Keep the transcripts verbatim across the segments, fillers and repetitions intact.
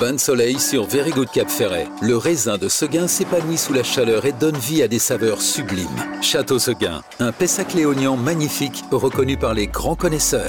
Bain de soleil sur Very Good Cap Ferret. Le raisin de Seguin s'épanouit sous la chaleur et donne vie à des saveurs sublimes. Château Seguin, un Pessac léognan magnifique reconnu par les grands connaisseurs.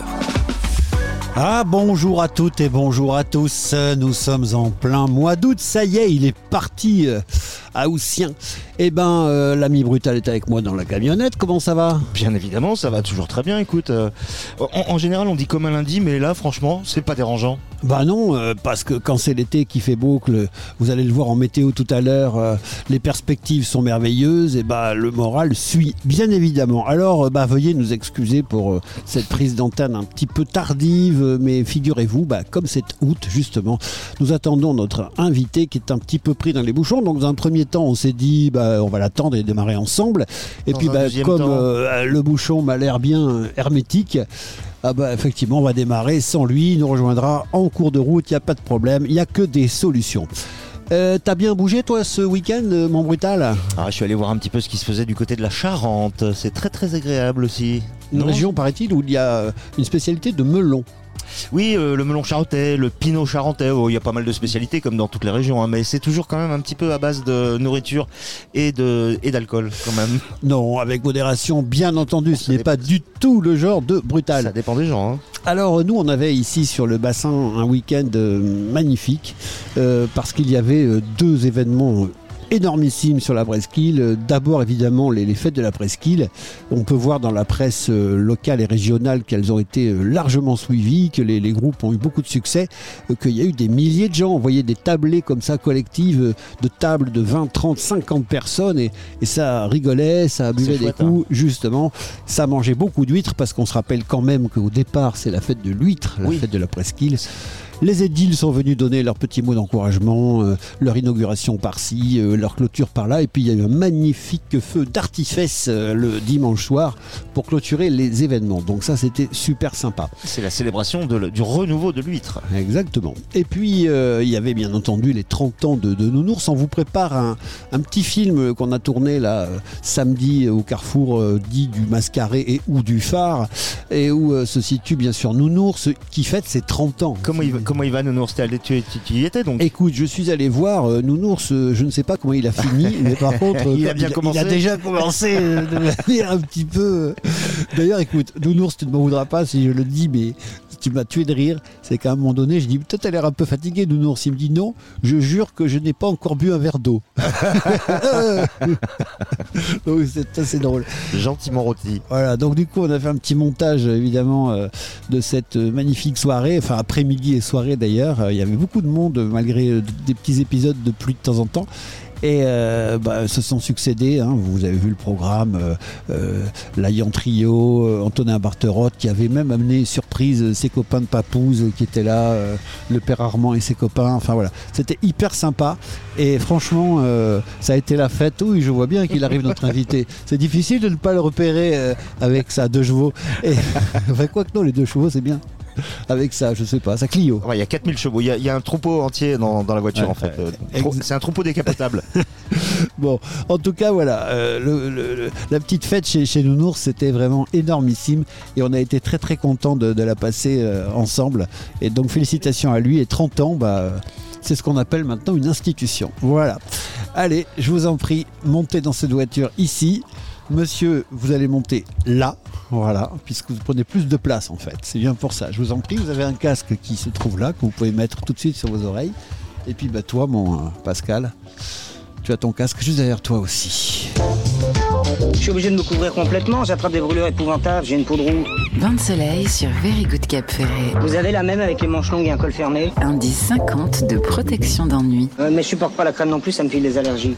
Ah, bonjour à toutes et bonjour à tous. Nous sommes en plein mois d'août. Ça y est, il est parti euh, à Houssien. Eh ben, euh, l'ami Brutal est avec moi dans la camionnette. Comment ça va ? Bien évidemment, ça va toujours très bien. Écoute, euh, en, en général, on dit comme un lundi, mais là, franchement, c'est pas dérangeant. Bah non, euh, parce que quand c'est l'été qui fait beau, que le, vous allez le voir en météo tout à l'heure, euh, les perspectives sont merveilleuses et bah le moral suit, bien évidemment. Alors, euh, bah veuillez nous excuser pour euh, cette prise d'antenne un petit peu tardive, euh, mais figurez-vous, bah comme c'est août justement, nous attendons notre invité qui est un petit peu pris dans les bouchons. Donc dans un premier temps, on s'est dit, bah on va l'attendre et démarrer ensemble. Et dans puis bah comme euh, le bouchon m'a l'air bien euh, hermétique. Ah bah effectivement, on va démarrer sans lui, il nous rejoindra en cours de route, il n'y a pas de problème, il n'y a que des solutions. Euh, t'as bien bougé toi ce week-end, mon Brutal ? Ah, je suis allé voir un petit peu ce qui se faisait du côté de la Charente, c'est très très agréable aussi. Une Non région, paraît-il, où il y a une spécialité de melon. Oui, euh, le melon charentais, le pinot charentais, oh, il y a pas mal de spécialités comme dans toutes les régions, hein, mais c'est toujours quand même un petit peu à base de nourriture et, de, et d'alcool quand même. Non, avec modération, bien entendu, ce Ça n'est dépend. pas du tout le genre de Brutal. Ça dépend des gens. Hein. Alors nous, on avait ici sur le bassin un week-end euh, magnifique euh, parce qu'il y avait euh, deux événements euh, énormissime sur la presqu'île. D'abord évidemment les, les fêtes de la presqu'île. On peut voir dans la presse euh, locale et régionale qu'elles ont été euh, largement suivies, que les, les groupes ont eu beaucoup de succès, euh, qu'il y a eu des milliers de gens. On voyait des tablées comme ça collectives, euh, de tables de vingt, trente, cinquante personnes et, et ça rigolait, ça buvait des chouette, coups, hein. Justement. Ça mangeait beaucoup d'huîtres parce qu'on se rappelle quand même qu'au départ c'est la fête de l'huître, la oui. fête de la presqu'île. Les édiles sont venus donner leurs petits mots d'encouragement, euh, leur inauguration par-ci, euh, leur clôture par-là. Et puis il y a eu un magnifique feu d'artifice euh, le dimanche soir pour clôturer les événements. Donc ça, c'était super sympa. C'est la célébration de, du renouveau de l'huître. Exactement. Et puis euh, il y avait bien entendu les trente ans de, de Nounours. On vous prépare un, un petit film qu'on a tourné là euh, samedi au carrefour euh, dit du Mascaret et ou du Phare, et où euh, se situe bien sûr Nounours qui fête ses trente ans. Comment il va Comment il va, Nounours ? Tu, tu, tu y étais donc ? Écoute, je suis allé voir euh, Nounours, euh, je ne sais pas comment il a fini, mais par contre, il, euh, a bien il, commencé. il a déjà commencé euh, de manière un petit peu... euh. D'ailleurs, écoute, Nounours, tu ne m'en voudras pas si je le dis, mais tu m'as tué de rire. C'est qu'à un moment donné, je dis, peut-être tu as l'air un peu fatigué, Nounours. Il me dit, non, je jure que je n'ai pas encore bu un verre d'eau. Donc c'est assez drôle. Gentiment rôti. Voilà, donc du coup, on a fait un petit montage, évidemment, euh, de cette magnifique soirée, enfin après-midi et soirée d'ailleurs. Euh, il y avait beaucoup de monde, malgré euh, des petits épisodes de pluie de temps en temps. Et euh, bah, se sont succédés, hein, vous avez vu le programme, euh, euh, Layan Trio, euh, Antonin Barterotte qui avait même amené surprise euh, ses copains de Papouze qui étaient là, euh, le père Armand et ses copains, enfin voilà, c'était hyper sympa et franchement euh, ça a été la fête. Oui, je vois bien qu'il arrive notre invité, c'est difficile de ne pas le repérer euh, avec sa deux chevaux, et enfin quoi que non, les deux chevaux c'est bien. Avec ça, je sais pas, ça Clio. Il ouais, y a quatre mille chevaux, il y, y a un troupeau entier dans, dans la voiture ouais, en fait. Euh, ex- c'est un troupeau décapotable. Bon, en tout cas, voilà, euh, le, le, le, la petite fête chez, chez Nounours, c'était vraiment énormissime et on a été très très contents de, de la passer euh, ensemble. Et donc félicitations à lui, et trente ans, bah, c'est ce qu'on appelle maintenant une institution. Voilà. Allez, je vous en prie, montez dans cette voiture ici. Monsieur, vous allez monter là, voilà, puisque vous prenez plus de place en fait. C'est bien pour ça. Je vous en prie, vous avez un casque qui se trouve là, que vous pouvez mettre tout de suite sur vos oreilles. Et puis bah, toi, mon euh, Pascal, tu as ton casque juste derrière toi aussi. Je suis obligé de me couvrir complètement, j'attrape des brûlures épouvantables, j'ai une peau de roue. Bain de soleil sur Very Good Cap Ferret. Vous avez la même avec les manches longues et un col fermé ? Indice cinquante de protection d'ennui. euh, Mais je supporte pas la crème non plus, ça me file des allergies.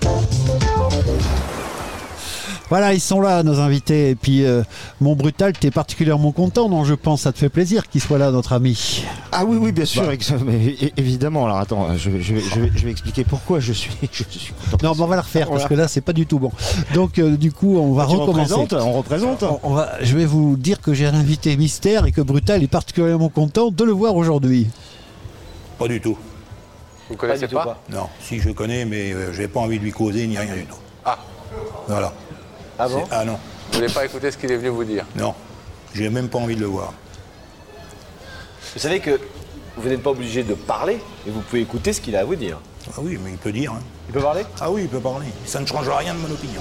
Voilà, ils sont là, nos invités. Et puis, euh, mon Brutal, t'es particulièrement content, non ? Je pense, ça te fait plaisir qu'il soit là, notre ami. Ah oui, oui, bien sûr, bah. ex- mais, évidemment. Alors attends, je vais, je, vais, je, vais, je vais expliquer pourquoi je suis, je suis content. Non, mais on va la refaire, voilà. parce que là, c'est pas du tout bon. Donc, euh, du coup, on va tu recommencer. Représente, on représente. On, on va, je vais vous dire que j'ai un invité mystère et que Brutal est particulièrement content de le voir aujourd'hui. Pas du tout. Vous ne connaissez pas, pas Non, si je connais, mais euh, j'ai pas envie de lui causer ni rien du tout. Ah. Voilà. Ah bon ? Ah non. Vous voulez pas écouter ce qu'il est venu vous dire ? Non. J'ai même pas envie de le voir. Vous savez que vous n'êtes pas obligé de parler, mais vous pouvez écouter ce qu'il a à vous dire. Ah oui, mais il peut dire. Hein. Il peut parler? Ah oui, il peut parler. Ça ne changera rien de mon opinion.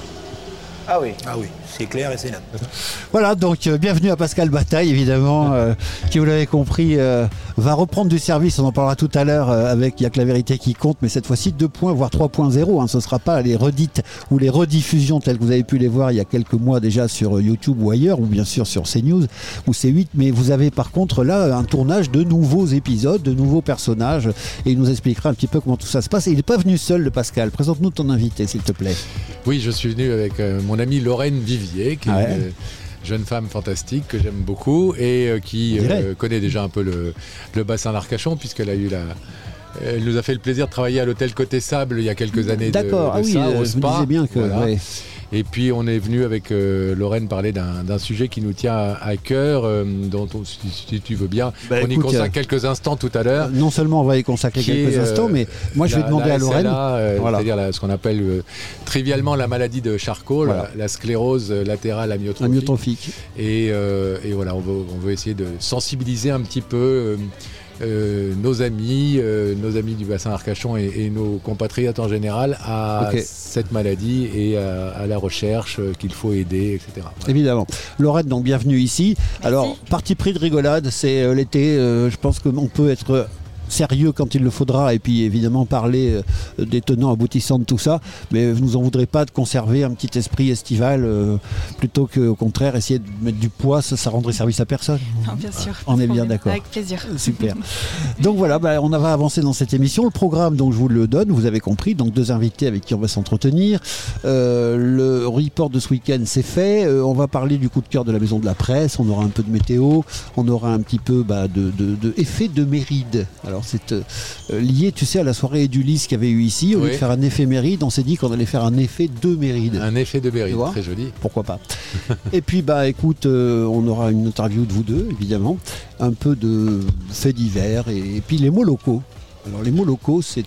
Ah oui. Ah oui, c'est clair et c'est net. Voilà, donc euh, bienvenue à Pascal Bataille, évidemment, euh, qui, vous l'avez compris, euh, va reprendre du service. On en parlera tout à l'heure euh, avec Il y a que la vérité qui compte, mais cette fois-ci deux points, voire trois point zéro. Hein, ce ne sera pas les redites ou les rediffusions telles que vous avez pu les voir il y a quelques mois déjà sur YouTube ou ailleurs, ou bien sûr sur CNews ou C huit. Mais vous avez par contre là un tournage de nouveaux épisodes, de nouveaux personnages, et il nous expliquera un petit peu comment tout ça se passe. Et il n'est pas venu seul, le Pascal. Présente-nous ton invité, s'il te plaît. Oui, je suis venu avec euh, mon amie Lorraine Vivier, qui ah ouais. est une euh, jeune femme fantastique que j'aime beaucoup et euh, qui euh, connaît déjà un peu le, le bassin d'Arcachon, puisqu'elle a eu la... Elle nous a fait le plaisir de travailler à l'hôtel Côté Sable il y a quelques années. D'accord, de, de ah oui, ça, euh, au je spa. me disais bien que... Voilà. Ouais. Et puis on est venu avec euh, Lorraine parler d'un, d'un sujet qui nous tient à, à cœur, euh, dont on, si, si tu veux bien, bah, on écoute, y consacre euh, quelques instants tout à l'heure. Non seulement on va y consacrer quelques est, instants, mais moi je la, vais demander la à Lorraine. S L A, euh, voilà. C'est-à-dire la, ce qu'on appelle euh, trivialement la maladie de Charcot, voilà. la, la sclérose latérale amyotrophique. amyotrophique. Et, euh, et voilà, on veut, on veut essayer de sensibiliser un petit peu euh, euh, nos amis, euh, nos amis du bassin Arcachon et, et nos compatriotes en général à okay. cette maladie et à, à la recherche euh, qu'il faut aider, et cetera. Voilà. Évidemment. Lorraine, donc bienvenue ici. Merci. Alors, parti pris de rigolade, c'est euh, l'été. Euh, je pense qu'on peut être sérieux quand il le faudra et puis évidemment parler euh, des tenants aboutissants de tout ça, mais vous nous en voudrez pas de conserver un petit esprit estival euh, plutôt qu'au contraire essayer de mettre du poids, ça, ça rendrait service à personne. Non, bien sûr. On est bien d'accord. Avec plaisir. Super. Donc voilà, bah, on va avancer dans cette émission. Le programme, donc je vous le donne, vous avez compris, donc deux invités avec qui on va s'entretenir. Euh, le report de ce week-end c'est fait. Euh, on va parler du coup de cœur de la maison de la presse. On aura un peu de météo. On aura un petit peu bah, de, de, de effet de Méride. Alors c'est euh, lié, tu sais, à la soirée Edulis qu'il y avait eu ici. Au lieu oui. de faire un effet Méride, on s'est dit qu'on allait faire un effet de Méride. Un effet de Méride, très joli. Pourquoi pas. Et puis, bah, écoute, euh, on aura une interview de vous deux, évidemment. Un peu de faits divers et, et puis les mots locaux. Alors, les mots locaux, c'est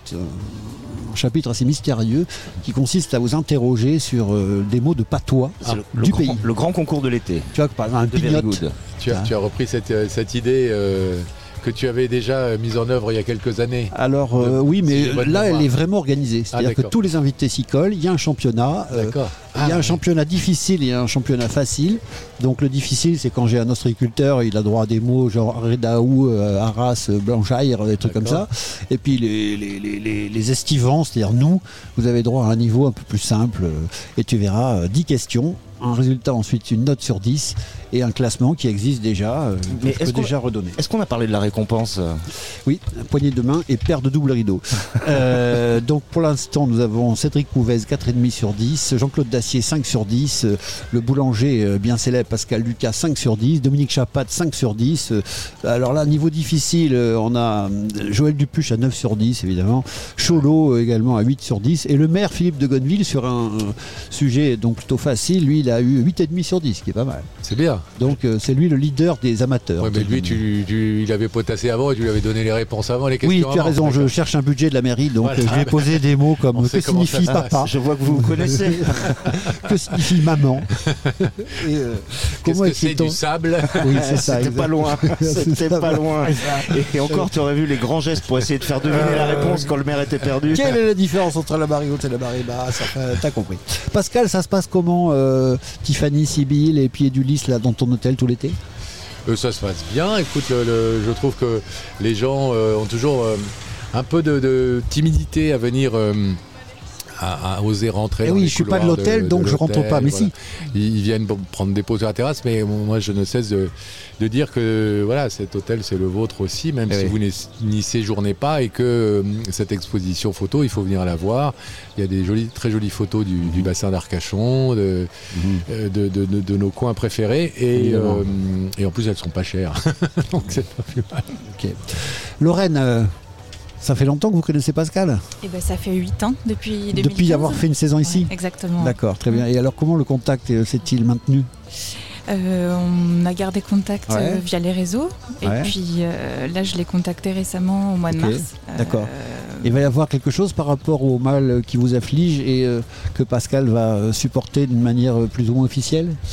un chapitre assez mystérieux qui consiste à vous interroger sur euh, des mots de patois ah, le, du le pays. Grand, le grand concours de l'été. Tu vois, par exemple, un pignote. Tu as, tu as repris cette, cette idée euh, que tu avais déjà mise en œuvre il y a quelques années. Alors euh, de, oui, mais si là, elle est vraiment organisée. C'est-à-dire ah, que tous les invités s'y collent. Il y a un championnat. Euh, ah, il y a un oui. championnat difficile et un championnat facile. Donc le difficile, c'est quand j'ai un ostréiculteur, il a droit à des mots genre Redaou, euh, Arras, Blanchaire, des trucs D'accord. comme ça. Et puis les, les, les, les, les estivants, c'est-à-dire nous, vous avez droit à un niveau un peu plus simple. Euh, et tu verras euh, dix questions. Un résultat, ensuite une note sur dix et un classement qui existe déjà, euh, Mais que je peux déjà redonner. Est-ce qu'on a parlé de la récompense? Oui, poignée de main et paire de double rideau. euh, donc pour l'instant, nous avons Cédric Mouvez, quatre virgule cinq sur dix, Jean-Claude Dacier, cinq sur dix, euh, le boulanger euh, bien célèbre Pascal Lucas, cinq sur dix, Dominique Chapat, cinq sur dix. Euh, alors là, niveau difficile, euh, on a Joël Dupuche à neuf sur dix, évidemment, Cholo euh, également à huit sur dix, et le maire Philippe de Gonneville sur un euh, sujet donc plutôt facile, lui, il a eu huit virgule cinq sur dix, ce qui est pas mal. C'est bien. Donc euh, c'est lui le leader des amateurs. Ouais, mais lui, tu, tu, il avait potassé avant et tu lui avais donné les réponses avant, les questions Oui, tu as avant, raison, je cherche un budget de la mairie, donc voilà. euh, je vais poser des mots comme que signifie papa. Je vois que vous vous connaissez. Que signifie maman. Et, euh, Qu'est-ce que c'est du sable? Oui, c'est ça. C'était pas loin. C'était pas loin. Et, et encore, tu aurais vu les grands gestes pour essayer de faire deviner euh... la réponse quand le maire était perdu. Quelle est la différence entre la marée haute et la marée basse? Enfin, t'as compris. Pascal, ça se passe comment euh, Tiffany, Sibylle et puis Edulis là dans ton hôtel tout l'été? Euh, ça se passe bien. Écoute, le, le, je trouve que les gens euh, ont toujours euh, un peu de, de timidité à venir euh, à, à oser rentrer. Et oui, je suis pas de l'hôtel, donc je rentre pas. Mais voilà. si. Ils, ils viennent prendre des pauses à la terrasse, mais bon, moi je ne cesse de, de dire que voilà, cet hôtel c'est le vôtre aussi, même et si oui. vous n'y séjournez pas, et que euh, cette exposition photo, il faut venir la voir. Il y a des jolies, très jolies photos du, mmh. du bassin d'Arcachon, de, mmh. euh, de, de, de, de nos coins préférés, et, euh, et en plus elles sont pas chères, donc c'est pas plus mal. Okay. Lorraine. Euh... Ça fait longtemps que vous connaissez Pascal? Eh ben, ça fait huit ans depuis deux mille quinze. Depuis avoir fait une saison ici? Ouais, exactement. D'accord, très bien. Et alors comment le contact s'est-il maintenu? euh, On a gardé contact ouais. euh, via les réseaux. Ouais. Et puis euh, là, je l'ai contacté récemment au mois de okay. mars. D'accord. Euh... Il va y avoir quelque chose par rapport au mal qui vous afflige et euh, que Pascal va supporter d'une manière plus ou moins officielle?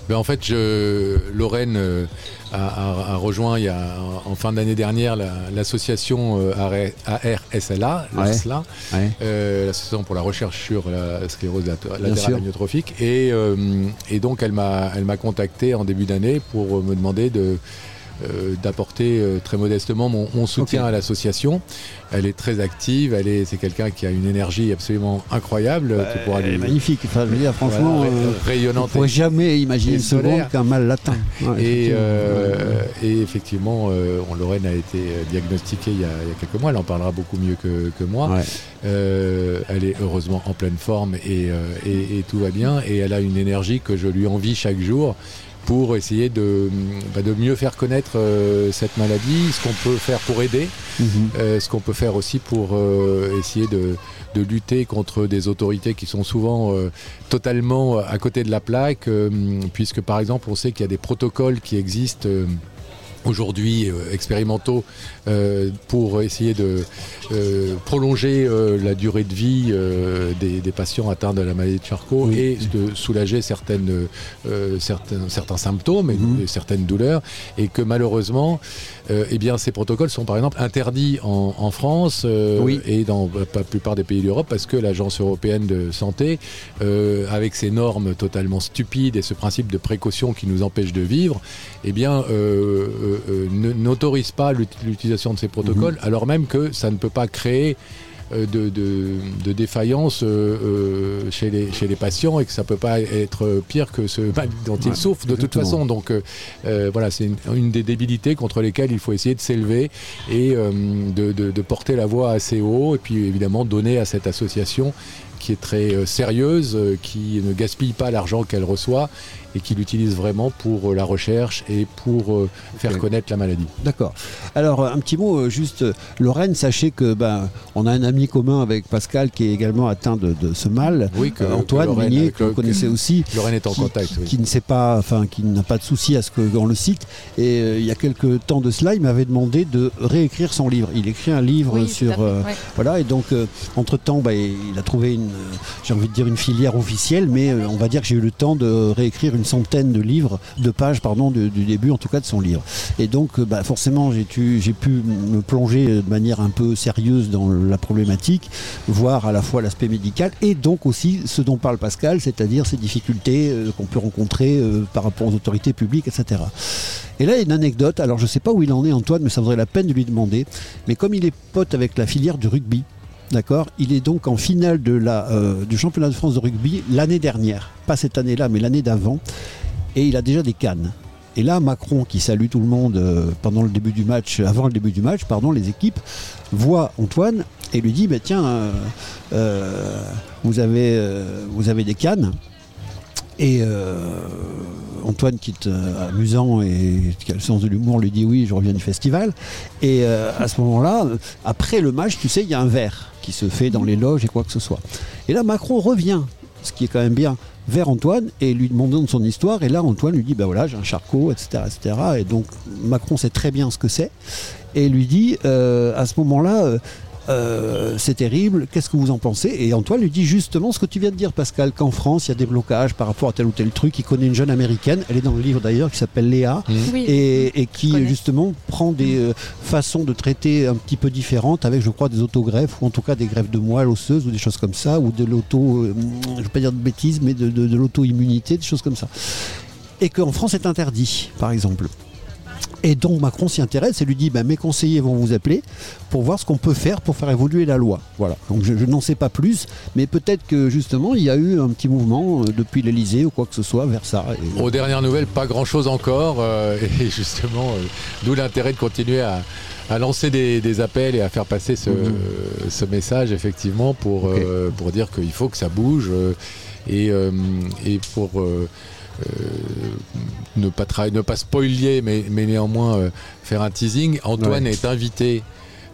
Ben en fait, je, Lorraine euh, a, a, a rejoint il y a, en fin d'année dernière la, l'association euh, A R S L A, ouais. Ouais. Euh, l'association pour la recherche sur la sclérose latérale amyotrophique. Et, euh, et donc, elle m'a, elle m'a contacté en début d'année pour me demander de Euh, d'apporter euh, très modestement mon, mon soutien okay. à l'association. Elle est très active, elle est, c'est quelqu'un qui a une énergie absolument incroyable. Bah, qui pourra elle lui... est magnifique, enfin, je veux dire, franchement, voilà, euh, rayonnante. On ne pourrait jamais imaginer une seconde qu'un mal latin. Ouais, et, euh, et effectivement, euh, Lorraine a été diagnostiquée il y a, il y a quelques mois, elle en parlera beaucoup mieux que, que moi. Ouais. Euh, elle est heureusement en pleine forme et, euh, et, et tout va bien. Et elle a une énergie que je lui envie chaque jour, pour essayer de, bah, de mieux faire connaître euh, cette maladie, ce qu'on peut faire pour aider, mmh. euh, ce qu'on peut faire aussi pour euh, essayer de, de lutter contre des autorités qui sont souvent euh, totalement à côté de la plaque, euh, puisque par exemple on sait qu'il y a des protocoles qui existent euh, aujourd'hui euh, expérimentaux euh, pour essayer de euh, prolonger euh, la durée de vie euh, des, des patients atteints de la maladie de Charcot oui. et de soulager certaines, euh, certains, certains symptômes et, mmh. et certaines douleurs, et que malheureusement euh, eh bien, ces protocoles sont par exemple interdits en, en France euh, oui. et dans la plupart des pays d'Europe, parce que l'Agence européenne de santé euh, avec ses normes totalement stupides et ce principe de précaution qui nous empêche de vivre, eh bien euh, Euh, euh, n'autorise pas l'utilisation de ces protocoles, mmh. alors même que ça ne peut pas créer euh, de, de, de défaillance euh, euh, chez, les, chez les patients, et que ça ne peut pas être pire que ce mal dont ouais, ils souffrent de toute façon. Donc euh, euh, voilà, c'est une, une des débilités contre lesquelles il faut essayer de s'élever et euh, de, de, de porter la voix assez haut, et puis évidemment donner à cette association qui est très euh, sérieuse, euh, qui ne gaspille pas l'argent qu'elle reçoit et qui l'utilise vraiment pour euh, la recherche et pour euh, faire okay. connaître la maladie. D'accord. Alors un petit mot euh, juste, Lorraine, sachez que ben, on a un ami commun avec Pascal qui est également atteint de, de ce mal, oui, que, euh, Antoine Minier, que vous connaissez aussi. Lorraine est en qui, contact. Qui, oui. qui ne sait pas, enfin qui n'a pas de souci à ce qu'on le cite. Et euh, il y a quelques temps de cela, il m'avait demandé de réécrire son livre. Il écrit un livre oui, sur, euh, ouais. voilà, et donc euh, entre temps, bah, il a trouvé une, j'ai envie de dire une filière officielle, mais euh, on va dire que j'ai eu le temps de réécrire une centaine de livres, de pages, pardon, de, du début en tout cas de son livre. Et donc, euh, bah, forcément, j'ai, tu, j'ai pu me plonger de manière un peu sérieuse dans la problématique, voir à la fois l'aspect médical et donc aussi ce dont parle Pascal, c'est-à-dire ces difficultés euh, qu'on peut rencontrer euh, par rapport aux autorités publiques, et cetera. Et là, il y a une anecdote. Alors, je ne sais pas où il en est, Antoine, mais ça vaudrait la peine de lui demander. Mais comme il est pote avec la filière du rugby, d'accord, il est donc en finale de la, euh, du championnat de France de rugby l'année dernière. Pas cette année-là, mais l'année d'avant. Et il a déjà des cannes. Et là, Macron, qui salue tout le monde euh, pendant le début du match, avant le début du match, pardon, les équipes, voit Antoine et lui dit bah, tiens, euh, euh, vous, avez, euh, vous avez des cannes. Et euh, Antoine, qui est euh, amusant et qui a le sens de l'humour, lui dit oui, je reviens du festival. Et euh, à ce moment-là, après le match, tu sais, il y a un verre qui se fait dans les loges et quoi que ce soit. Et là, Macron revient, ce qui est quand même bien, vers Antoine et lui demandant de son histoire. Et là, Antoine lui dit bah voilà, j'ai un Charcot, et cetera, et cetera. Et donc Macron sait très bien ce que c'est et lui dit euh, à ce moment-là. Euh, Euh, c'est terrible, qu'est-ce que vous en pensez? Et Antoine lui dit justement ce que tu viens de dire, Pascal, qu'en France il y a des blocages par rapport à tel ou tel truc. Il connaît une jeune américaine, elle est dans le livre d'ailleurs, qui s'appelle Léa, mmh. oui, et, et qui justement prend des euh, façons de traiter un petit peu différentes, avec je crois des autogreffes, ou en tout cas des greffes de moelle osseuse, ou des choses comme ça, ou de l'auto, euh, je ne vais pas dire de bêtises, mais de, de, de l'auto-immunité, des choses comme ça. Et qu'en France c'est interdit, par exemple. Et donc Macron s'y intéresse et lui dit bah, mes conseillers vont vous appeler pour voir ce qu'on peut faire pour faire évoluer la loi. Voilà. Donc je, je n'en sais pas plus, mais peut-être que justement il y a eu un petit mouvement euh, depuis l'Elysée ou quoi que ce soit vers ça. Et... Aux dernières nouvelles, pas grand-chose encore, euh, et justement, euh, d'où l'intérêt de continuer à, à lancer des, des appels et à faire passer ce, mmh. ce message effectivement pour, okay. euh, pour dire qu'il faut que ça bouge euh, et, euh, et pour... Euh, Euh, ne pas tra- ne pas spoiler mais, mais néanmoins euh, faire un teasing. Antoine ouais. est invité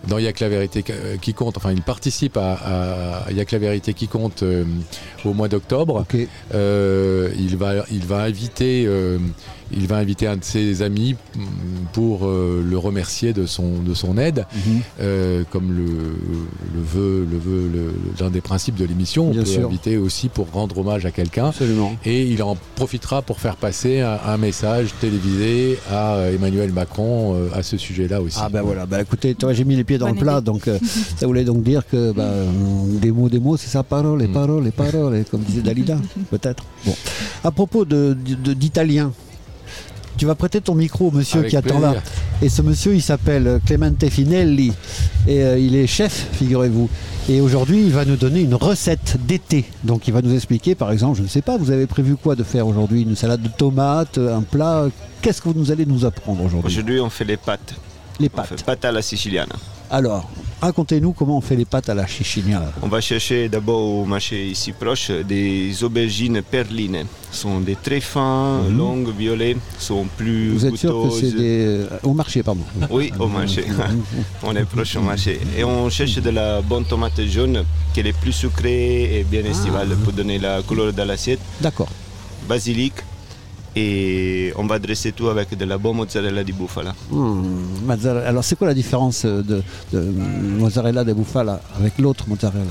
dans Y'a que la vérité qui compte, enfin il participe à, à Y'a que la vérité qui compte euh, au mois d'octobre. Okay. Euh, il, va, il, va inviter, euh, il va inviter un de ses amis pour euh, le remercier de son, de son aide, mm-hmm. euh, comme le, le veut, le veut le, l'un des principes de l'émission. Bien on peut sûr. inviter aussi pour rendre hommage à quelqu'un. Absolument. Et il en profitera pour faire passer un, un message télévisé à Emmanuel Macron euh, à ce sujet-là aussi. Ah ben voilà, bah écoutez, toi j'ai mis les pieds dans Bonne le plat, idée. donc euh, ça voulait donc dire que bah, des mots, des mots, c'est ça, parole, les paroles, les paroles, comme disait Dalida, peut-être. Bon. À propos de, de, d'italien, tu vas prêter ton micro au monsieur Avec qui attend plaisir. là. Et ce monsieur, il s'appelle Clemente Finelli et euh, il est chef, figurez-vous. Et aujourd'hui, il va nous donner une recette d'été. Donc il va nous expliquer, par exemple, je ne sais pas, vous avez prévu quoi de faire aujourd'hui? Une salade de tomates, un plat? Qu'est-ce que vous nous allez nous apprendre aujourd'hui? Aujourd'hui, on fait les pâtes. Les pâtes. On fait pâtes à la sicilienne. Alors, racontez-nous comment on fait les pâtes à la sicilienne. On va chercher d'abord au marché ici proche des aubergines perline. Ce sont des très fins, mmh. longues, violets, sont plus Vous êtes goûteuses. sûr que c'est des... Au marché, pardon. Oui, au marché. On est proche au marché. Et on cherche de la bonne tomate jaune qui est plus sucrée et bien estivale ah. pour donner la couleur de l'assiette. D'accord. Basilic. Et on va dresser tout avec de la bonne mozzarella di bufala. Mmh, alors c'est quoi la différence de, de mozzarella di bufala avec l'autre mozzarella?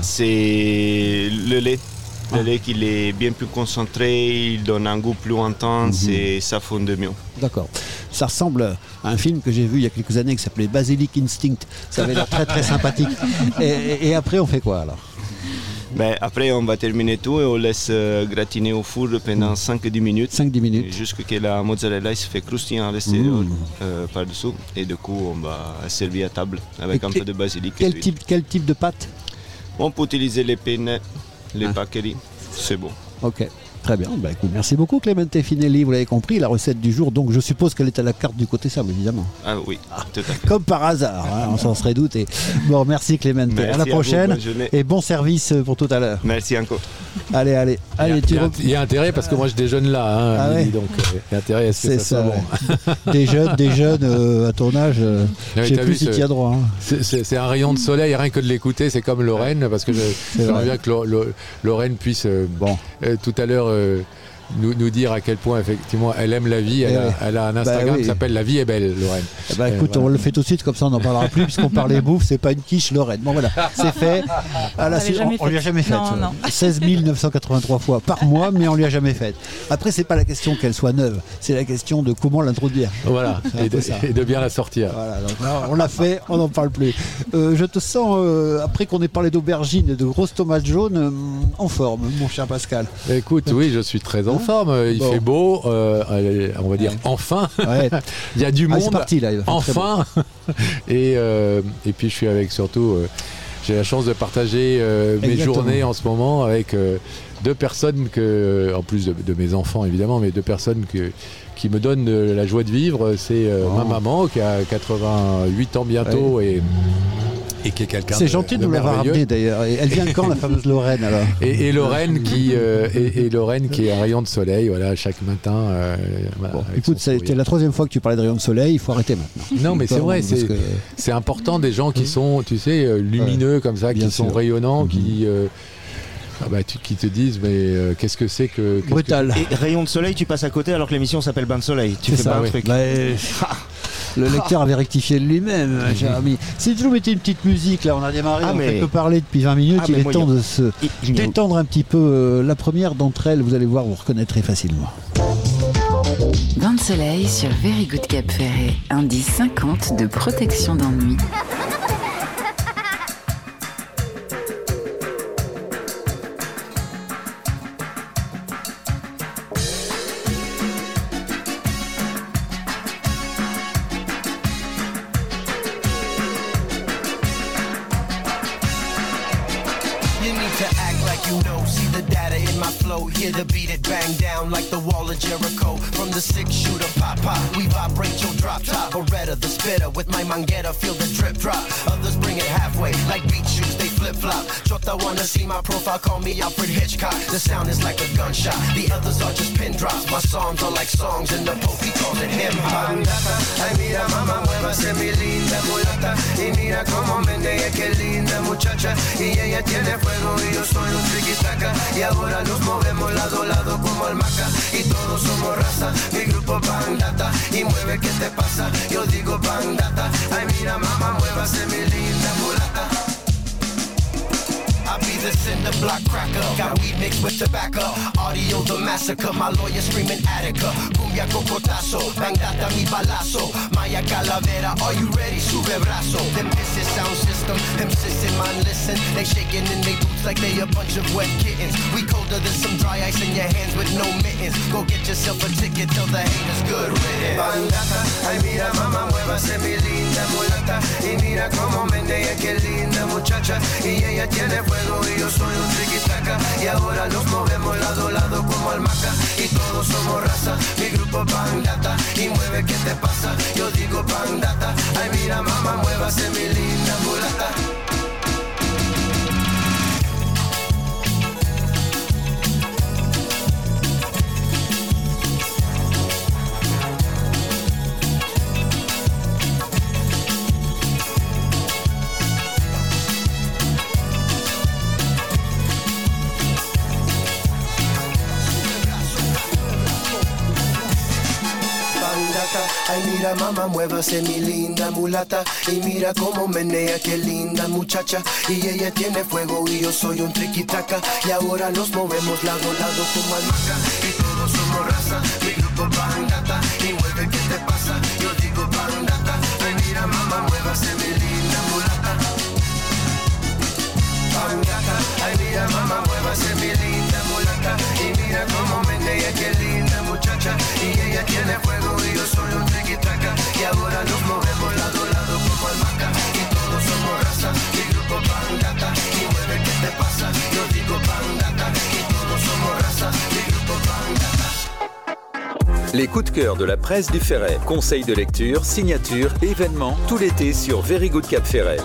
C'est le lait. Le ah. lait qui est bien plus concentré, il donne un goût plus intense mmh. et ça fond de mieux. D'accord. Ça ressemble à un film que j'ai vu il y a quelques années qui s'appelait Basilic Instinct. Ça avait l'air très très sympathique. Et, et après on fait quoi alors? Ben, après, on va terminer tout et on laisse euh, gratiner au four pendant cinq à dix minutes. cinq à dix minutes. Jusqu'à ce que la mozzarella se fait croustillant à l'extérieur mmh. euh, par-dessous. Et du coup, on va servir à table avec et un que, peu de basilic. Quel type, quel type de pâte? On peut utiliser les penne, les ah. paccheris. C'est bon. Ok. Très bien, bah, écoute, merci beaucoup Clemente Finelli, vous l'avez compris, la recette du jour, donc je suppose qu'elle est à la carte du côté sable, évidemment. Ah oui, ah, tout à fait. Comme par hasard, hein, on s'en serait douté. Bon, merci Clemente, merci à la prochaine, à vous, et bon service pour tout à l'heure. Merci encore. Allez, allez, allez. Il y a, tu il y a intérêt parce que moi je déjeune là, hein, ah ouais. donc il y a intérêt à ce que c'est ça, ça soit bon. Des jeunes, des jeunes euh, à ton âge, euh, je ne sais plus si tu y as droit. Hein. C'est, c'est, c'est un rayon de soleil, rien que de l'écouter, c'est comme Lorraine, parce que je, j'aimerais bien que Lo, Lo, Lorraine puisse euh, bon. euh, tout à l'heure... Euh, Nous, nous dire à quel point effectivement elle aime la vie. Elle, eh a, ouais. elle a un Instagram bah, oui. qui s'appelle La vie est belle, Lorraine. Eh bah, écoute, euh, voilà. on le fait tout de suite, comme ça on n'en parlera plus, puisqu'on parlait bouffe, c'est pas une quiche, Lorraine. Bon voilà, c'est fait. Ah, là, c'est, on, on lui a jamais fait. seize mille neuf cent quatre-vingt-trois fois par mois, mais on lui a jamais fait. Après, c'est pas la question qu'elle soit neuve, c'est la question de comment l'introduire. Voilà, et de, et de bien la sortir. Voilà, donc, là, on l'a fait, on n'en parle plus. Euh, je te sens, euh, après qu'on ait parlé d'aubergines et de grosses tomates jaunes, euh, en forme, mon cher Pascal. Écoute, oui, je suis très en forme. Il bon. fait beau, euh, on va dire ouais. enfin. Ouais. Il y a du monde. Ah, c'est parti, là, enfin. et, euh, et puis je suis avec surtout, euh, j'ai la chance de partager euh, mes journées en ce moment avec euh, deux personnes que, en plus de, de mes enfants évidemment, mais deux personnes que, qui me donnent euh, la joie de vivre. C'est euh, oh. ma maman qui a quatre-vingt-huit ans bientôt ouais. et et qui est quelqu'un c'est de, gentil de, de nous l'avoir ramené d'ailleurs. Et elle vient quand la fameuse Lorraine alors? Et, et Lorraine qui euh, et, et Lorraine qui est un rayon de soleil, voilà, chaque matin. Euh, voilà, bon, écoute, c'était la troisième fois que tu parlais de rayon de soleil. Il faut arrêter maintenant. Non, mais c'est vrai, c'est, que... c'est important des gens qui mmh. sont, tu sais, lumineux ouais, comme ça, qui sont sûr. rayonnants, mmh. qui euh, ah bah, tu, qui te disent mais euh, qu'est-ce que c'est que qu'est-ce brutal. Que... Et rayon de soleil, tu passes à côté alors que l'émission s'appelle Bain de soleil. Tu c'est fais ça, pas oui. un truc. Bah, le lecteur avait rectifié de lui-même, cher ami. Si tu nous mettais une petite musique, là, on a démarré, ah, on mais... fait que parler depuis vingt minutes, ah, il est moi, temps il... de se il... détendre un petit peu. Euh, la première d'entre elles, vous allez voir, vous reconnaîtrez facilement. Bain de soleil sur Very Good Cap Ferret, indice cinquante de protection d'ennui. You need to act like you know, see the data in in my flow, hear the beat it bang down like the wall of Jericho. From the six shooter, pop pop, we vibrate your drop top. Beretta, the spitter, with my manguera, feel the drip drop. Others bring it halfway, like beat shoes, they flip flop. Chota wanna see my profile, call me Alfred Hitchcock. The sound is like a gunshot, the others are just pin drops. My songs are like songs, and the Pope he calls it hip hop. Ay mira mamá, muévase mi linda mulata. Y mira como menea, que linda muchacha. Y ella tiene fuego y yo soy un triquitaca. Y ahora nos movemos lado a lado como almaca. Y todos somos raza, mi grupo Bandata. Y mueve, ¿qué te pasa? Yo digo Bandata. Ay mira mamá, muévase mi linda mulata. I be the cinder block cracker. Got weed mixed with tobacco. Audio the massacre. My lawyer screaming Attica. Cumbia cocotazo. Bandata mi balazo. Maya Calavera. Are you ready? Sube brazo. Them pisses sound system. Them sissing man listen. They shaking in they boots like they a bunch of wet kittens. We colder than some dry ice in your hands with no mittens. Go get yourself a ticket. Tell the haters good riddance. Bandata. Ay mira mamá, muévase mi linda mulata. Y mira como menea, que linda muchacha. Y ella tiene fuego y yo soy un triquitaca. Y ahora nos movemos lado a lado como almaca. Y todos somos raza, mi grupo Bandata. Y mueve, ¿qué te pasa? Yo digo Bandata. Ay mira mamá, muévase mi linda mulata. Ay mira mamá, muévase mi linda mulata. Y mira cómo menea, qué linda muchacha. Y ella tiene fuego y yo soy un triquitaca. Y ahora nos movemos lado a lado como almaca. Y todos somos raza, mi grupo Bandata. Y mueve, ¿qué te pasa? Yo digo Bandata. Ay mira mamá, muévase mi linda mulata. Bandata. Ay mira mamá, muévase mi linda mulata. Y mira cómo menea, qué linda muchacha. Y ella tiene fuego y yo soy un triquitaca. Y ahora nos movemos lado a lado como almaca. Y todos somos raza, mi grupo Bandata. Y mueve, ¿qué te pasa? Yo digo Bandata. Y todos somos raza, mi grupo Bandata. Les coups de cœur de la presse du Ferret. Conseils de lecture, signatures, événements, tout l'été sur Very Good Cap Ferret.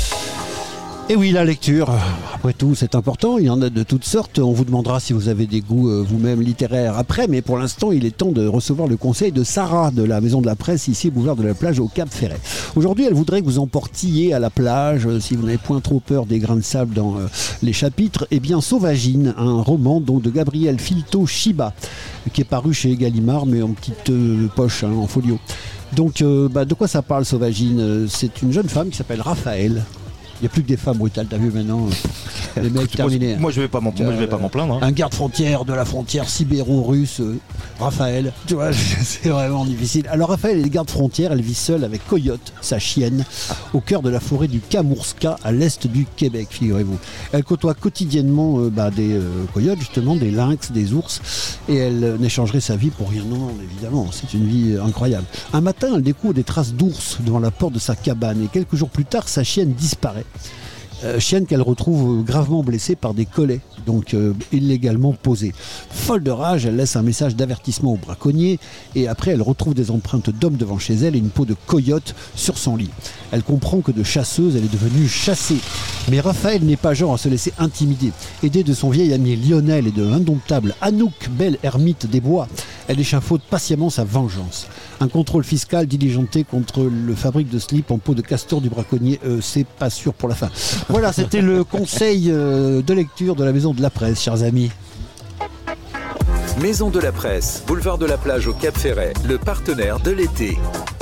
Et oui, la lecture, après tout, c'est important. Il y en a de toutes sortes. On vous demandera si vous avez des goûts euh, vous-même littéraires après. Mais pour l'instant, il est temps de recevoir le conseil de Sarah de la Maison de la Presse, ici, boulevard de la Plage, au Cap Ferret. Aujourd'hui, elle voudrait que vous emportiez à la plage, euh, si vous n'avez point trop peur des grains de sable dans euh, les chapitres, eh bien, Sauvagine, un roman donc, de Gabriel Filto Shiba, qui est paru chez Gallimard, mais en petite euh, poche, hein, en folio. Donc, euh, bah, de quoi ça parle, Sauvagine? C'est une jeune femme qui s'appelle Raphaël. Il n'y a plus que des femmes brutales, t'as vu maintenant les mecs terminés. Moi je vais pas m'en, moi, je vais pas m'en plaindre. Hein. Un garde frontière de la frontière sibéro-russe, euh, Raphaël. Tu vois, c'est vraiment difficile. Alors Raphaël est garde frontière, elle vit seule avec Coyote, sa chienne, au cœur de la forêt du Kamourska, à l'est du Québec, figurez-vous. Elle côtoie quotidiennement euh, bah, des euh, coyotes, justement, des lynx, des ours, et elle euh, n'échangerait sa vie pour rien. Non, non, évidemment, c'est une vie euh, incroyable. Un matin, elle découvre des traces d'ours devant la porte de sa cabane, et quelques jours plus tard, sa chienne disparaît. Euh, chienne qu'elle retrouve gravement blessée par des collets, donc euh, illégalement posés. Folle de rage, elle laisse un message d'avertissement au braconnier et après elle retrouve des empreintes d'homme devant chez elle et une peau de coyote sur son lit. Elle comprend que de chasseuse, elle est devenue chassée. Mais Raphaël n'est pas genre à se laisser intimider. Aidée de son vieil ami Lionel et de l'indomptable Anouk, belle ermite des bois, elle échafaude patiemment sa vengeance. Un contrôle fiscal diligenté contre le fabrique de slip en peau de castor du braconnier, euh, c'est pas sûr pour la fin. Voilà, c'était le conseil euh, de lecture de la Maison de la Presse, chers amis. Maison de la Presse, boulevard de la Plage au Cap Ferret, le partenaire de l'été.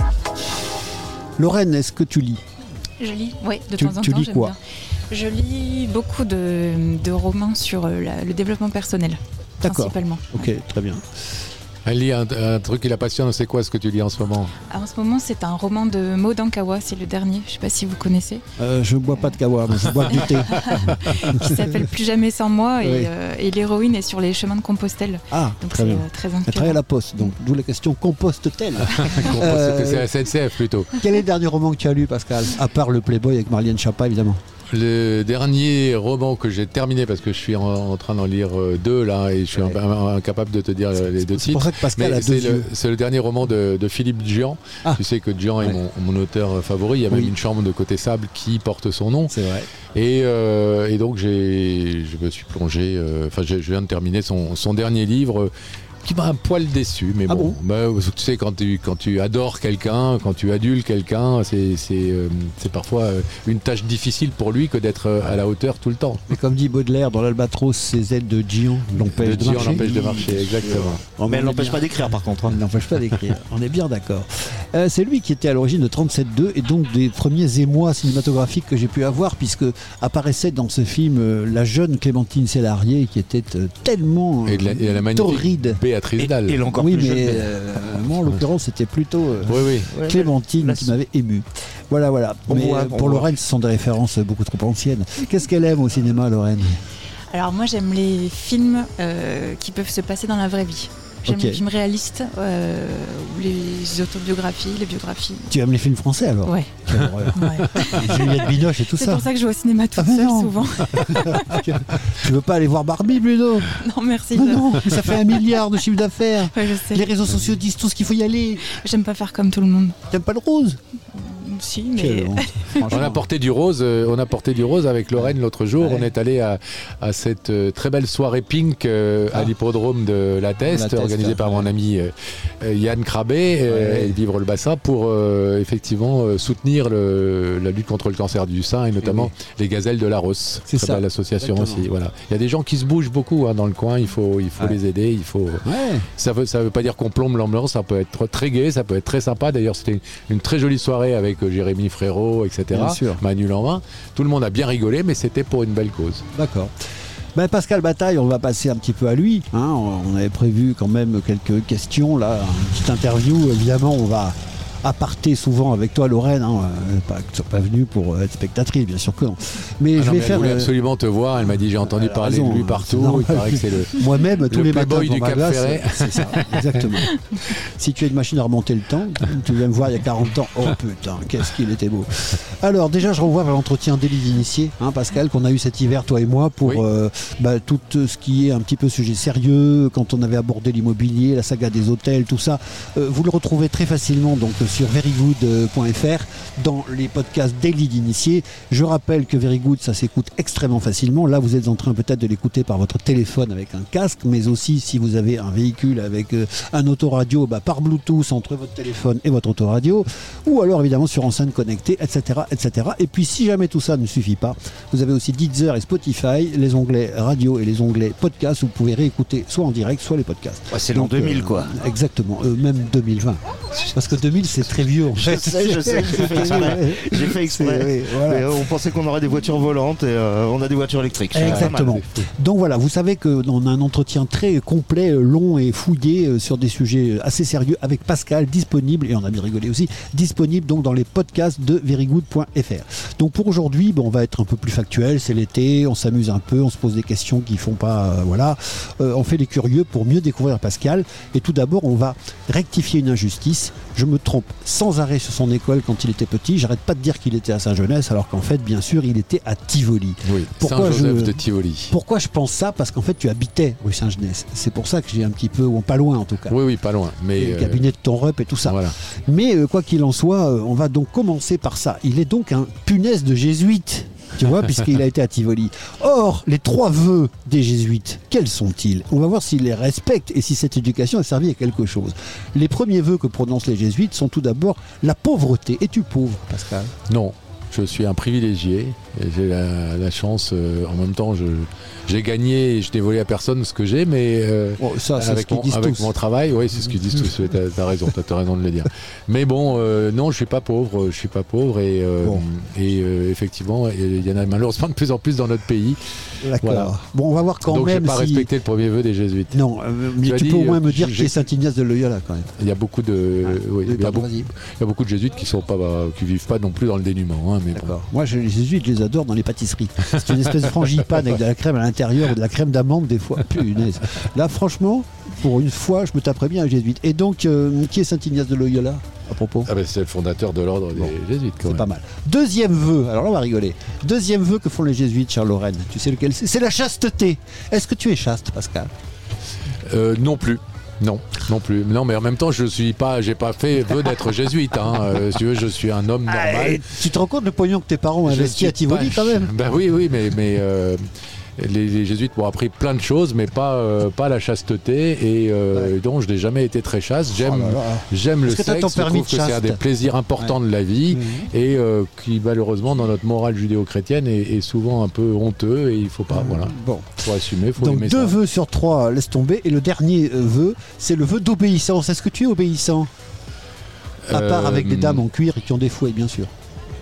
Lorraine, est-ce que tu lis? Je lis, oui, de tu, temps en tu temps. lis quoi? Bien. Je lis beaucoup de, de romans sur la, le développement personnel, D'accord. principalement. Ok, très bien. Elle lit un, un truc qui la passionne, c'est quoi ce que tu lis en ce moment? Alors, en ce moment, c'est un roman de Maud Ankawa, c'est le dernier, je ne sais pas si vous connaissez. Euh, je ne bois pas de kawa, mais je bois du thé. Qui s'appelle Plus jamais sans moi, oui. et, euh, et l'héroïne est sur les chemins de Compostelle. Ah, donc très bien. Euh, très inspirant. Elle travaille à la Poste, donc d'où la question, composte-t-elle? euh, C'est la S N C F plutôt. Quel est le dernier roman que tu as lu, Pascal? À part le Playboy avec Marlène Schiappa, évidemment. Le dernier roman que j'ai terminé, parce que je suis en, en train d'en lire euh, deux là, et je suis ouais. incapable de te dire les deux c'est titres. Pour ça que Pascal mais a c'est, deux le, yeux. c'est le dernier roman de, de Philippe Djian. Ah. Tu sais que Djian ouais. est mon, mon auteur favori. Il y a oui. même une chambre de côté sable qui porte son nom. C'est vrai. Et, euh, et donc j'ai, je me suis plongé. Enfin, euh, je viens de terminer son, son dernier livre. Qui m'a un poil déçu, mais ah bon, bon bah, tu sais, quand tu, quand tu adores quelqu'un, quand tu adules quelqu'un, c'est, c'est, euh, c'est parfois une tâche difficile pour lui que d'être à la hauteur tout le temps. Mais comme dit Baudelaire, dans l'Albatros, ces ailes de Djian l'empêchent de, de marcher. l'empêche de marcher, exactement. Oh, mais elle l'empêche pas d'écrire par contre. Hein. Elle n'empêche pas d'écrire, on est bien d'accord. Euh, c'est lui qui était à l'origine de trente-sept deux et donc des premiers émois cinématographiques que j'ai pu avoir, puisque apparaissait dans ce film euh, la jeune Clémentine Célarié qui était euh, tellement euh, et, la, et la magnifique torride. Béatrice Dalle. Et, et l'encore oui, plus mais jeune. Euh, moi, en l'occurrence, c'était plutôt euh, oui, oui. Clémentine Là, qui m'avait ému. Voilà, voilà. On mais voit, euh, on pour voit. Lorraine, ce sont des références beaucoup trop anciennes. Qu'est-ce qu'elle aime au cinéma, Lorraine ? Alors moi, j'aime les films euh, qui peuvent se passer dans la vraie vie. J'aime okay. les films réalistes, euh, les autobiographies, les biographies. Tu aimes les films français alors ? Ouais. ouais. Juliette Binoche et tout c'est ça. C'est pour ça que je vais au cinéma toute ah seule souvent. Tu veux pas aller voir Barbie, Bruno ? Non, merci. Mais non, mais ça fait un milliard de chiffre d'affaires. Ouais, je sais. Les réseaux sociaux disent tous qu'il faut y aller. J'aime pas faire comme tout le monde. T'aimes pas le rose ? Si, mais... on a porté du rose, euh, on a porté du rose avec Lorraine l'autre jour. Ouais. On est allé à, à cette euh, très belle soirée Pink euh, ah. à l'hippodrome de La Teste, La organisée Teste, par ouais. mon ami euh, Yann Crabé ouais. euh, et Vivre le Bassin pour euh, effectivement euh, soutenir le, la lutte contre le cancer du sein et notamment oui. les gazelles de la Rosse. C'est très ça. Belle association Exactement. Aussi. Voilà. Il y a des gens qui se bougent beaucoup hein, dans le coin. Il faut, il faut ouais. les aider. Il faut. Ouais. Ça veut, ça veut pas dire qu'on plombe l'ambiance. Ça peut être très gai, ça peut être très sympa. D'ailleurs, c'était une, une très jolie soirée avec Jérémy Frérot, et cetera. Manu Lanvin. Tout le monde a bien rigolé, mais c'était pour une belle cause. D'accord. Ben Pascal Bataille, on va passer un petit peu à lui. Hein. On avait prévu quand même quelques questions, là, une petite interview. Évidemment, on va aparté souvent avec toi, Lorraine. Hein. Pas que tu sois pas venue pour être spectatrice, bien sûr que non. Mais ah je non, vais mais faire. Elle voulait absolument te voir. Elle m'a dit j'ai entendu parler raison, de lui partout. Il paraît que c'est le. Moi-même, tous le les matins du Cap glace, Ferret. C'est ça, exactement. Si tu as une machine à remonter le temps, tu viens me voir il y a quarante ans. Oh putain, qu'est-ce qu'il était beau. Alors déjà, je renvoie vers l'entretien délit d'initié, hein, Pascal, qu'on a eu cet hiver, toi et moi, pour oui. euh, bah, tout ce qui est un petit peu sujet sérieux, quand on avait abordé l'immobilier, la saga des hôtels, tout ça. Euh, vous le retrouvez très facilement donc sur verygood point f r dans les podcasts délit d'initié. Je rappelle que Very Good, ça s'écoute extrêmement facilement. Là, vous êtes en train peut-être de l'écouter par votre téléphone avec un casque, mais aussi si vous avez un véhicule avec euh, un autoradio, bah, par Bluetooth entre votre téléphone et votre autoradio, ou alors évidemment sur enceinte connectée, et cetera, et cetera. Et puis si jamais tout ça ne suffit pas, vous avez aussi Deezer et Spotify, les onglets radio et les onglets podcast. Vous pouvez réécouter soit en direct, soit les podcasts. Ouais, c'est l'an deux mille, euh, quoi. Exactement, euh, même deux mille vingt. Parce que deux mille, c'est très vieux. En fait. Je sais, je sais, j'ai fait exprès. J'ai fait exprès. Oui, voilà. Mais, euh, on pensait qu'on aurait des voitures volantes et euh, on a des voitures électriques. Exactement. Donc voilà, vous savez qu'on a un entretien très complet, long et fouillé euh, sur des sujets assez sérieux avec Pascal, disponible, et on a bien rigolé aussi, disponible donc dans les podcasts de verygood point f r. Donc pour aujourd'hui, bon, on va être un peu plus factuel, c'est l'été, on s'amuse un peu, on se pose des questions qui font pas, euh, voilà, euh, on fait les curieux pour mieux découvrir Pascal. Et tout d'abord, on va rectifier une injustice. Je me trompe sans arrêt sur son école quand il était petit. J'arrête pas de dire qu'il était à Saint-Genès, alors qu'en fait, bien sûr, il était à Tivoli. Oui, Saint-Joseph je... de Tivoli. Pourquoi je pense ça ? Parce qu'en fait, tu habitais rue Saint-Genès. C'est pour ça que j'ai un petit peu, ou pas loin en tout cas. Oui, oui, pas loin. Mais le cabinet de ton rep et tout ça. Voilà. Mais euh, quoi qu'il en soit, euh, on va donc commencer par ça. Il est donc un punaise de jésuite. Tu vois, puisqu'il a été à Tivoli. Or, les trois vœux des jésuites, quels sont-ils ? On va voir s'ils les respectent et si cette éducation a servi à quelque chose. Les premiers vœux que prononcent les jésuites sont tout d'abord la pauvreté. Es-tu pauvre, Pascal ? Non, je suis un privilégié. Et j'ai la, la chance, euh, en même temps, je, j'ai gagné et je n'ai volé à personne ce que j'ai, mais euh, oh, ça, c'est avec, ce mon, avec mon travail, oui, c'est ce qu'ils disent tous. T'as, t'as raison, t'as, t'as raison de le dire. Mais bon, euh, non, je suis pas pauvre, je suis pas pauvre et, euh, bon. et euh, effectivement, il y en a malheureusement de plus en plus dans notre pays. D'accord. Voilà. Bon, on va voir quand Donc, même. Donc, j'ai pas si... respecté le premier vœu des jésuites. Non, euh, mais tu, tu peux dit, au moins me dire qui est Saint Ignace de Loyola quand même. Il y a beaucoup de, ah, oui, oui, il, y a beaucoup, il y a beaucoup de jésuites qui sont pas, bah, qui vivent pas non plus dans le dénuement. Hein, mais d'accord. Bon. Moi, je, les jésuites, je les adore dans les pâtisseries. C'est une espèce de frangipane avec de la crème à l'intérieur ou de la crème d'amande des fois. Punaise. Là, franchement, pour une fois, je me taperais bien un jésuite. Et donc, euh, qui est Saint Ignace de Loyola ? à propos. Ah ben, c'est le fondateur de l'ordre bon, des jésuites. C'est pas mal. Deuxième vœu, alors là on va rigoler. Deuxième vœu que font les jésuites, Charles-Lorraine. Tu sais lequel c'est? C'est la chasteté. Est-ce que tu es chaste, Pascal? euh, Non plus. Non, non plus. Non, mais en même temps, je suis pas, j'ai pas fait vœu d'être jésuite. Hein. Euh, si tu veux, je suis un homme normal. Ah, tu te rends compte le pognon que tes parents ont investi à Tivoli pas, quand même? Ben oui, oui, mais, mais euh, les, les jésuites m'ont appris plein de choses, mais pas, euh, pas la chasteté. Et euh, ouais. donc, je n'ai jamais été très chaste. J'aime, oh j'aime le sexe. Je trouve que c'est un des plaisirs importants ouais. de la vie mmh. et euh, qui, malheureusement, dans notre morale judéo-chrétienne, est, est souvent un peu honteux. Et il faut pas, mmh. voilà. Bon. Faut assumer, faut donc aimer deux ça. vœux sur trois, laisse tomber. Et le dernier euh, vœu, c'est le vœu d'obéissance. Est-ce que tu es obéissant? À euh, part avec des dames en cuir et qui ont des fouets, bien sûr.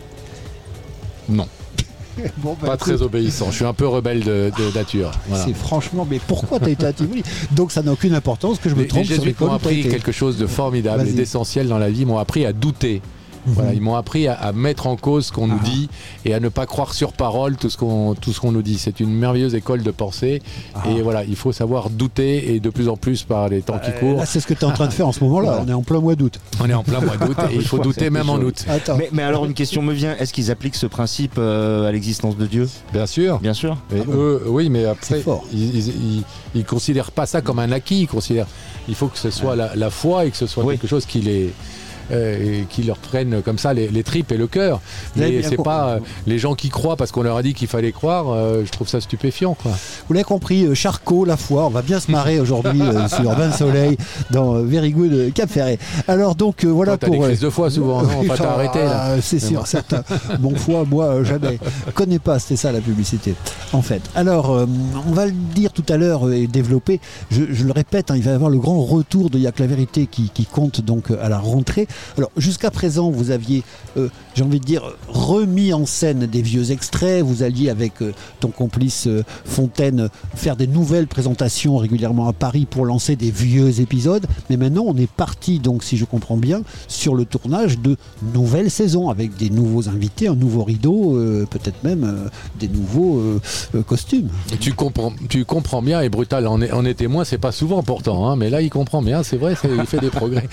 Non. Bon, bah, pas écoute. très obéissant, je suis un peu rebelle de, de nature. Voilà. C'est franchement, mais pourquoi tu as été à Tivoli? Donc ça n'a aucune importance que je me les, trompe les sur jésuites m'ont appris quelque chose de formidable et d'essentiel dans la vie, m'ont appris à douter. Mmh. Voilà, ils m'ont appris à, à mettre en cause ce qu'on ah. nous dit et à ne pas croire sur parole tout ce qu'on, tout ce qu'on nous dit. C'est une merveilleuse école de pensée ah. et voilà, il faut savoir douter et de plus en plus par les temps euh, qui courent. Là, c'est ce que tu es en train de faire en ce moment-là, voilà. On est en plein mois d'août. On est en plein mois d'août et il faut douter même en août. Mais, mais alors une question me vient, est-ce qu'ils appliquent ce principe euh, à l'existence de Dieu? Bien sûr. Bien sûr. Et eux, oui, mais après, ils ne considèrent pas ça comme un acquis, ils considèrent il faut que ce soit la, la foi et que ce soit oui. quelque chose qui les... Euh, et qui leur prennent comme ça les, les tripes et le cœur. Mais c'est pas euh, les gens qui croient parce qu'on leur a dit qu'il fallait croire, euh, je trouve ça stupéfiant, quoi. Vous l'avez compris, euh, Charcot, la foi, on va bien se marrer aujourd'hui euh, sur Bain de Soleil dans euh, Very Good Cap Ferret. Alors donc euh, voilà. Toi, pour. T'as des crises de foi souvent, non? On va t'arrêter là. C'est sûr, certain. Bon foi, moi euh, jamais. Connais pas, c'était ça la publicité. En fait. Alors euh, on va le dire tout à l'heure euh, et développer. Je, je le répète, hein, il va y avoir le grand retour de Y'a que la vérité qui, qui compte donc à la rentrée. Alors, jusqu'à présent, vous aviez, euh, j'ai envie de dire, remis en scène des vieux extraits. Vous alliez, avec euh, ton complice euh, Fontaine, faire des nouvelles présentations régulièrement à Paris pour lancer des vieux épisodes. Mais maintenant, on est parti, donc, si je comprends bien, sur le tournage de nouvelles saisons, avec des nouveaux invités, un nouveau rideau, euh, peut-être même euh, des nouveaux euh, euh, costumes. Et tu comprends, tu comprends bien, et Brutal en est, en est témoin, c'est pas souvent pourtant, hein, mais là, il comprend bien, c'est vrai, c'est, il fait des progrès.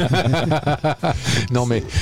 Non mais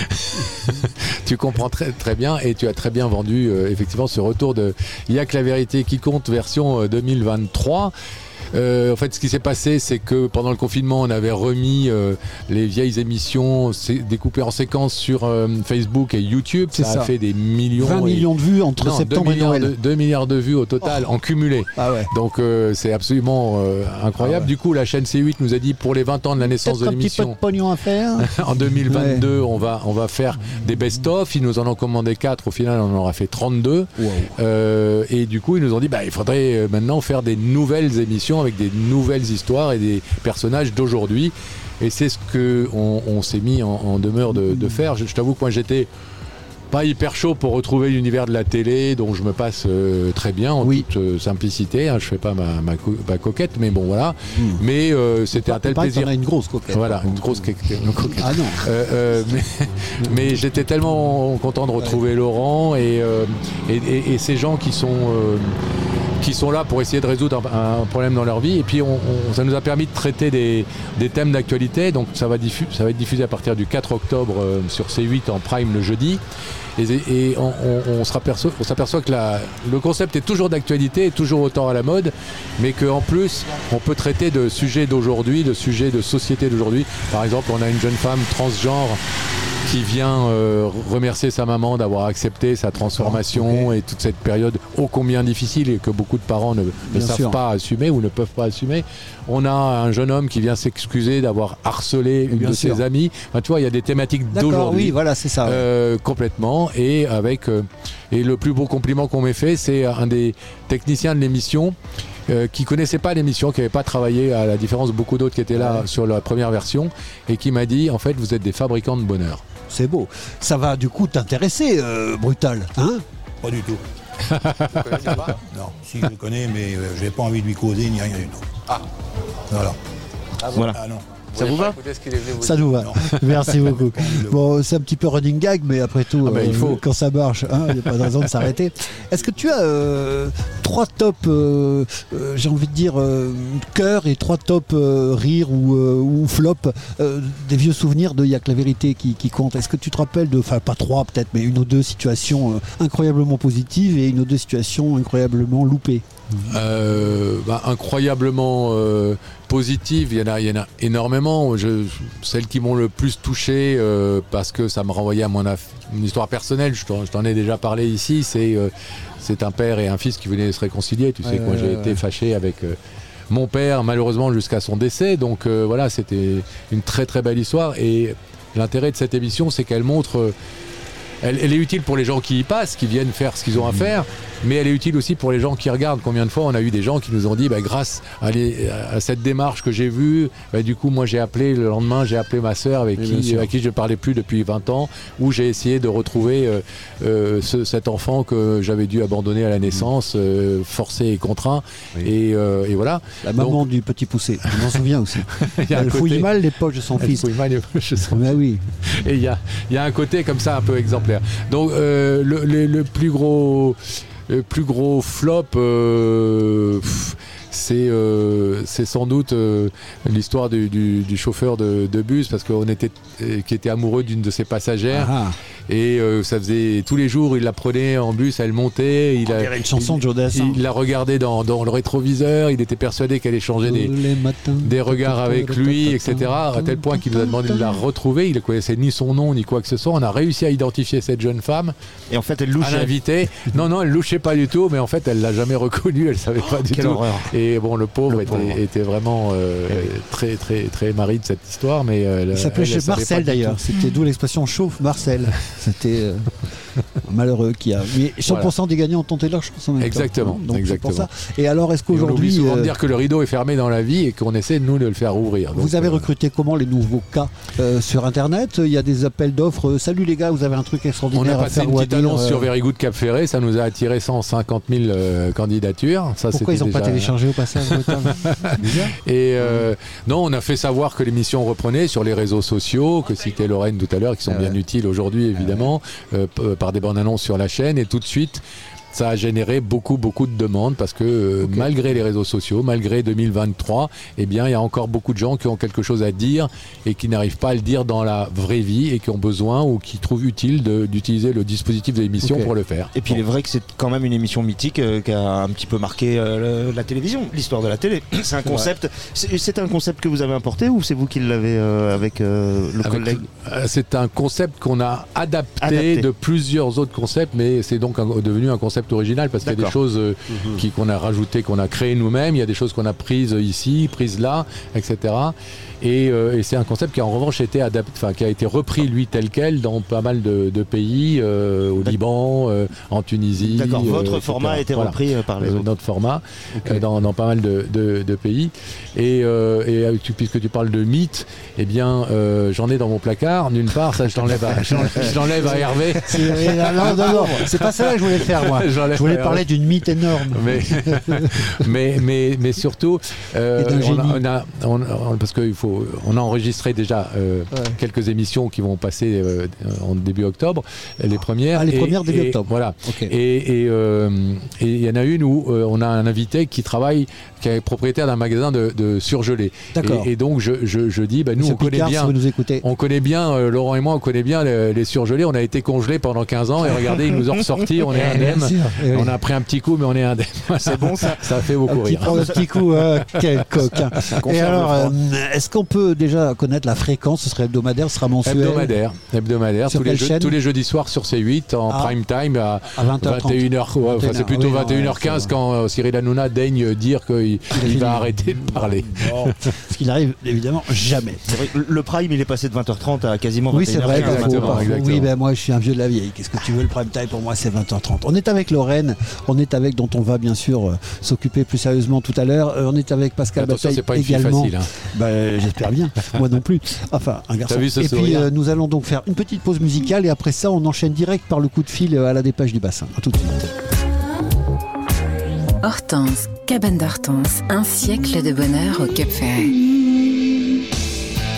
tu comprends très, très bien et tu as très bien vendu euh, effectivement ce retour de Il y a que la vérité qui compte version euh, deux mille vingt-trois. Euh, en fait, ce qui s'est passé, c'est que pendant le confinement, on avait remis euh, les vieilles émissions découpées en séquences sur euh, Facebook et YouTube. Ça, ça a fait des millions. vingt et... millions de vues entre non, septembre et Noël. De, deux milliards de vues au total, oh. en cumulé. Ah ouais. Donc, euh, c'est absolument euh, incroyable. Ah ouais. Du coup, la chaîne C huit nous a dit pour les vingt ans de la naissance Peut-être de l'émission. Un petit peu de pognon à faire. En deux mille vingt-deux, ouais. on, va, on va faire des best-of. Ils nous en ont commandé quatre. Au final, on en aura fait trente-deux. Wow. Euh, et du coup, ils nous ont dit bah, il faudrait maintenant faire des nouvelles émissions avec des nouvelles histoires et des personnages d'aujourd'hui, et c'est ce que on, on s'est mis en, en demeure de, de faire. Je, je t'avoue que moi j'étais pas hyper chaud pour retrouver l'univers de la télé dont je me passe euh, très bien en oui. toute euh, simplicité, hein. Je fais pas ma, ma, co- ma coquette, mais bon voilà. Mmh. Mais euh, c'était un tel plaisir. On a une grosse coquette. Voilà, une grosse coquette. Ah non. Euh, euh, mais, mais j'étais tellement content de retrouver ouais. Laurent et, euh, et, et, et ces gens qui sont euh, qui sont là pour essayer de résoudre un, un problème dans leur vie. Et puis on, on, ça nous a permis de traiter des, des thèmes d'actualité. Donc ça va, diffu- ça va être diffusé à partir du quatre octobre euh, sur C huit en prime le jeudi. Et, et on, on, on, s'aperçoit, on s'aperçoit que la, le concept est toujours d'actualité, est toujours autant à la mode, mais qu'en plus on peut traiter de sujets d'aujourd'hui, de sujets de société d'aujourd'hui. Par exemple, on a une jeune femme transgenre qui vient euh, remercier sa maman d'avoir accepté sa transformation okay. et toute cette période ô combien difficile et que beaucoup de parents ne, ne savent sûr. pas assumer ou ne peuvent pas assumer. On a un jeune homme qui vient s'excuser d'avoir harcelé une de sûr. ses amies. Enfin, tu vois, il y a des thématiques D'accord, d'aujourd'hui. Oui, voilà, c'est ça. Ouais. Euh, complètement. Et avec euh, et le plus beau compliment qu'on m'ait fait, c'est un des techniciens de l'émission. Euh, qui connaissait pas l'émission, qui n'avait pas travaillé à la différence de beaucoup d'autres qui étaient là ouais. sur la première version et qui m'a dit en fait vous êtes des fabricants de bonheur. C'est beau. Ça va du coup t'intéresser, euh, Brutal, hein? Pas du tout. Vous connaissez pas? Non, si je le connais, mais euh, j'ai pas envie de lui causer ni rien du tout. Ah. Voilà. Ah, voilà. Ah non. Ça vous va? Ça nous va. Merci beaucoup. Bon, c'est un petit peu running gag, mais après tout, ah bah, il faut. Euh, quand ça marche, il hein, n'y a pas de raison de s'arrêter. Est-ce que tu as euh, trois tops, euh, euh, j'ai envie de dire, euh, cœur et trois tops euh, rire ou, euh, ou flop, euh, des vieux souvenirs de Y'a que la vérité qui, qui compte? Est-ce que tu te rappelles de, enfin pas trois peut-être, mais une ou deux situations euh, incroyablement positives et une ou deux situations incroyablement loupées? Euh, bah, incroyablement euh, positive, il y en a, il y en a énormément. Je, celles qui m'ont le plus touché euh, parce que ça me renvoyait à mon aff- une histoire personnelle, je t'en, je t'en ai déjà parlé ici, c'est, euh, c'est un père et un fils qui venaient se réconcilier. Tu sais que moi j'ai été fâché avec euh, mon père malheureusement jusqu'à son décès, donc euh, voilà, c'était une très très belle histoire et l'intérêt de cette émission c'est qu'elle montre euh, Elle, elle est utile pour les gens qui y passent, qui viennent faire ce qu'ils ont à faire, mais elle est utile aussi pour les gens qui regardent. Combien de fois on a eu des gens qui nous ont dit bah, grâce à, les, à cette démarche que j'ai vue, bah, du coup moi j'ai appelé le lendemain, j'ai appelé ma sœur avec qui, à qui je ne parlais plus depuis vingt ans, où j'ai essayé de retrouver euh, euh, ce, cet enfant que j'avais dû abandonner à la naissance, euh, forcé et contraint. Oui. Et, euh, et voilà. La maman Donc, du petit poussé, je m'en souviens aussi. Elle fouille mal les poches de son elle fils. Fouille mal les poches de son fils. Oui. Et il y a, y a un côté comme ça un peu exemplaire. Donc euh, le, le, le plus gros le plus gros flop euh, pff, c'est, euh, c'est sans doute euh, l'histoire du, du, du chauffeur de, de bus parce qu'on était euh, qui était amoureux d'une de ses passagères. Ah. Et euh, ça faisait tous les jours, il la prenait en bus, elle montait. Il a une chanson de Joe Dassin. Il, il la regardait dans, dans le rétroviseur. Il était persuadé qu'elle échangeait des, des regards avec lui, et cetera. À tel point qu'il nous a demandé de la retrouver. Il ne connaissait ni son nom ni quoi que ce soit. On a réussi à identifier cette jeune femme. Et en fait, elle louchait. À l'inviter. Non, non, elle louchait pas du tout. Mais en fait, elle l'a jamais reconnue. Elle savait pas du Quelle tout. Horreur. Et bon, le pauvre, le était, pauvre. était vraiment euh, oui. très, très, très mari de cette histoire. Mais il s'appelait chez Marcel d'ailleurs. C'était d'où l'expression chauffe Marcel. C'était euh, un malheureux qui a. Mais cent pour cent voilà. des gagnants ont tenté leur chance en même exactement, temps. Donc exactement. C'est pour ça. Et alors, est-ce qu'aujourd'hui. Et on oublie souvent euh... de dire que le rideau est fermé dans la vie et qu'on essaie, nous, de le faire ouvrir. Vous Donc, avez euh... recruté comment les nouveaux cas euh, sur Internet? Il y a des appels d'offres. Salut les gars, vous avez un truc extraordinaire on a à faire. On a passé une petite annonce euh... sur Very Good Cap Ferret. Ça nous a attiré cent cinquante mille euh, candidatures. Ça, Pourquoi ils n'ont déjà... pas téléchargé au passage? Et euh, non, on a fait savoir que l'émission reprenait sur les réseaux sociaux, que citait Lorraine tout à l'heure, qui sont ah ouais. bien utiles aujourd'hui, évidemment, ah ouais. euh, par des bandes annonces sur la chaîne. Et tout de suite, ça a généré beaucoup, beaucoup de demandes parce que euh, okay. malgré les réseaux sociaux, malgré deux mille vingt-trois, eh bien, il y a encore beaucoup de gens qui ont quelque chose à dire et qui n'arrivent pas à le dire dans la vraie vie et qui ont besoin ou qui trouvent utile de, d'utiliser le dispositif de l'émission okay. pour le faire. Et puis, bon. il est vrai que c'est quand même une émission mythique euh, qui a un petit peu marqué euh, la télévision, l'histoire de la télé. C'est un concept. C'est, c'est un concept que vous avez importé ou c'est vous qui l'avez euh, avec euh, le avec, collègue euh, C'est un concept qu'on a adapté, adapté de plusieurs autres concepts, mais c'est donc un, devenu un concept original parce D'accord. qu'il y a des choses euh, mmh. qui, qu'on a rajoutées, qu'on a créées nous-mêmes, il y a des choses qu'on a prises ici, prises là, et cetera. Et, euh, et c'est un concept qui a en revanche été adapté, enfin qui a été repris lui tel quel dans pas mal de, de pays, euh, au D'accord. Liban, euh, en Tunisie. D'accord. Votre euh, format a été voilà. repris par les euh, autres. Notre format okay. euh, dans, dans pas mal de, de, de pays. Et, euh, et tu, puisque tu parles de mythes, eh bien euh, j'en ai dans mon placard. D'une part, ça je t'enlève à, je l'enlève à Hervé. C'est, non, non, non, c'est pas ça que je voulais faire moi. Je voulais parler d'une mythe énorme. Mais mais, mais, mais surtout, euh, on a, on a, on a, parce qu'il faut. On a enregistré déjà euh, ouais. quelques émissions qui vont passer euh, en début octobre, les premières. Ah, les et, premières début et, octobre. Voilà. Okay. Et il euh, y en a une où euh, on a un invité qui travaille, qui est propriétaire d'un magasin de, de surgelés. D'accord. Et, et donc je, je, je dis, bah, nous on connaît, Picard, bien, si vous nous écoutez. on connaît bien, euh, Laurent et moi, on connaît bien les, les surgelés. On a été congelés pendant quinze ans et regardez, ils nous ont ressorti, on est indemne. On a pris un petit coup, mais on est indemne. C'est bon ça. Ça fait beaucoup un rire. Petit, un petit coup, euh, quel coquin. Et alors, euh, est-ce qu'on peut déjà connaître la fréquence? Ce serait hebdomadaire, ce sera mensuel? Hebdomadaire, hebdomadaire. Tous les, jeux, tous les jeudis soirs sur C huit en ah. prime time à, à vingt heures trente. vingt et une heures. Ouais, enfin, c'est plutôt oui, vingt et une heures quinze ouais, quand euh, Cyril Hanouna daigne dire qu'il il va arrêter de parler. Bon. Ce qui n'arrive évidemment jamais. Vrai, le prime il est passé de vingt heures trente à quasiment vingt et une heures quinze. Oui, c'est vrai. Exactement, exactement. Oui, ben moi je suis un vieux de la vieille. Qu'est-ce que tu veux, le prime time pour moi c'est vingt heures trente. On est avec Lorraine, on est avec, dont on va bien sûr euh, s'occuper plus sérieusement tout à l'heure. Euh, on est avec Pascal Bataille c'est pas une également. Fille facile, hein. Ben, j'espère bien. Moi non plus. Enfin, un garçon. Et sourire. Puis euh, nous allons donc faire une petite pause musicale et après ça on enchaîne direct par le coup de fil à la dépêche du bassin. A tout de suite. Hortense, cabane d'Hortense, un siècle de bonheur au Cap Ferret.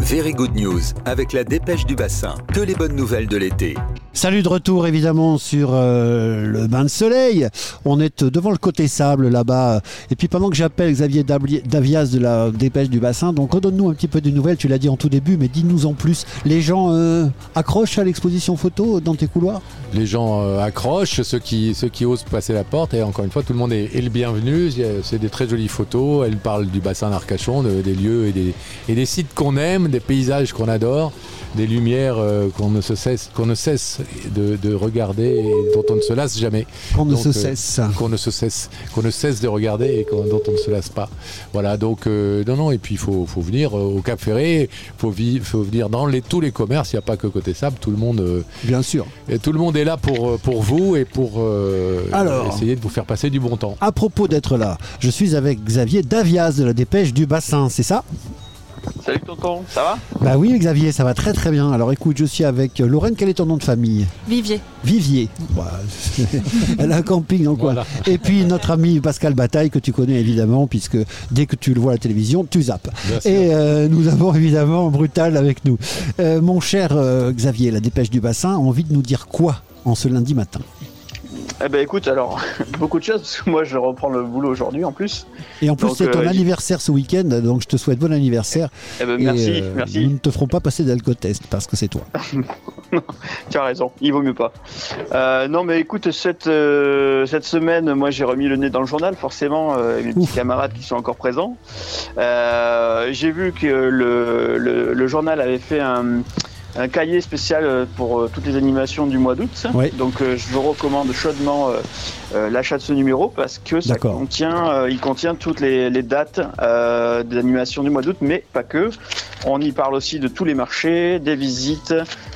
Very Good News, avec la dépêche du bassin. Que les bonnes nouvelles de l'été. Salut de retour évidemment sur euh, le bain de soleil. On est devant le côté sable là-bas. Et puis pendant que j'appelle Xavier Davias de la dépêche du bassin, donc redonne-nous un petit peu des nouvelles. Tu l'as dit en tout début, mais dis-nous en plus. Les gens euh, accrochent à l'exposition photo dans tes couloirs ? Les gens euh, accrochent, ceux qui, ceux qui osent passer la porte. Et encore une fois, tout le monde est, est le bienvenu. C'est des très jolies photos. Elles parlent du bassin d'Arcachon, de, des lieux et des, et des sites qu'on aime, des paysages qu'on adore, des lumières euh, qu'on ne se cesse, qu'on ne cesse de, de regarder et dont on ne se lasse jamais. Qu'on ne donc, se cesse. Euh, qu'on ne se cesse, qu'on ne cesse de regarder et dont on ne se lasse pas. Voilà, donc euh, non, non. Et puis il faut, faut venir au Cap Ferré, il faut, faut venir dans les, tous les commerces. Il n'y a pas que côté sable. Tout le monde. Euh, Bien sûr. Et tout le monde est là pour pour vous et pour euh, Alors, essayer de vous faire passer du bon temps. À propos d'être là, je suis avec Xavier Davias de la dépêche du bassin. C'est ça ? Salut tonton, ça va ? Bah oui Xavier, ça va très très bien. Alors écoute, je suis avec Lorraine, quel est ton nom de famille ? Vivier. Vivier. Bah, elle a un camping dans le coin. Voilà. Et puis notre ami Pascal Bataille, que tu connais évidemment, puisque dès que tu le vois à la télévision, tu zappes. Et euh, nous avons évidemment Brutal avec nous. Euh, mon cher euh, Xavier, la dépêche du bassin a envie de nous dire quoi en ce lundi matin ? Eh ben écoute, alors, beaucoup de choses, parce que moi je reprends le boulot aujourd'hui en plus. Et en plus donc, c'est ton euh, anniversaire ce week-end, donc je te souhaite bon anniversaire. Eh ben merci, et, euh, merci. Nous ne te ferons pas passer d'alcotest, parce que c'est toi. Tu as raison, il vaut mieux pas. Euh, non mais écoute, cette, euh, cette semaine, moi j'ai remis le nez dans le journal, forcément, euh, mes petits camarades qui sont encore présents. Euh, j'ai vu que le, le, le journal avait fait un... un cahier spécial pour euh, toutes les animations du mois d'août. Oui. Donc euh, je vous recommande chaudement euh, euh, l'achat de ce numéro parce que ça contient, euh, il contient toutes les, les dates euh, des animations du mois d'août, mais pas que. On y parle aussi de tous les marchés, des visites,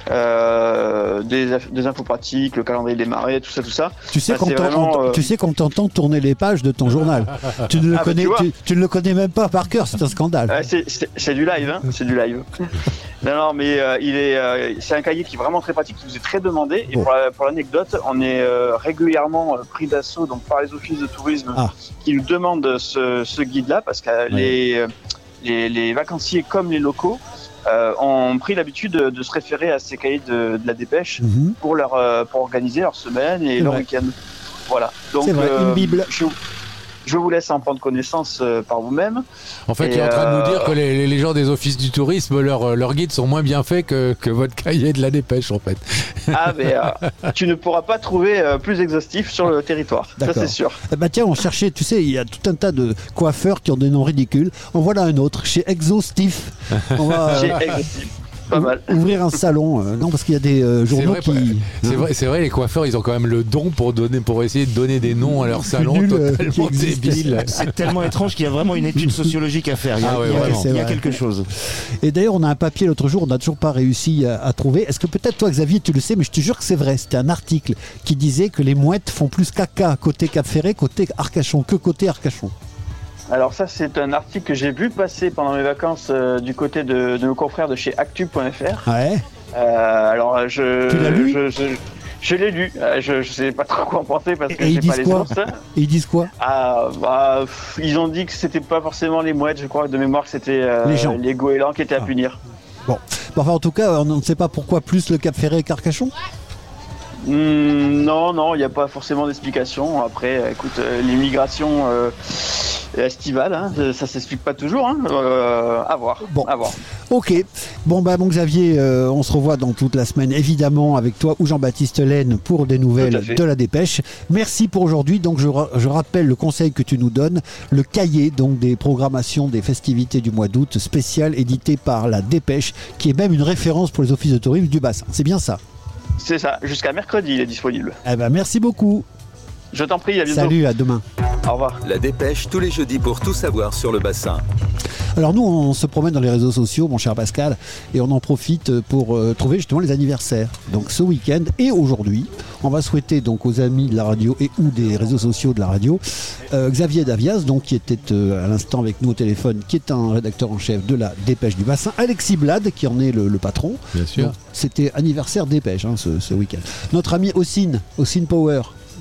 euh, des, des infos pratiques, le calendrier des marées, tout ça, tout ça. Tu sais qu'on vraiment, euh... tu sais qu'on t'entend tourner les pages de ton journal. tu, ne le ah, connais, bah, tu, tu, tu ne le connais même pas par cœur, c'est un scandale. Euh, c'est, c'est, c'est du live, hein, c'est du live. Non, non, mais euh, il est, euh, c'est un cahier qui est vraiment très pratique, qui vous est très demandé. Et bon. pour, la, pour l'anecdote, on est euh, régulièrement euh, pris d'assaut donc par les offices de tourisme ah. qui nous demandent ce, ce guide-là parce que ouais. les, euh, les, les vacanciers comme les locaux euh, ont pris l'habitude de, de se référer à ces cahiers de, de la dépêche mm-hmm. pour, leur, euh, pour organiser leur semaine et c'est leur vrai. week-end. Voilà. Donc, c'est vrai, euh, une Bible. Je, Je vous laisse en prendre connaissance euh, par vous-même. En fait, il est en train de nous dire que les, les gens des offices du tourisme, leurs leur guides sont moins bien faits que, que votre cahier de la dépêche, en fait. Ah, mais euh, tu ne pourras pas trouver euh, plus exhaustif sur le territoire. D'accord. Ça, c'est sûr. Eh ben, tiens, on cherchait, tu sais, il y a tout un tas de coiffeurs qui ont des noms ridicules. En voilà un autre, chez Exhaustif. On va, chez Exhaustif. Pas mal. Ouvrir un salon, euh, non parce qu'il y a des euh, journaux c'est vrai, qui. C'est vrai, c'est vrai, les coiffeurs, ils ont quand même le don pour donner, pour essayer de donner des noms à leur salon nul, totalement euh, débiles. C'est tellement étrange qu'il y a vraiment une étude sociologique à faire. Il y a, ah ouais, il y a, ouais, il y a quelque chose. Et d'ailleurs, on a un papier l'autre jour, on n'a toujours pas réussi à, à trouver. Est-ce que peut-être toi, Xavier, tu le sais, mais je te jure que c'est vrai. C'était un article qui disait que les mouettes font plus caca côté Cap Ferré, côté Arcachon, que côté Arcachon. Alors ça, c'est un article que j'ai vu passer pendant mes vacances euh, du côté de, de nos confrères de chez actu point f r. Ouais. Euh, alors je, tu l'as lu je, je, je l'ai lu. Je ne sais pas trop quoi en penser parce que et j'ai pas les sources. Et ils disent quoi? Ah, bah, pff, ils ont dit que c'était pas forcément les mouettes. Je crois que de mémoire que c'était euh, les, gens. les goélands qui étaient ah. à punir. Bon. bon, enfin en tout cas, on ne sait pas pourquoi plus le Cap Ferré qu'Arcachon. Mmh, non, non, il n'y a pas forcément d'explication. Après, écoute, euh, l'immigration euh, estivale, hein, ça s'explique pas toujours. Hein. Euh, à voir. Bon, à voir. Ok. Bon, bah, mon Xavier, euh, on se revoit dans toute la semaine, évidemment, avec toi ou Jean-Baptiste Laine pour des nouvelles de la dépêche. Merci pour aujourd'hui. Donc, je, ra- je rappelle le conseil que tu nous donnes, le cahier donc des programmations des festivités du mois d'août, spécial édité par la dépêche, qui est même une référence pour les offices de tourisme du bassin. C'est bien ça? C'est ça, jusqu'à mercredi il est disponible. Eh ben merci beaucoup. Je t'en prie, à bientôt. Salut, à demain. Au revoir. La dépêche tous les jeudis pour tout savoir sur le bassin. Alors nous, on se promène dans les réseaux sociaux, mon cher Pascal, et on en profite pour euh, trouver justement les anniversaires. Donc ce week-end et aujourd'hui, on va souhaiter donc aux amis de la radio et ou des réseaux sociaux de la radio, euh, Xavier Davias, donc qui était euh, à l'instant avec nous au téléphone, qui est un rédacteur en chef de la Dépêche du Bassin, Alexis Blad, qui en est le, le patron. Bien sûr. Donc, c'était anniversaire Dépêche hein, ce, ce week-end. Notre ami Ossine, Ossine Power.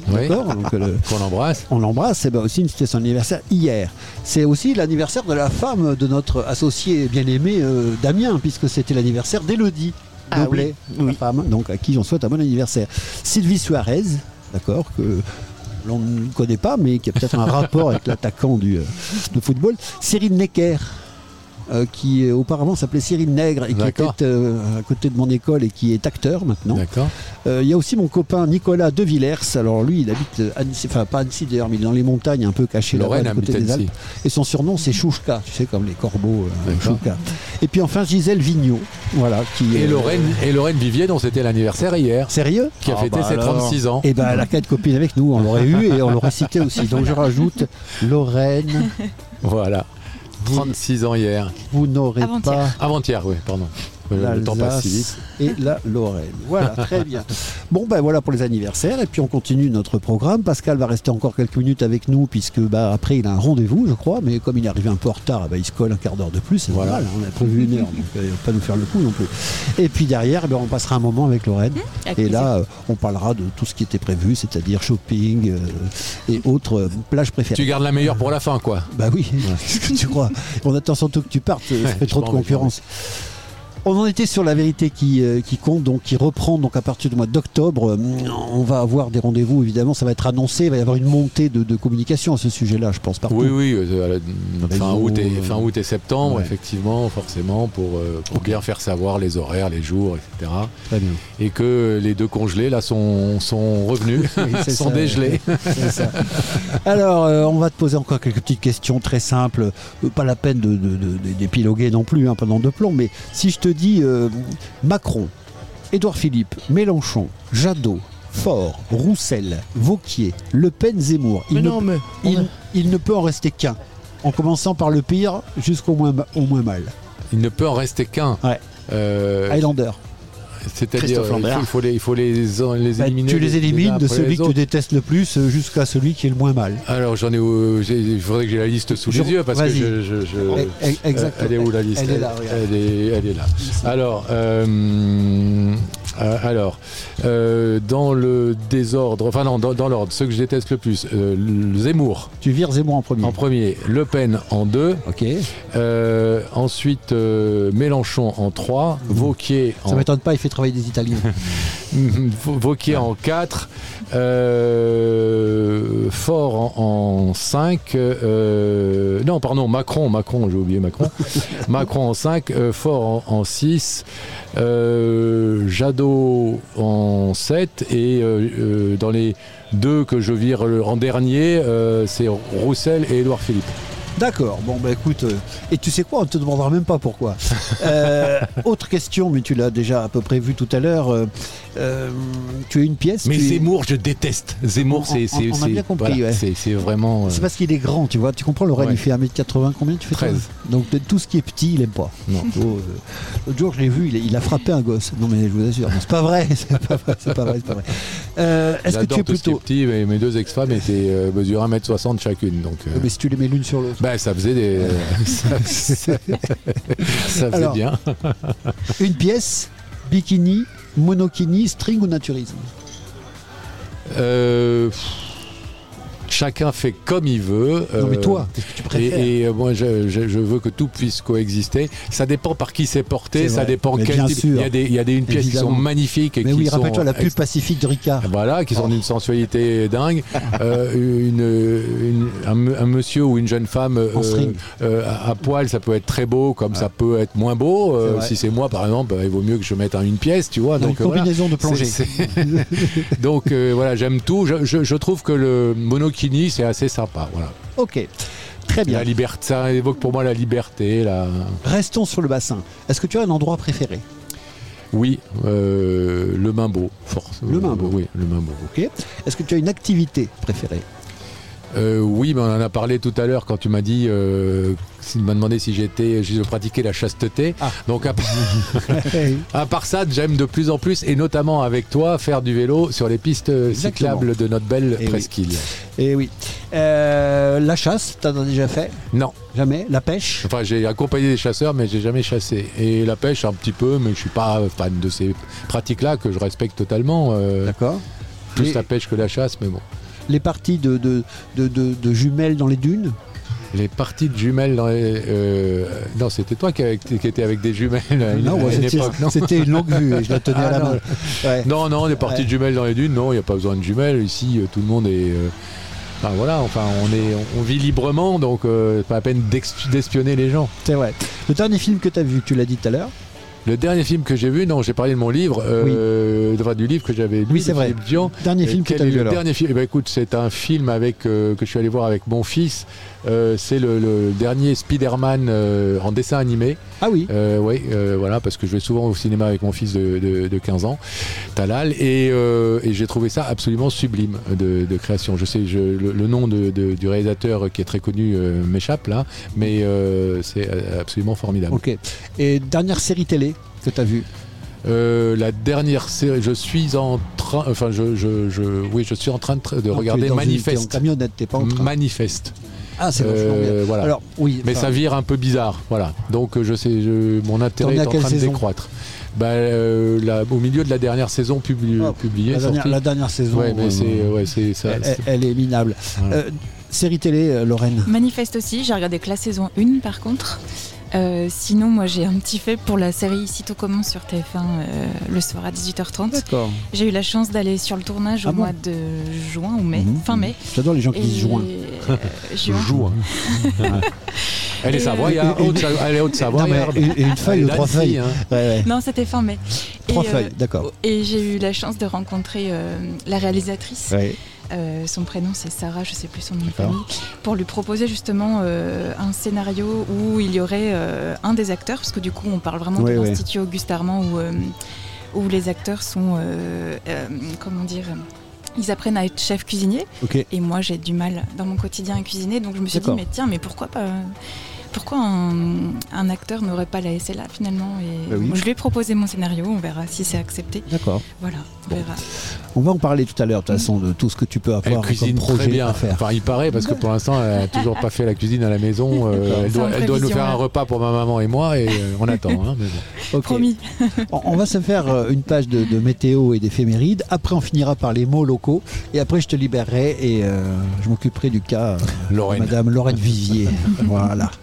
Oui. D'accord. Donc, le, qu'on embrasse. On l'embrasse. Et ben aussi, c'était son anniversaire hier. C'est aussi l'anniversaire de la femme de notre associé bien-aimé euh, Damien, puisque c'était l'anniversaire d'Élodie Doblet, ah, oui. sa femme, donc à qui on souhaite un bon anniversaire. Sylvie Suarez, d'accord, que l'on ne connaît pas, mais qui a peut-être un rapport avec l'attaquant du euh, de football. Cyril Necker. Euh, qui euh, auparavant s'appelait Cyril Nègre et qui était euh, à côté de mon école et qui est acteur maintenant. D'accord. Il euh, y a aussi mon copain Nicolas De Villers. Alors lui, il habite euh, Annecy, enfin pas Annecy d'ailleurs, mais il est dans les montagnes, un peu caché là-bas, à côté des Alpes. Et son surnom, c'est Chouchka, tu sais, comme les corbeaux. Euh, Chouchka. Et puis enfin Gisèle Vigneault, voilà. Qui, et, euh, Lorraine, et Lorraine Vivier, dont c'était l'anniversaire hier. Sérieux? Qui a oh, fêté bah ses alors. trente-six ans. Et ben elle a qu'à être copine avec nous, on l'aurait eu et on l'aurait cité aussi. Donc je rajoute Lorraine. Voilà. trente-six ans hier. Vous n'aurez pas. Avant-hier, oui, pardon. Le temps passe si vite. Et la Lorraine. Voilà, très bien. Bon, ben voilà pour les anniversaires. Et puis on continue notre programme. Pascal va rester encore quelques minutes avec nous, puisque bah, après il a un rendez-vous, je crois. Mais comme il est arrivé un peu en retard, bah, il se colle un quart d'heure de plus. C'est voilà. normal, hein, on a prévu une heure, donc il ne va pas nous faire le coup non plus. Et puis derrière, bah, on passera un moment avec Lorraine. Mmh, avec et plaisir. Là, euh, on parlera de tout ce qui était prévu, c'est-à-dire shopping euh, et autres euh, plages préférées. Tu gardes la meilleure pour la fin, quoi. Bah oui, ouais. Qu'est-ce que tu crois? On attend surtout que tu partes, ça ouais, fait trop de concurrence. On en était sur la vérité qui, euh, qui compte, donc qui reprend donc à partir du mois d'octobre. On va avoir des rendez-vous, évidemment, ça va être annoncé, il va y avoir une montée de, de communication à ce sujet-là, je pense, partout. Oui, oui, euh, fin, août et, fin août et septembre, ouais. effectivement, forcément, pour, euh, pour okay. bien faire savoir les horaires, les jours, et cetera. Très bien. Et que les deux congelés, là, sont, sont revenus, oui, sont ça, dégelés. C'est ça. Alors, euh, on va te poser encore quelques petites questions très simples, euh, pas la peine de, de, de, d'épiloguer non plus hein, pendant deux plombs, mais si je te dis euh, Macron, Édouard Philippe, Mélenchon, Jadot, Faure, Roussel, Wauquiez, Le Pen, Zemmour, il, mais ne, non, mais il, a... il ne peut en rester qu'un, en commençant par le pire jusqu'au moins, au moins mal. Il ne peut en rester qu'un. Ouais. Euh... Highlander. C'est-à-dire, il faut, il faut les, il faut les, les bah, éliminer. Tu les élimines de celui que tu détestes le plus jusqu'à celui qui est le moins mal. Alors, j'en ai. Euh, il faudrait que j'ai la liste sous je, les yeux parce que je. je, je Exactement. Elle est où la liste? Elle est là, regarde. Elle est, elle est là. Ici. Alors, euh, euh, alors euh, dans le désordre, enfin non, dans, dans l'ordre, ceux que je déteste le plus, euh, Zemmour. Tu vires Zemmour en premier. En premier. Le Pen en deux. Ok. Euh, ensuite, euh, Mélenchon en trois. Mmh. Wauquiez en. Ça m'étonne pas, il fait travailler des Italiens. Wauquiez en quatre, euh, Faure en cinq, euh, non pardon, Macron, Macron, j'ai oublié Macron, Macron en cinq, euh, Faure en six, euh, Jadot en sept et euh, euh, dans les deux que je vire en dernier, euh, c'est Roussel et Édouard Philippe. D'accord, bon bah écoute, euh, et tu sais quoi, on ne te demandera même pas pourquoi. Euh, autre question, mais tu l'as déjà à peu près vu tout à l'heure, euh, euh, tu as une pièce. Mais tu Zemmour, es... je déteste. Zemmour, c'est, c'est, on, on a bien compris, voilà, ouais. c'est, c'est vraiment... Euh... C'est parce qu'il est grand, tu vois, tu comprends, Lorraine, ouais. Il fait un mètre quatre-vingts, combien tu fais? treize. Donc tout ce qui est petit, il n'aime pas. Non. Oh, euh, l'autre jour, je l'ai vu, il a, il a frappé un gosse. Non mais je vous assure, non, c'est pas vrai, c'est pas vrai, c'est pas vrai, c'est pas vrai. Euh, est-ce que tu es plutôt... tout ce qui est petit, mais mes deux ex-femmes étaient euh, mesurent un mètre soixante chacune. Donc, euh... Mais si tu les mets l'une sur l'autre. Bah ça faisait des... ça, ça, ça faisait alors, bien. Une pièce, bikini, monokini, string ou naturisme? euh, Chacun fait comme il veut. Non mais toi, qu'est-ce que tu préfères? Et, et euh, moi, je, je, je veux que tout puisse coexister. Ça dépend par qui c'est porté, c'est ça vrai. Dépend mais quel type. Il y a des, il y a des une pièces qui sont magnifiques et mais qui oui, sont. rappelle-toi la pub Pacifique de Ricard. Voilà, qui sont oh. d'une sensualité dingue. euh, une, une, un, un monsieur ou une jeune femme euh, euh, à, à poil, ça peut être très beau, comme ouais. ça peut être moins beau. Euh, c'est si c'est moi, par exemple, bah, il vaut mieux que je mette une pièce, tu vois. Donc, une combinaison voilà. de plongée. C'est, c'est... Donc euh, voilà, j'aime tout. Je, je, je trouve que le monokini, c'est assez sympa. Voilà. Ok, très bien. La liberté, ça évoque pour moi la liberté. La... Restons sur le bassin. Est-ce que tu as un endroit préféré? Oui, euh, le Mimbeau. Force. Le Mimbeau. Oui, le Mimbeau. Ok. Est-ce que tu as une activité préférée? Euh, oui, mais on en a parlé tout à l'heure quand tu m'as dit, euh, tu m'as demandé si j'étais, je pratiquais la chasteté. Ah. Donc à, à part ça, j'aime de plus en plus, et notamment avec toi, faire du vélo sur les pistes Exactement. cyclables de notre belle et presqu'île. Oui. Et oui. Euh, la chasse, t'en as déjà fait? Non. Jamais. La pêche? Enfin, j'ai accompagné des chasseurs, mais j'ai jamais chassé. Et la pêche, un petit peu, mais je suis pas fan de ces pratiques-là que je respecte totalement. Euh, D'accord. Plus Et- la pêche que la chasse, mais bon. Les parties de, de, de, de, de jumelles dans les dunes. Les parties de jumelles dans les. euh, Non, c'était toi qui, qui étais avec des jumelles à une, Non, ouais, à une c'était- époque, non c'était une longue vue et je la tenais à la non. main. Ouais. Non, non, des parties Ouais. de jumelles dans les dunes, non, il n'y a pas besoin de jumelles. Ici, euh, tout le monde est. euh, Enfin voilà, enfin on est, on vit librement, donc euh, pas la peine d'ex- d'espionner les gens. C'est vrai. Le dernier film que tu as vu, tu l'as dit tout à l'heure. Le dernier film que j'ai vu, non, j'ai parlé de mon livre, euh, enfin, du livre que j'avais lu. Oui, c'est de vrai. Philippe Dian. Dernier Et film que quel tu as est vu le alors dernier film. Eh ben, écoute, c'est un film avec euh, que je suis allé voir avec mon fils. Euh, c'est le, le dernier Spider-Man euh, en dessin animé. Ah oui. Euh, oui, euh, voilà, parce que je vais souvent au cinéma avec mon fils de, de, de quinze ans, Talal, et, euh, et j'ai trouvé ça absolument sublime de, de création. Je sais, je, le, le nom de, de- du réalisateur qui est très connu euh, m'échappe là, mais euh, c'est absolument formidable. Ok. Et dernière série télé que tu as vue. Euh, la dernière série, je suis en train, enfin, je, je, je, oui, je suis en train de, de Non, tu es regarder dans une- t'es en Manifeste. camionnette, t'es pas en train. Manifeste. Ah, c'est vachement Euh, bien. voilà. Alors, oui. Mais enfin, ça vire un peu bizarre, voilà. Donc euh, je sais, je, mon intérêt T'en es est à en quelle train de saison décroître. Bah, euh, la- au milieu de la dernière saison publi- Oh, publiée, la, dernière, sortie. la dernière saison. Ouais, mais euh, c'est, ouais, c'est ça. elle, c'est- elle est minable. Voilà. Euh, série télé, euh, Lorraine. Manifeste aussi, j'ai regardé que la saison un par contre. Euh, sinon, moi j'ai un petit fait pour la série Ici tout commence sur T F un euh, le soir à dix-huit heures trente. D'accord. J'ai eu la chance d'aller sur le tournage Ah au bon mois de juin ou mai, Mhm. fin mai. J'adore les gens qui Et- disent juin. euh, juin. Joue. Elle est Et, savoyarde, euh, haute- elle est haute Non, mais savoyarde. une, une feuille Elle ou est trois d'Annecy, feuilles. hein. Ouais, ouais. Non, c'était fin mai. Trois Et, euh, feuilles, d'accord. Et j'ai eu la chance de rencontrer euh, la réalisatrice. Ouais. Euh, son prénom c'est Sarah, je sais plus son nom de D'accord. famille, pour lui proposer justement euh, un scénario où il y aurait euh, un des acteurs, parce que du coup on parle vraiment Ouais, de ouais. l'Institut Auguste Armand où, euh, où les acteurs sont, euh, euh, comment dire, ils apprennent à être chef cuisinier. Ok. Et moi j'ai du mal dans mon quotidien à cuisiner, donc je me suis dit D'accord. mais tiens, mais pourquoi pas pourquoi un, un acteur n'aurait pas la S L A finalement et Bah oui. moi, je lui ai proposé mon scénario, on verra si c'est accepté. D'accord. Voilà, on verra. On va en parler tout à l'heure, de toute façon, de tout ce que tu peux Elle avoir comme cuisine très projet bien. à faire. Enfin, il paraît, parce que pour l'instant, elle n'a toujours pas fait la cuisine à la maison. Euh, D'accord. elle, doit, C'est en elle doit nous prévision, faire un là. repas pour ma maman et moi, et euh, on attend. Hein, mais bon. Ok. Promis. On on va se faire euh, une page de, de météo et d'éphémérides. Après, on finira par les mots locaux. Et après, je te libérerai et euh, je m'occuperai du cas euh, Lorraine. de Madame Lorraine Vivier. Voilà.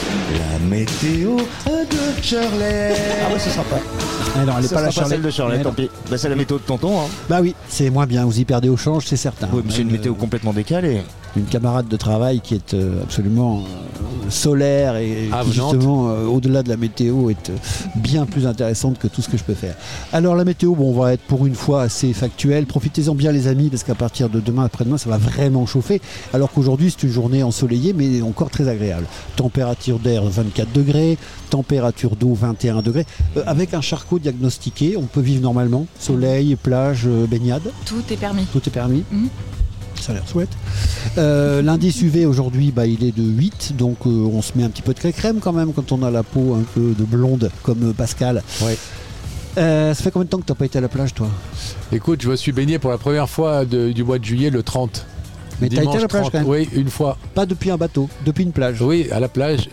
La météo de Shirley. Ah ouais, ce sera pas. Ah non, elle n'est Ce pas la sera pas celle de Shirley, Mais tant non. pis. Bah, c'est la météo de tonton. Hein. Bah oui, c'est moins bien. Vous y perdez au change, c'est certain. Ouais, mais c'est une Même, météo euh, complètement décalée. une camarade de travail qui est euh, absolument euh, solaire et qui Avenante. justement euh, au-delà de la météo est euh, bien plus intéressante que tout ce que je peux faire. Alors la météo, bon, on va être pour une fois assez factuel. Profitez-en bien les amis parce qu'à partir de demain après-demain ça va vraiment chauffer alors qu'aujourd'hui c'est une journée ensoleillée mais encore très agréable. Température d'air vingt-quatre degrés, température d'eau vingt et un degrés. Euh, avec un charcot diagnostiqué, on peut vivre normalement. Soleil, plage, euh, baignade, Tout est permis. tout est permis. Mhm. Ça a l'air chouette. Euh, L'indice U V aujourd'hui, bah, il est de huit, donc euh, on se met un petit peu de crème quand même quand on a la peau un peu de blonde comme euh, Pascal. Ouais. Euh, ça fait combien de temps que tu n'as pas été à la plage toi? Écoute, je me suis baigné pour la première fois de- du mois de juillet, le trente. Mais t'as été à Dimanche la plage trente. quand même? Oui, une fois. Pas depuis un bateau, depuis une plage. Oui, à la plage,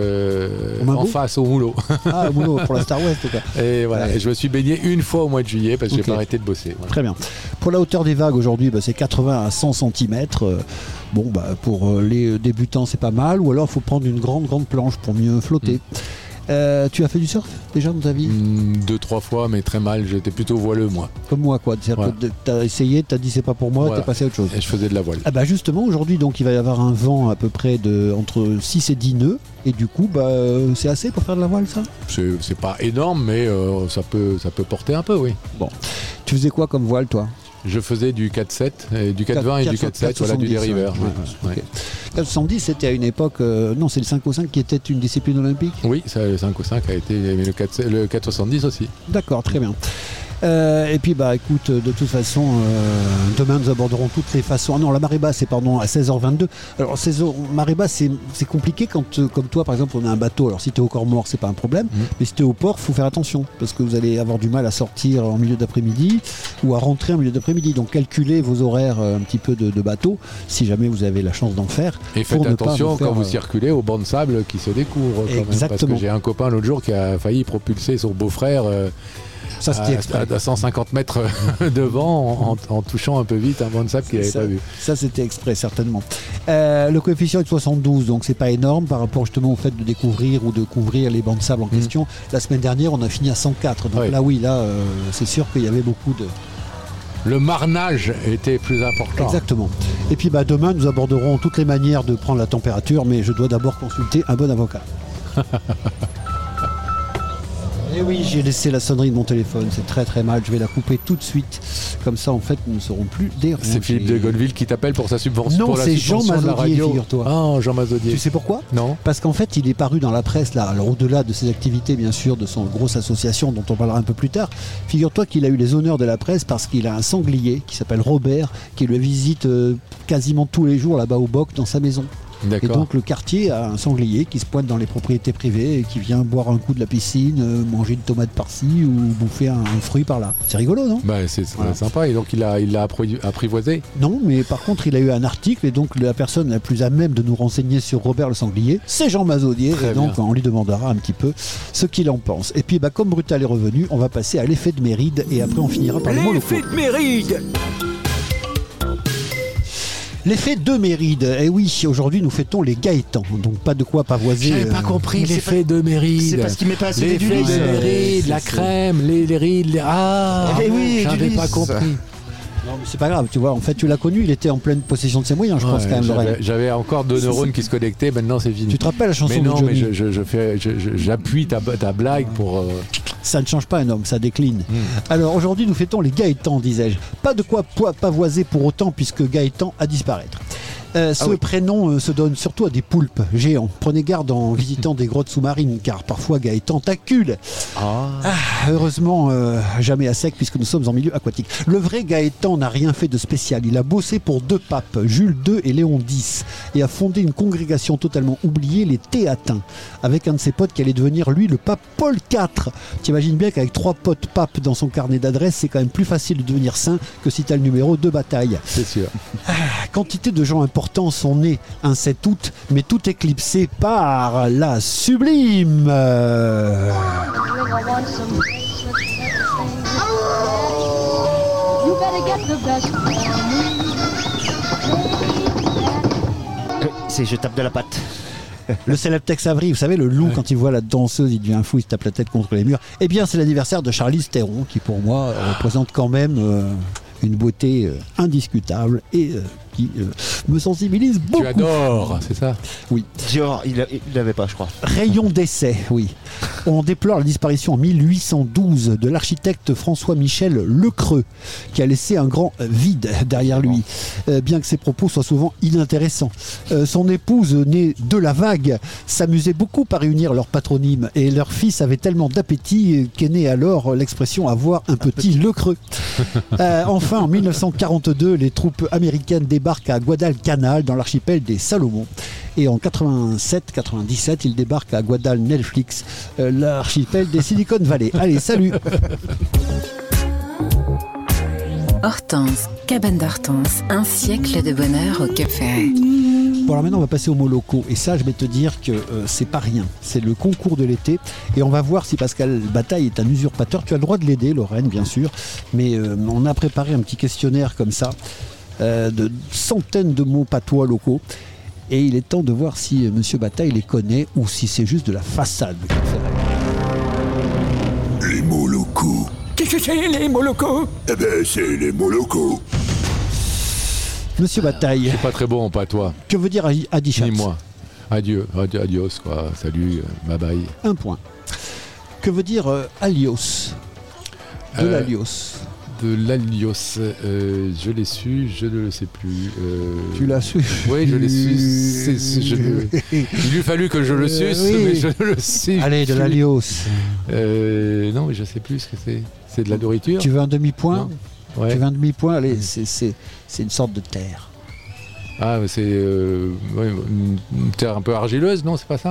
euh, Au Magot en face, au rouleau. Ah, au boulot pour la Star West quoi. Et voilà, Ouais. et je me suis baigné une fois au mois de juillet parce que Ok. j'ai pas arrêté de bosser. Voilà. Très bien. Pour la hauteur des vagues aujourd'hui, bah, c'est quatre-vingts à cent centimètres. Euh, bon, bah, pour euh, les débutants, c'est pas mal. Ou alors, il faut prendre une grande, grande planche pour mieux flotter. Euh, tu as fait du surf déjà dans ta vie? Hmm, deux, trois fois, mais très mal. J'étais plutôt voileux, moi. Comme moi, quoi. C'est-à-dire Ouais. que t'as essayé, t'as dit c'est pas pour moi, Voilà. t'es passé à autre chose. Et je faisais de la voile. Ah bah justement aujourd'hui donc il va y avoir un vent à peu près de entre six et dix nœuds et du coup bah euh, c'est assez pour faire de la voile ça? C'est c'est pas énorme, mais euh, ça, peut, ça peut porter un peu, oui. Bon. Tu faisais quoi comme voile toi? Je faisais du quatre sept, et du quatre vingt et du quatre sept, voilà, du dériver. Ouais, ouais, ok. quatre soixante-dix c'était à une époque euh, non c'est le cinq au cinq qui était une discipline olympique? Oui, ça, le cinq au cinq a été, mais le quatre le quatre soixante-dix aussi. D'accord, très bien. Euh, et puis bah écoute, de toute façon, euh, demain nous aborderons toutes les façons. Ah non, la marée basse c'est pardon à seize heures vingt-deux. Alors seize heures, marée basse c'est, c'est compliqué quand, euh, comme toi par exemple, on a un bateau. Alors si t'es au corps mort c'est pas un problème, Mmh. mais si t'es au port faut faire attention parce que vous allez avoir du mal à sortir en milieu d'après-midi ou à rentrer en milieu d'après-midi. Donc calculez vos horaires euh, un petit peu de, de bateau si jamais vous avez la chance d'en faire. Et pour faites ne pas attention vous faire, quand vous euh, circulez au banc de sable qui se découvre. Quand même, parce Exactement. que j'ai un copain l'autre jour qui a failli propulser son beau-frère. euh, Ça, c'était exprès. à, à cent cinquante mètres devant en, en, en touchant un peu vite un banc de sable qu'il n'avait pas vu. Ça, c'était exprès, certainement. Euh, le coefficient est de soixante-douze, donc c'est pas énorme par rapport justement au fait de découvrir ou de couvrir les bancs de sable en mmh. question. La semaine dernière, on a fini à cent quatre. Donc ouais. là, oui, là, euh, c'est sûr qu'il y avait beaucoup de... Le marnage était plus important. Exactement. Et puis bah, demain, nous aborderons toutes les manières de prendre la température, mais je dois d'abord consulter un bon avocat. Et oui, j'ai laissé la sonnerie de mon téléphone, c'est très très mal, je vais la couper tout de suite. Comme ça, en fait, nous ne serons plus dérangés. C'est Philippe de Gonneville qui t'appelle pour sa subvention. Non, pour c'est Jean Mazaudier, figure-toi. Ah, Jean Mazaudier. Tu sais pourquoi ? Non. Parce qu'en fait, il est paru dans la presse, là, alors au-delà de ses activités, bien sûr, de son grosse association dont on parlera un peu plus tard, figure-toi qu'il a eu les honneurs de la presse parce qu'il a un sanglier qui s'appelle Robert, qui le visite euh, quasiment tous les jours là-bas au Boc dans sa maison. D'accord. Et donc le quartier a un sanglier qui se pointe dans les propriétés privées et qui vient boire un coup de la piscine, euh, manger une tomate par-ci ou bouffer un, un fruit par-là. C'est rigolo, non ? Bah, c'est voilà. sympa. Et donc il l'a il a apprivoisé ? Non, mais par contre il a eu un article et donc la personne la plus à même de nous renseigner sur Robert le sanglier, c'est Jean Mazaudier. Très et donc bien. On lui demandera un petit peu ce qu'il en pense. Et puis bah, comme Brutal est revenu, on va passer à l'effet de Méride et après on finira par le mot L'effet de Méride. L'effet de Méride, et eh oui, aujourd'hui nous fêtons les Gaëtans, donc pas de quoi pavoiser. J'avais pas compris euh, l'effet de Méride. C'est parce qu'il met pas assez d'huile. L'effet de Méride, la crème, les, les rides, les... ah, eh oui, j'avais pas compris. Non mais c'est pas grave, tu vois, en fait tu l'as connu, il était en pleine possession de ses moyens, je ouais, pense quand même. J'avais, j'avais encore deux neurones qui se connectaient, maintenant c'est fini. Tu te rappelles la chanson mais non, de Johnny ? Mais je, je, je fais, je, je, j'appuie ta, ta blague pour... Euh... Ça ne change pas un homme, ça décline. Mmh. Alors aujourd'hui nous fêtons les Gaëtans, disais-je. Pas de quoi pavoiser pour autant puisque Gaëtan a disparaître. Euh, ce ah oui. prénom euh, se donne surtout à des poulpes géants. Prenez garde en visitant des grottes sous-marines, car parfois Gaëtan tacule. Ah. Ah, heureusement, euh, jamais à sec, puisque nous sommes en milieu aquatique. Le vrai Gaëtan n'a rien fait de spécial. Il a bossé pour deux papes, Jules deux et Léon dix, et a fondé une congrégation totalement oubliée, les Théatins, avec un de ses potes qui allait devenir, lui, le pape Paul quatre. T'imagines bien qu'avec trois potes papes dans son carnet d'adresses, c'est quand même plus facile de devenir saint que si t'as le numéro de bataille. C'est sûr. Ah, quantité de gens importants sont nés un sept août, mais tout éclipsé par la sublime. Euh... C'est je tape de la patte. Le célèbre Tex Avery, vous savez, le loup, ouais. quand il voit la danseuse, il devient fou, il se tape la tête contre les murs. Eh bien, c'est l'anniversaire de Charlize Theron, qui pour moi représente quand même euh, une beauté euh, indiscutable et euh, qui euh, me sensibilise beaucoup. Tu adores, c'est ça ? Oui. Dior, il l'avait pas, je crois. Rayon d'essai, oui. On déplore la disparition en mille huit cent douze de l'architecte François-Michel Lecreux, qui a laissé un grand vide derrière lui, euh, bien que ses propos soient souvent inintéressants. Euh, son épouse, née de la vague, s'amusait beaucoup à réunir leurs patronymes, et leur fils avait tellement d'appétit qu'est née alors l'expression avoir un petit Lecreux. Euh, enfin, en mille neuf cent quarante-deux, les troupes américaines débarquent à Guadalcanal dans l'archipel des Salomon. Et en quatre-vingt-sept quatre-vingt-dix-sept, il débarque à Guadalnetflix, euh, l'archipel des Silicon Valley. Allez, salut. Hortense, cabane d'Hortense, un siècle de bonheur au Cap Ferret. Bon, alors maintenant on va passer aux mots locaux, et ça je vais te dire que euh, c'est pas rien, c'est le concours de l'été, et on va voir si Pascal Bataille est un usurpateur. Tu as le droit de l'aider, Lorraine, bien sûr, mais euh, on a préparé un petit questionnaire comme ça, euh, de centaines de mots patois locaux, et il est temps de voir si euh, Monsieur Bataille les connaît, ou si c'est juste de la façade. Les mots locaux. Qu'est-ce que c'est les mots locaux ? Eh ben c'est les mots locaux. Monsieur Bataille. C'est pas très bon en patois. Que veut dire Adichat ? Ni moi. Adieu, adieu, adios, quoi. Salut, bye bye. Un point. Que veut dire euh, alios ? De euh, l'alios. De l'alios. Euh, je l'ai su, je ne le sais plus. Euh... Tu l'as su ? Oui, je l'ai su. C'est, c'est, je le... Il lui fallu que je le suce, euh, oui. mais je le sais. Allez, de l'alios. Euh, non, mais je sais plus ce que c'est. C'est de la nourriture. Tu veux un demi-point ? Ouais. Tu veux un demi-point ? Allez, c'est, c'est, c'est une sorte de terre. Ah, mais c'est euh, ouais, une terre un peu argileuse, non ? C'est pas ça ?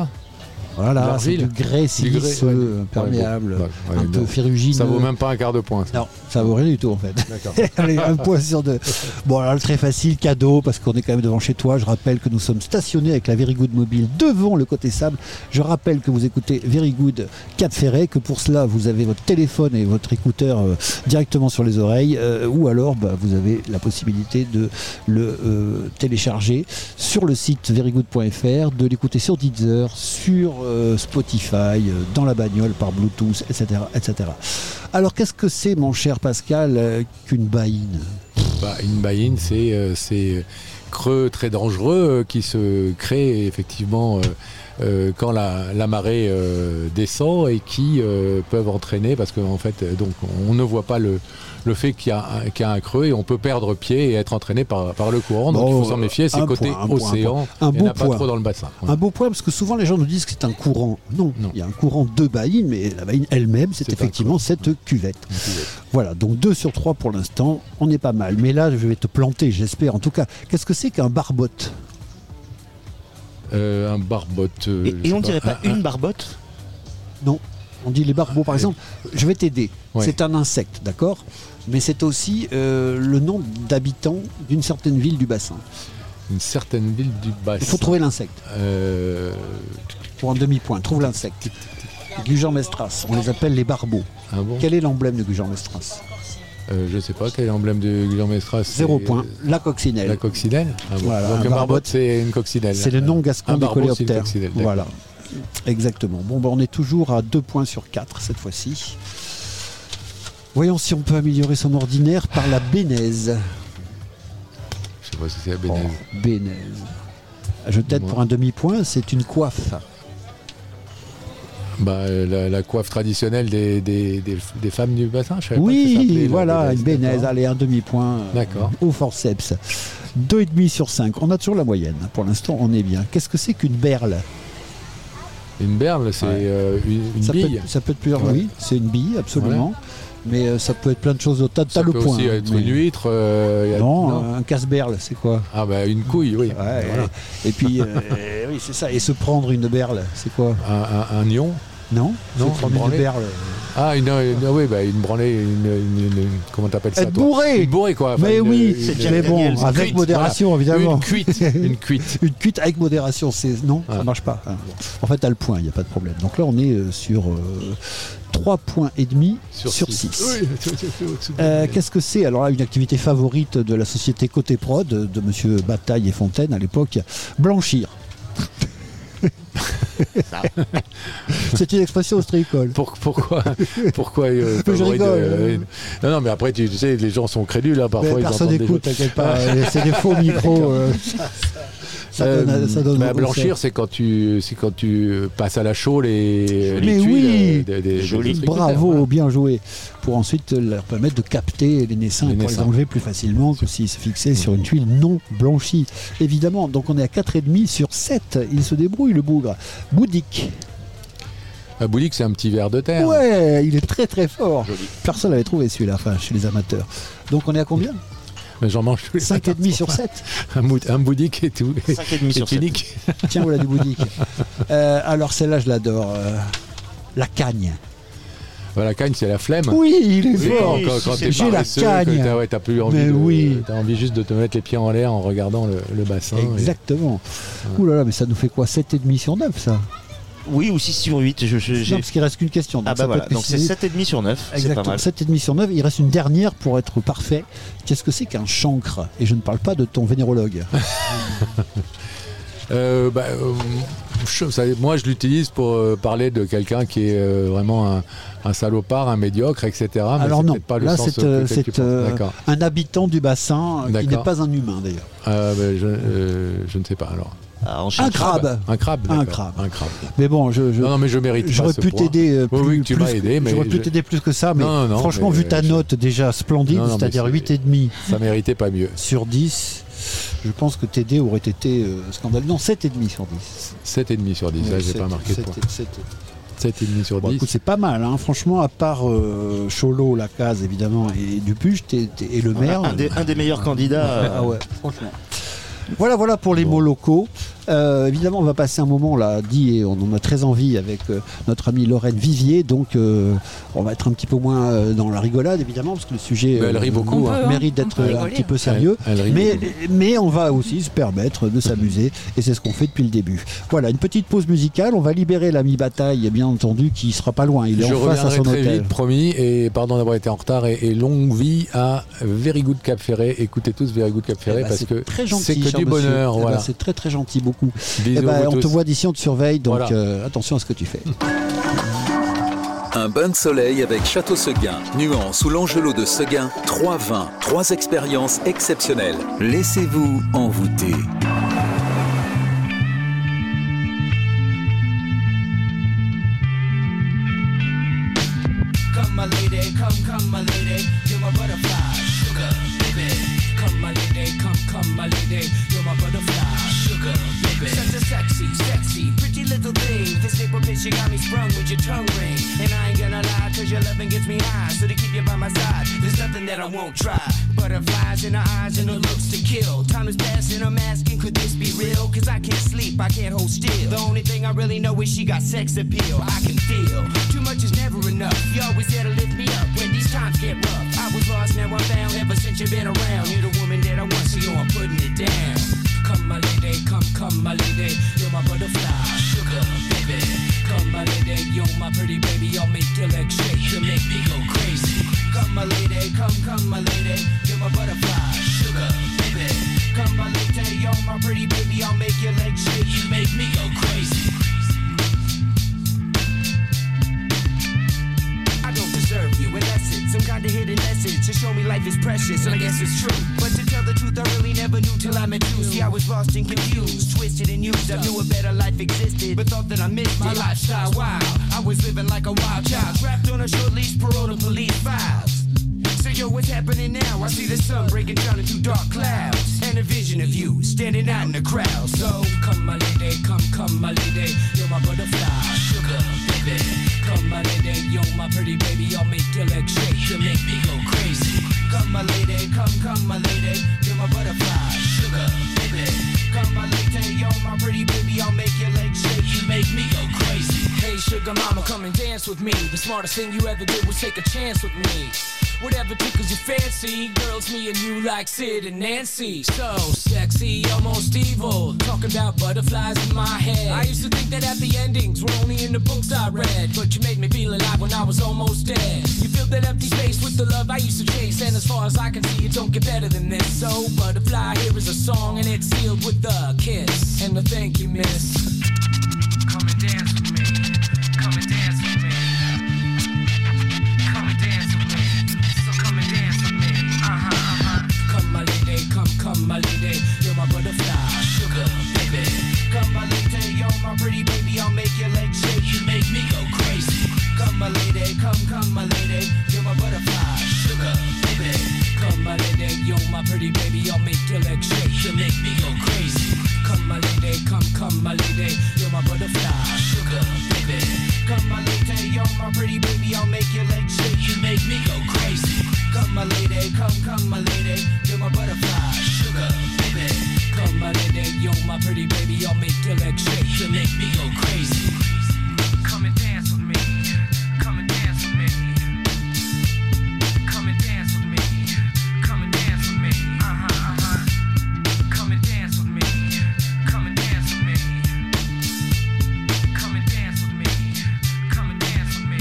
Voilà, c'est du grès siliceux, ouais, perméable, ouais, bon, ouais, un ouais, peu non. ferrugineux. Ça vaut même pas un quart de point. Ça. Non, ça vaut rien du tout en fait. D'accord. Allez, un point sur deux. Bon, alors très facile, cadeau, parce qu'on est quand même devant chez toi. Je rappelle que nous sommes stationnés avec la Very Good Mobile devant le côté sable. Je rappelle que vous écoutez Very Good Cap Ferret, que pour cela vous avez votre téléphone et votre écouteur euh, directement sur les oreilles, euh, ou alors bah, vous avez la possibilité de le euh, télécharger sur le site very good point f r, de l'écouter sur Deezer, sur euh, Spotify, euh, dans la bagnole par Bluetooth, et cetera, et cetera. Alors qu'est-ce que c'est, mon cher Pascal, euh, qu'une baïne? Bah, une baïne, c'est euh, ces creux très dangereux euh, qui se créent effectivement euh, euh, quand la, la marée euh, descend et qui euh, peuvent entraîner, parce qu'en fait, donc, on ne voit pas le, le fait qu'il y, a un, qu'il y a un creux et on peut perdre pied et être entraîné par, par le courant. Donc bon, il faut s'en méfier, c'est côté point, un océan, point, un il n'y en a point. pas trop dans le bassin. Un ouais. beau point, parce que souvent les gens nous disent que c'est un courant. Non, non. Il y a un courant de baïne, mais la baïne elle-même, c'est, c'est effectivement cette cuvette. cuvette. Voilà, donc deux sur trois pour l'instant, on est pas mal. Mais là, je vais te planter, j'espère. En tout cas, qu'est-ce que c'est qu'un barbotte? euh, Un barbotte. Euh, et, et on dirait pas, pas un, une barbotte? Non, on dit les barbeaux par exemple. Je vais t'aider. Ouais. C'est un insecte, d'accord? Mais c'est aussi euh, le nom d'habitants d'une certaine ville du bassin. Une certaine ville du bassin. Il faut trouver l'insecte. Euh... Pour un demi-point, trouve l'insecte. Gujan-Mestras, on les appelle les barbeaux. Ah bon? Quel est l'emblème de Gujan-Mestras? Euh, je ne sais pas, quel est l'emblème de Gujan-Mestras? Zéro point, la coccinelle. La coccinelle ah bon. Voilà, donc un barbotte, barbotte c'est une coccinelle. C'est le nom gascon des coléoptères. Voilà, exactement. Bon, ben, on est toujours à deux points sur quatre cette fois-ci. Voyons si on peut améliorer son ordinaire par la bénaise. Je sais pas si c'est la bénaise. Oh, bénaise. Je t'aide pour un demi-point, c'est une coiffe. Bah, la, la coiffe traditionnelle des, des, des, des femmes du bassin, je savais oui, pas que ça voilà, bénaise, une bénaise, allez, un demi-point d'accord. Euh, au forceps. deux virgule cinq sur cinq, on a toujours la moyenne, pour l'instant on est bien. Qu'est-ce que c'est qu'une berle? Une berle, c'est ouais. euh, une, une ça bille peut, Ça peut être plusieurs, ouais. Oui, c'est une bille, absolument. Ouais. Mais euh, ça peut être plein de choses. T'as, ça t'as le peut point. aussi être mais... une huître. Euh, non, a... non, un casse-berle, c'est quoi? Ah bah une couille, oui. Ouais, voilà. Et puis, euh, oui, c'est ça. Et se prendre une berle, c'est quoi? Un, un, un ion? Non, non, se prendre une, une berle. Ah, une, une, une, oui, bah, une branlée, une, une, une comment t'appelles ça? Être bourré. Une bourrée, quoi. Enfin, mais une, oui, une, c'est mais bon, une avec cuite, modération, voilà. Évidemment. Une cuite, une cuite. Une cuite avec modération, c'est non, ah. ça marche pas. Ah. En fait, t'as le point, il n'y a pas de problème. Donc là, on est euh, sur euh, trois points et demi sur, sur six. Oui. euh, qu'est-ce que c'est? Alors là, une activité favorite de la société Côté Prod, de Monsieur Bataille et Fontaine à l'époque, blanchir. C'est une expression ostréicole. Pour, pourquoi Pourquoi euh, Je rigole. De, euh, non, non, mais après, tu, tu sais, les gens sont crédules. Hein, parfois, mais ils personne n'écoute, t'inquiète pas. C'est des faux micros. Euh, ça euh, donne, ça donne mais à blanchir, c'est quand, tu, c'est quand tu passes à la chaux les, les mais tuiles. Oui, des, des, joli. Des bravo, voilà. Bien joué. Pour ensuite leur permettre de capter les naissins les et pour naissins. Les enlever plus facilement que s'ils se fixaient mmh. sur une tuile non blanchie. Évidemment, donc on est à quatre virgule cinq sur sept. Il se débrouille, le bougre. Boudic. Un boudic, c'est un petit ver de terre. Ouais, il est très très fort. Joli. Personne n'avait trouvé celui-là, enfin, chez les amateurs. Donc on est à combien? Mais j'en mange tous les cinq virgule cinq sur sept. Un, moud- un boudic et tout. cinq virgule cinq sur unique. Tiens, voilà du boudic. euh, alors celle-là, je l'adore. Euh, la cagne. Bah, la cagne, c'est la flemme. Oui, il est oui, fort. Quand, quand t'es J'ai la cagne. T'as, ouais, t'as plus envie. Mais de, oui. T'as envie juste de te mettre les pieds en l'air en regardant le, le bassin. Exactement. Et... Ouh là là, mais ça nous fait quoi? sept virgule cinq sur neuf, ça? Oui, ou six sur huit. Je, je, non, parce qu'il reste qu'une question. Donc ah bah voilà, donc c'est sept virgule cinq sur neuf. Exactement, c'est pas mal. sept virgule cinq sur neuf. Il reste une dernière pour être parfait. Qu'est-ce que c'est qu'un chancre? Et je ne parle pas de ton vénérologue. euh, bah, euh, je, ça, moi, je l'utilise pour euh, parler de quelqu'un qui est euh, vraiment un, un salopard, un médiocre, et cetera. Mais alors c'est non, pas le là sens c'est, euh, c'est euh, un habitant du bassin D'accord. qui n'est pas un humain d'ailleurs. Euh, bah, je, euh, je ne sais pas alors. Ah, un crabe. Un crabe. Un crabe. Un crabe. Mais bon, je, je, non, non, mais je mérite j'aurais pas pu ce t'aider euh, plus. Oui, oui, tu plus, m'as aidé, mais j'aurais pu je... t'aider plus que ça, mais non, non, franchement, mais vu ta je... note déjà splendide, non, non, c'est-à-dire huit virgule cinq. Ça méritait pas mieux. Sur dix. Je pense que t'aider aurait été euh, scandaleux. Non, sept virgule cinq sur dix. sept virgule cinq sur dix, là, j'ai pas marqué de point. sept virgule cinq sur dix. Bon, écoute, c'est pas mal, hein. Franchement, à part euh, Cholo, Lacaze évidemment, et Dupuche, t'es, t'es, et le maire. Un, un, des, un des meilleurs candidats. Euh... Ah ouais, franchement. Voilà, voilà pour les mots locaux. Euh, évidemment, on va passer un moment là, dit et on en a très envie avec euh, notre amie Lorraine Vivier. Donc, euh, on va être un petit peu moins euh, dans la rigolade, évidemment, parce que le sujet bah, elle rit beaucoup, euh, hein. mérite d'être un petit peu sérieux. Elle, elle mais, mais on va aussi se permettre de s'amuser, et c'est ce qu'on fait depuis le début. Voilà, une petite pause musicale. On va libérer l'ami Bataille, bien entendu, qui sera pas loin. Il est Je en face à son très hôtel. vite, promis, et pardon d'avoir été en retard. Et, et longue vie à Very Good Cap Ferret. Écoutez tous Very Good Cap Ferret, Eh ben, parce que très gentil, c'est que cher du monsieur. bonheur. Eh ben, Voilà. c'est très très gentil, beaucoup. Bisous. Eh ben, vous on te tous. voit d'ici, on te surveille, donc Voilà. euh, attention à ce que tu fais. Un bain de soleil avec Château Seguin, Nuance ou l'Angelot de Seguin, trois vins, trois expériences exceptionnelles. Laissez-vous envoûter. Come my lady, come, come my lady, you're my butterfly, sugar, baby. Come my lady, come, come my lady, you're my butterfly, sugar, baby. Such a sexy, sexy, pretty little thing. This April bitch, you got me sprung with your tongue ring. And I ain't gonna lie, cause your loving gets me high. So to keep you by my side, there's nothing that I won't try. Butterflies in her eyes and her looks to kill. Time is passing, I'm asking, could this be real? Cause I can't sleep, I can't hold still. The only thing I really know is she got sex appeal. I can feel, too much is never enough. You always there to lift me up when these times get rough. I was lost, now I'm found, ever since you've been around. You're the woman that I want, so yo, I'm putting it down. Come my lady, come, come my lady, you're my butterfly, sugar, baby. Come my lady, you're my pretty baby, I'll make your legs shake, you make me go crazy. Come my lady, come, come my lady, you're my butterfly, sugar, baby. Come my lady, you're my pretty baby, I'll make your legs shake, you make me go crazy. I don't deserve you unless it's some kind of hidden message to show me life is precious, and I guess it's true. But to tell the truth, I really never knew till I met you. See, I was lost and confused, twisted and used. I knew a better life existed, but thought that I missed it. My lifestyle wild, I was living like a wild child, trapped on a short leash, parole to police files. So yo, what's happening now? I see the sun breaking down into dark clouds, and a vision of you standing out in the crowd. So come my lady, come, come my lady, you're my butterfly, sugar, baby. Come my lady, you're my pretty baby, I'll make your legs shake, you make me go crazy. Come my lady, come, come my lady, you're my butterfly, sugar, baby. Come my lady, you're my pretty baby, I'll make your legs shake, you make me go crazy. Hey sugar mama, come and dance with me. The smartest thing you ever did was take a chance with me. Whatever tickles your fancy, girls, me and you like Sid and Nancy. So sexy, almost evil, talking about butterflies in my head. I used to think that happy endings were only in the books I read, but you made me feel alive when I was almost dead. You filled that empty space with the love I used to chase, and as far as I can see, it don't get better than this. So butterfly, here is a song, and it's sealed with a kiss and a thank you, miss. Come and dance with me, come and dance with me, come and dance with me. Come my lady, come, come my lady, you're my butterfly, sugar, baby. Come my lady, you're my pretty baby, I'll make your legs shake, you make me go crazy. Come my lady, come, come my lady, you're my butterfly, sugar, baby. Come my lady, you're my pretty baby, I'll make your legs shake, you make me go crazy. Come my lady, come, come my lady, you're my butterfly, sugar, baby. Come my lady, you're my pretty baby, I'll make your legs shake, you make me go crazy. Come my lady, come, come my lady, you're my butterfly, sugar, baby. Come my lady, you're my pretty baby, I'll make your legs shake, you make me go crazy. Come and dance with me, come and dance with me. Come and dance with me, come and dance with me. Uh-huh, uh-huh. Come and dance with me, come and dance with me. Come and dance with me, come and dance with me.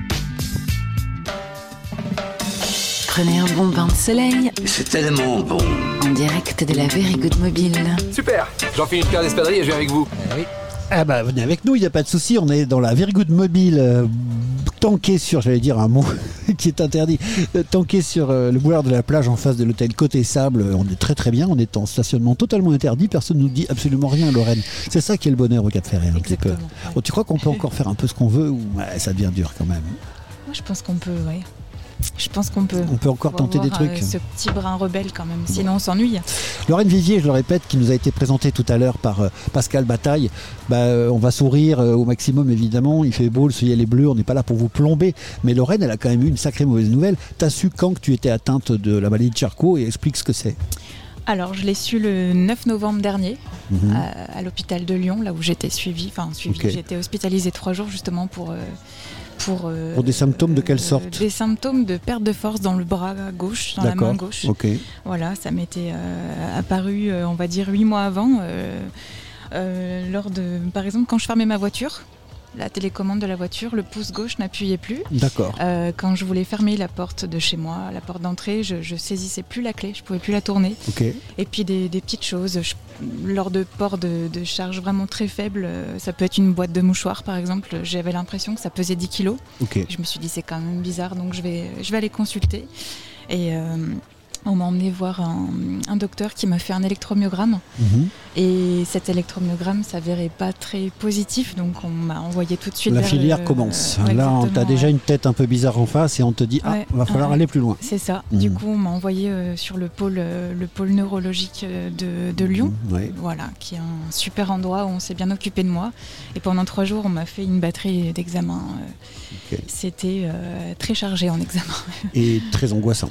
Prenez un bon bain de soleil. C'est tellement bon. En direct de la Very Good Mobile. Super, Jean-Philippe Pierre d'Espadrille et je viens avec vous. Eh oui. Ah bah venez avec nous, il n'y a pas de souci, on est dans la Very Good Mobile, euh, tanké sur, j'allais dire un mot qui est interdit, euh, tanké sur euh, le boulevard de la plage en face de l'hôtel Côté Sable. On est très très bien, on est en stationnement totalement interdit, personne ne nous dit absolument rien, Lorraine. C'est ça qui est le bonheur au Cap Ferret. Un petit peu. Oh, tu crois qu'on peut encore faire un peu ce qu'on veut ou ouais, ça devient dur quand même? Moi je pense qu'on peut, ouais. Je pense qu'on peut. On peut encore tenter des trucs. Euh, ce petit brin rebelle quand même, sinon on s'ennuie. Lorraine Vivier, je le répète, qui nous a été présentée tout à l'heure par euh, Pascal Bataille. Bah, euh, on va sourire euh, au maximum évidemment. Il fait beau, le ciel est bleu, on n'est pas là pour vous plomber. Mais Lorraine, elle a quand même eu une sacrée mauvaise nouvelle. T'as su quand que tu étais atteinte de la maladie de Charcot et explique ce que c'est. Alors, je l'ai su le neuf novembre dernier, Mhm. à, à l'hôpital de Lyon, là où j'étais suivie. Enfin, suivie, Ok. j'étais hospitalisée trois jours justement pour... euh, pour, euh, Pour des symptômes de quelle euh, sorte? Des symptômes de perte de force dans le bras gauche, dans la main D'accord. gauche. Ok. Voilà, ça m'était euh, apparu, euh, on va dire, huit mois avant, euh, euh, lors de... Par exemple, quand je fermais ma voiture, la télécommande de la voiture, le pouce gauche n'appuyait plus. D'accord. Euh, quand je voulais fermer la porte de chez moi, la porte d'entrée, je, je saisissais plus la clé, je pouvais plus la tourner. Ok. Et puis des, des petites choses, je- lors de ports de, de charge vraiment très faibles, euh, ça peut être une boîte de mouchoirs par exemple, j'avais l'impression que ça pesait dix kilos. Ok. Je me suis dit c'est quand même bizarre, donc je vais, je vais aller consulter. Et euh, on m'a emmené voir un, un docteur qui m'a fait un électromyogramme. Mhm. Et cet électromyogramme s'avérait pas très positif, donc on m'a envoyé tout de suite La vers filière le- commence. Ouais, Là, on exactement, t'a déjà ouais. une tête un peu bizarre en face et on te dit ah, Ouais, va falloir ouais. aller plus loin. C'est ça. Mhm. Du coup, on m'a envoyé euh, sur le pôle, euh, le pôle neurologique euh, de, de Lyon, Mhm, ouais. voilà, qui est un super endroit où on s'est bien occupé de moi. Et pendant trois jours, on m'a fait une batterie d'examens. euh, Ok. C'était euh, très chargé en examen. Et très angoissant.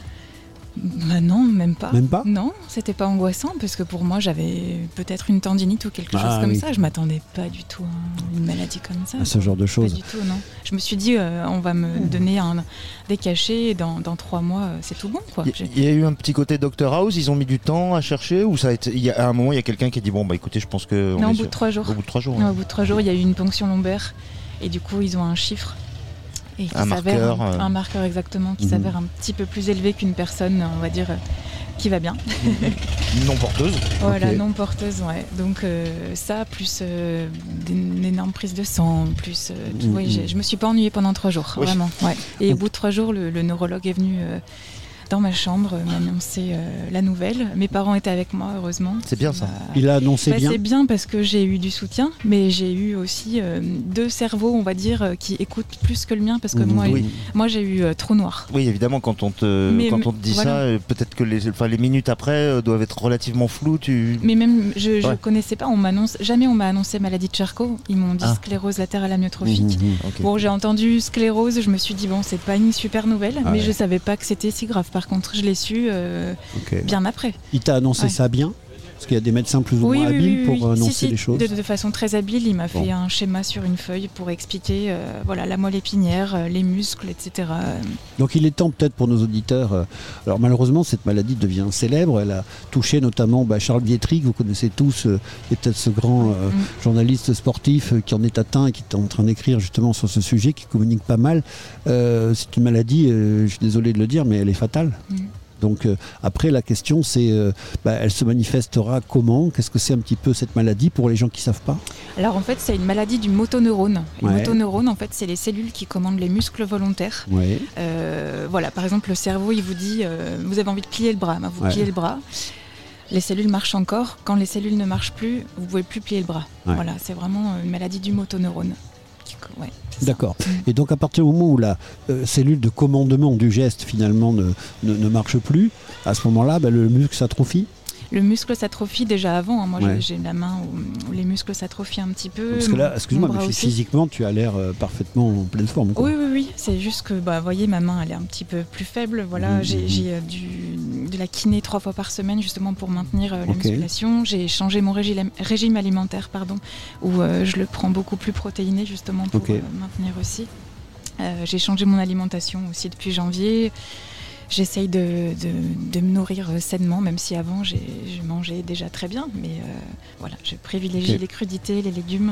Bah non, même pas. Même pas Non, c'était pas angoissant parce que pour moi, j'avais peut-être une tendinite ou quelque Ah, chose comme oui. ça. Je m'attendais pas du tout à une maladie comme ça. À ce genre de choses. Pas du tout, non. Je me suis dit, euh, on va me donner un, des cachets et dans, dans trois mois, euh, c'est tout bon, quoi. Il J'ai- y, y a eu un petit côté Doctor House, ils ont mis du temps à chercher ou ça a été, il y a, à un moment il y a quelqu'un qui a dit bon bah écoutez je pense que... on Non, est au bout sûr. de trois jours. Au bout de trois jours. Non, ouais. au bout de trois jours, il y a eu une ponction lombaire et du coup, ils ont un chiffre. Et qui Un s'avère- marqueur, euh. Un marqueur exactement, qui Mhm. s'avère un petit peu plus élevé qu'une personne, on va dire, euh, qui va bien. Non porteuse. Voilà, Ok. non porteuse, ouais. Donc euh, ça, plus euh, une énorme prise de sang, plus... euh, tu Mhm. vois, j'ai- je me suis pas ennuyée pendant trois jours, Oui. vraiment. Ouais. Et au bout de trois jours, le, le neurologue est venu euh, dans ma chambre, euh, m'annoncer euh, la nouvelle. Mes parents étaient avec moi, heureusement. C'est bien ça. Il a annoncé Bah, bien. c'est bien parce que j'ai eu du soutien, mais j'ai eu aussi euh, deux cerveaux, on va dire, euh, qui écoutent plus que le mien, parce que Mhm. moi, Oui. moi j'ai eu euh, trou noir. Oui évidemment quand on te, Mais- quand on te dit voilà. ça, euh, peut-être que les, enfin, les minutes après euh, doivent être relativement floues. Tu... Mais même, je, je Ouais. connaissais pas, on m'annonce, jamais on m'a annoncé maladie de Charcot. Ils m'ont dit Ah. sclérose latérale amyotrophique. Mhm, ok. Bon, j'ai entendu sclérose, je me suis dit bon, c'est pas une super nouvelle, Ah mais ouais. je savais pas que c'était si grave. Par contre, je l'ai su euh, Ok. bien après. Il t'a annoncé Ouais. ça bien? Parce qu'il y a des médecins plus ou Oui, moins oui, habiles oui, pour oui. annoncer Si, si, les choses. De, de façon très habile, il m'a Bon. fait un schéma sur une feuille pour expliquer euh, voilà, la moelle épinière, euh, les muscles, et cetera. Donc il est temps peut-être pour nos auditeurs. euh, alors malheureusement cette maladie devient célèbre. Elle a touché notamment bah, Charles Bietri, que vous connaissez tous, euh, qui est peut-être ce grand euh, Mm. journaliste sportif euh, qui en est atteint et qui est en train d'écrire justement sur ce sujet, qui communique pas mal. Euh, c'est une maladie, euh, je suis désolé de le dire, mais elle est fatale. Mm. Donc euh, après la question c'est, euh, bah, elle se manifestera comment? Qu'est-ce que c'est un petit peu cette maladie pour les gens qui savent pas? Alors en fait, c'est une maladie du motoneurone. Les Ouais. motoneurones, en fait, c'est les cellules qui commandent les muscles volontaires. Ouais. Euh, voilà, par exemple, le cerveau, il vous dit, euh, vous avez envie de plier le bras, ben, vous Ouais. pliez le bras. Les cellules marchent encore. Quand les cellules ne marchent plus, vous pouvez plus plier le bras. Ouais. Voilà, c'est vraiment une maladie du motoneurone. Qui- ouais, c'est ça. D'accord. Et donc à partir du moment où la euh, cellule de commandement du geste finalement ne, ne, ne marche plus, à ce moment-là, bah, le muscle s'atrophie. Le muscle s'atrophie déjà avant. hein. Moi, j'ai- Ouais. j'ai la main où, où les muscles s'atrophient un petit peu. Parce que là, mon- excuse-moi, mon mais bras phy- aussi. physiquement, tu as l'air euh, parfaitement en pleine forme. Quoi. Oui, oui, oui. C'est juste que, bah, vous voyez, ma main, elle est un petit peu plus faible. Voilà, Mhm, j'ai mhm. j'ai, euh, du, de la kiné trois fois par semaine, justement pour maintenir euh, la Ok. musculation. J'ai changé mon régime, régime alimentaire, pardon, où euh, je le prends beaucoup plus protéiné, justement pour Ok. euh, maintenir aussi. Euh, j'ai changé mon alimentation aussi depuis janvier. J'essaye de, de- de me nourrir euh, sainement, même si avant j'ai- je mangeais déjà très bien. Mais euh, voilà, je privilégie Ok. les crudités, les légumes,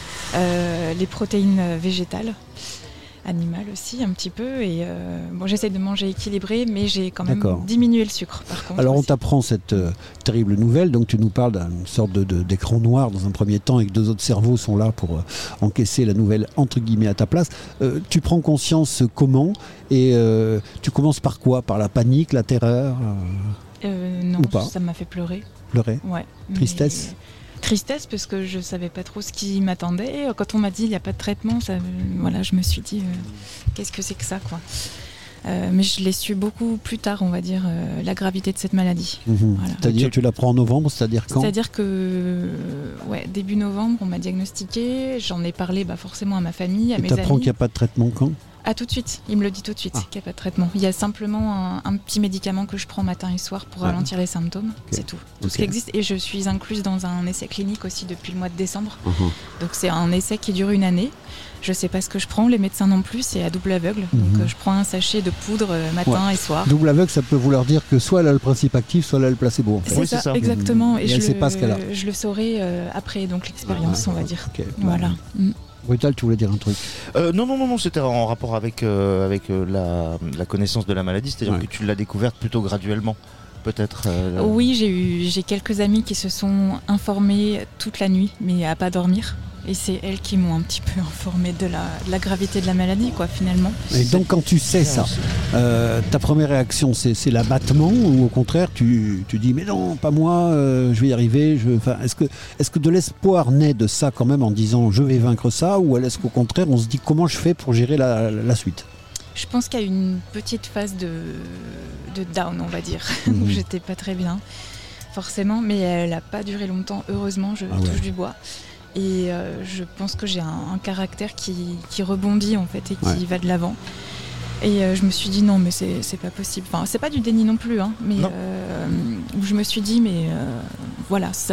euh, les protéines euh, végétales, animales aussi un petit peu. Et euh, bon, j'essaye de manger équilibré, mais j'ai quand même D'accord. diminué le sucre. Par contre, Alors on aussi. t'apprend cette euh, terrible nouvelle, donc tu nous parles d'une sorte de, de- d'écran noir dans un premier temps et que deux autres cerveaux sont là pour euh, encaisser la nouvelle entre guillemets à ta place. Euh, tu prends conscience euh, comment et euh, tu commences par quoi? Par la panique, la terreur, euh, Euh, non, ou pas ça m'a fait pleurer. pleurer? Ouais. Tristesse? Mais- Tristesse parce que je savais pas trop ce qui m'attendait. Quand on m'a dit il n'y a pas de traitement, ça, voilà, je me suis dit euh, qu'est-ce que c'est que ça, quoi. Euh, mais je l'ai su beaucoup plus tard, on va dire, euh, la gravité de cette maladie. Mhm. Voilà. C'est-à-dire tu l'apprends en novembre, c'est-à-dire quand? C'est-à-dire que euh, ouais, début novembre, on m'a diagnostiqué. J'en ai parlé bah, forcément à ma famille, à Et mes t'apprends amis. qu'il n'y a pas de traitement quand? Ah, tout de suite, il me le dit tout de suite, ah. qu'il n'y a pas de traitement. Il y a simplement un, un petit médicament que je prends matin et soir pour ouais. ralentir les symptômes, okay. c'est tout. Tout okay. ce qui existe. Et je suis incluse dans un essai clinique aussi depuis le mois de décembre. Uh-huh. Donc c'est un essai qui dure une année. Je ne sais pas ce que je prends, les médecins non plus, c'est à double aveugle. Uh-huh. Donc euh, je prends un sachet de poudre euh, matin ouais. et soir. Double aveugle, ça peut vouloir dire que soit elle a le principe actif, soit elle a le placebo. En fait. C'est, oui, ça, c'est ça, exactement. Et, et je, je, le, pas ce qu'elle a. je le saurai euh, après donc l'expérience, ah, on va dire. Okay. Voilà. Mm. Brutal, tu voulais dire un truc euh, Non, non, non, non, c'était en rapport avec, euh, avec euh, la, la connaissance de la maladie, c'est-à-dire ouais. que tu l'as découverte plutôt graduellement, peut-être euh... Oui, j'ai eu, j'ai quelques amis qui se sont informés toute la nuit, mais à pas dormir. Et c'est elles qui m'ont un petit peu informé de la, de la gravité de la maladie, quoi, finalement. Et donc, quand tu sais ça, euh, ta première réaction, c'est, c'est l'abattement ou au contraire, tu, tu dis, mais non, pas moi, euh, je vais y arriver. Je... Enfin, est-ce que, est-ce que de l'espoir naît de ça quand même en disant, je vais vaincre ça, ou est-ce qu'au contraire, on se dit, comment je fais pour gérer la, la, la suite ? Je pense qu'il y a une petite phase de, de down, on va dire, mmh. où j'étais pas très bien, forcément, mais elle n'a pas duré longtemps, heureusement, je ah touche ouais. du bois. Et euh, je pense que j'ai un, un caractère qui, qui rebondit en fait et qui ouais. va de l'avant. Et euh, je me suis dit non mais c'est, c'est pas possible. Enfin c'est pas du déni non plus, hein, mais euh, je me suis dit mais euh, voilà, ça,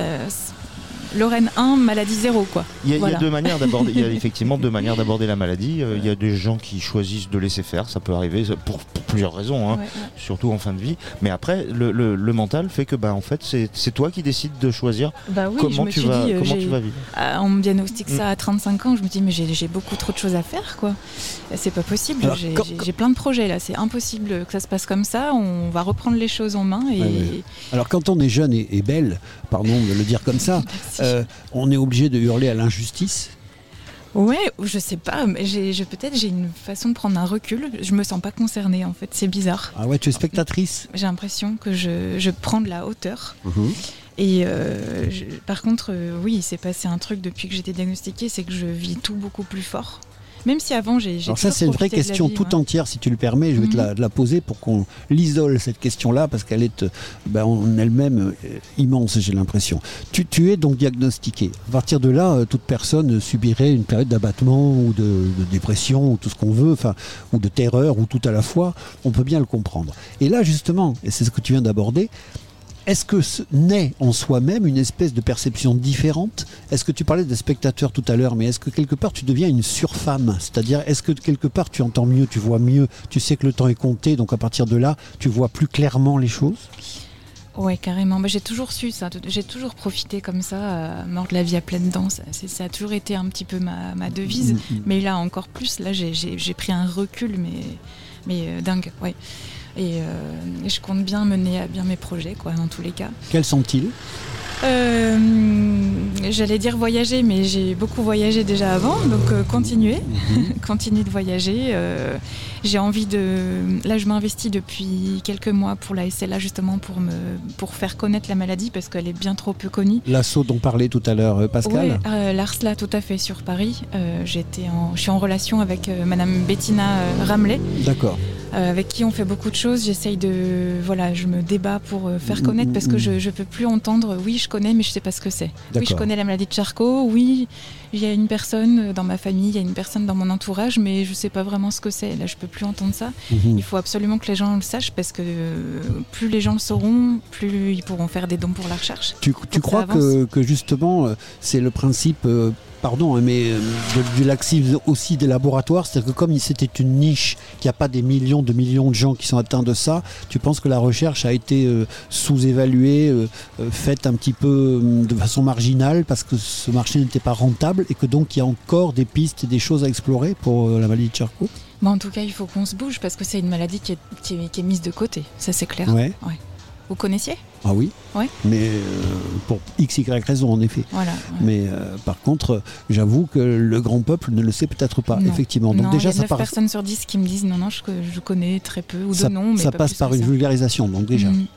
Lorraine un, maladie zéro quoi. Il y a, voilà. il y a deux manières d'aborder. Il y a effectivement deux manières d'aborder la maladie. Euh, il y a des gens qui choisissent de laisser faire, ça peut arriver pour, pour plusieurs raisons, hein, ouais, ouais. surtout en fin de vie. Mais après, le, le, le mental fait que bah en fait c'est, c'est toi qui décides de choisir bah oui, comment, tu vas, dit, euh, comment tu vas vivre. Euh, on me diagnostique ça à trente-cinq ans, je me dis mais j'ai, j'ai beaucoup trop de choses à faire quoi. C'est pas possible. Alors, j'ai, quand, j'ai, j'ai plein de projets là, c'est impossible que ça se passe comme ça. On va reprendre les choses en main. Et... Ouais, ouais. Alors quand on est jeune et, et belle, pardon de le dire comme ça, euh, on est obligé de hurler à l'injustice. Ouais, je sais pas, mais j'ai, je, peut-être j'ai une façon de prendre un recul. Je me sens pas concernée en fait, c'est bizarre. Ah ouais, tu es spectatrice ? J'ai l'impression que je, je prends de la hauteur. Mmh. Et euh, je, par contre, euh, oui, il s'est passé un truc depuis que j'étais diagnostiquée, c'est que je vis tout beaucoup plus fort. Même si avant j'ai, j'ai Alors ça c'est une vraie question vie, toute ouais. entière si tu le permets, je vais mmh. te la, la poser pour qu'on l'isole cette question-là parce qu'elle est ben, en elle-même euh, immense j'ai l'impression. Tu, tu es donc diagnostiqué. À partir de là, euh, toute personne subirait une période d'abattement ou de, de dépression ou tout ce qu'on veut, enfin ou de terreur ou tout à la fois, on peut bien le comprendre. Et là justement, et c'est ce que tu viens d'aborder, est-ce que naît en soi-même une espèce de perception différente ? Est-ce que tu parlais des spectateurs tout à l'heure, mais est-ce que quelque part tu deviens une surfemme ? C'est-à-dire, est-ce que quelque part tu entends mieux, tu vois mieux, tu sais que le temps est compté, donc à partir de là, tu vois plus clairement les choses ? Ouais, carrément. Bah, j'ai toujours su ça. J'ai toujours profité comme ça, euh, mordre la vie à pleines dents. Ça, c'est, ça a toujours été un petit peu ma, ma devise. Mm-hmm. Mais là, encore plus, là, j'ai, j'ai, j'ai pris un recul, mais, mais euh, dingue, ouais. Et, euh, et je compte bien mener à bien mes projets, quoi, dans tous les cas. Quels sont-ils ? euh, J'allais dire voyager, mais j'ai beaucoup voyagé déjà avant, donc euh, continuer, mmh. continuer de voyager. Euh, j'ai envie de... Là, je m'investis depuis quelques mois pour la S L A, justement, pour, me... pour faire connaître la maladie, parce qu'elle est bien trop peu connue. L'asso dont parlait tout à l'heure Pascal ? Oui, euh, l'ARSLA, tout à fait, sur Paris. Euh, j'étais en... Je suis en relation avec euh, Madame Bettina euh, Ramley. D'accord. Euh, avec qui on fait beaucoup de choses. J'essaye de... Voilà, je me débat pour euh, faire connaître parce que je ne peux plus entendre « oui, je connais, mais je ne sais pas ce que c'est ». Oui, je connais la maladie de Charcot. Oui, il y a une personne dans ma famille, il y a une personne dans mon entourage, mais je ne sais pas vraiment ce que c'est. Là, je ne peux plus entendre ça. Mm-hmm. Il faut absolument que les gens le sachent parce que euh, plus les gens le sauront, plus ils pourront faire des dons pour la recherche. Tu, tu crois que, que justement, c'est le principe... Euh, pardon, mais euh, de, du laxisme aussi des laboratoires, c'est-à-dire que comme c'était une niche, qu'il n'y a pas des millions de millions de gens qui sont atteints de ça, tu penses que la recherche a été euh, sous-évaluée, euh, euh, faite un petit peu euh, de façon marginale parce que ce marché n'était pas rentable et que donc il y a encore des pistes et des choses à explorer pour euh, la maladie de Charcot ? Bah en tout cas, il faut qu'on se bouge parce que c'est une maladie qui est, qui est, qui est mise de côté, ça c'est clair. Ouais. Ouais. Vous connaissiez ? Ah oui, ouais. mais euh, pour X Y raison en effet. Voilà, ouais. Mais euh, par contre, j'avoue que le grand peuple ne le sait peut-être pas, non. effectivement. Donc non, déjà, il y a ça neuf part... personnes sur dix qui me disent non, non, je, je connais très peu ou ça, de non. Mais ça pas passe plus par une ça. vulgarisation, donc déjà. Mmh.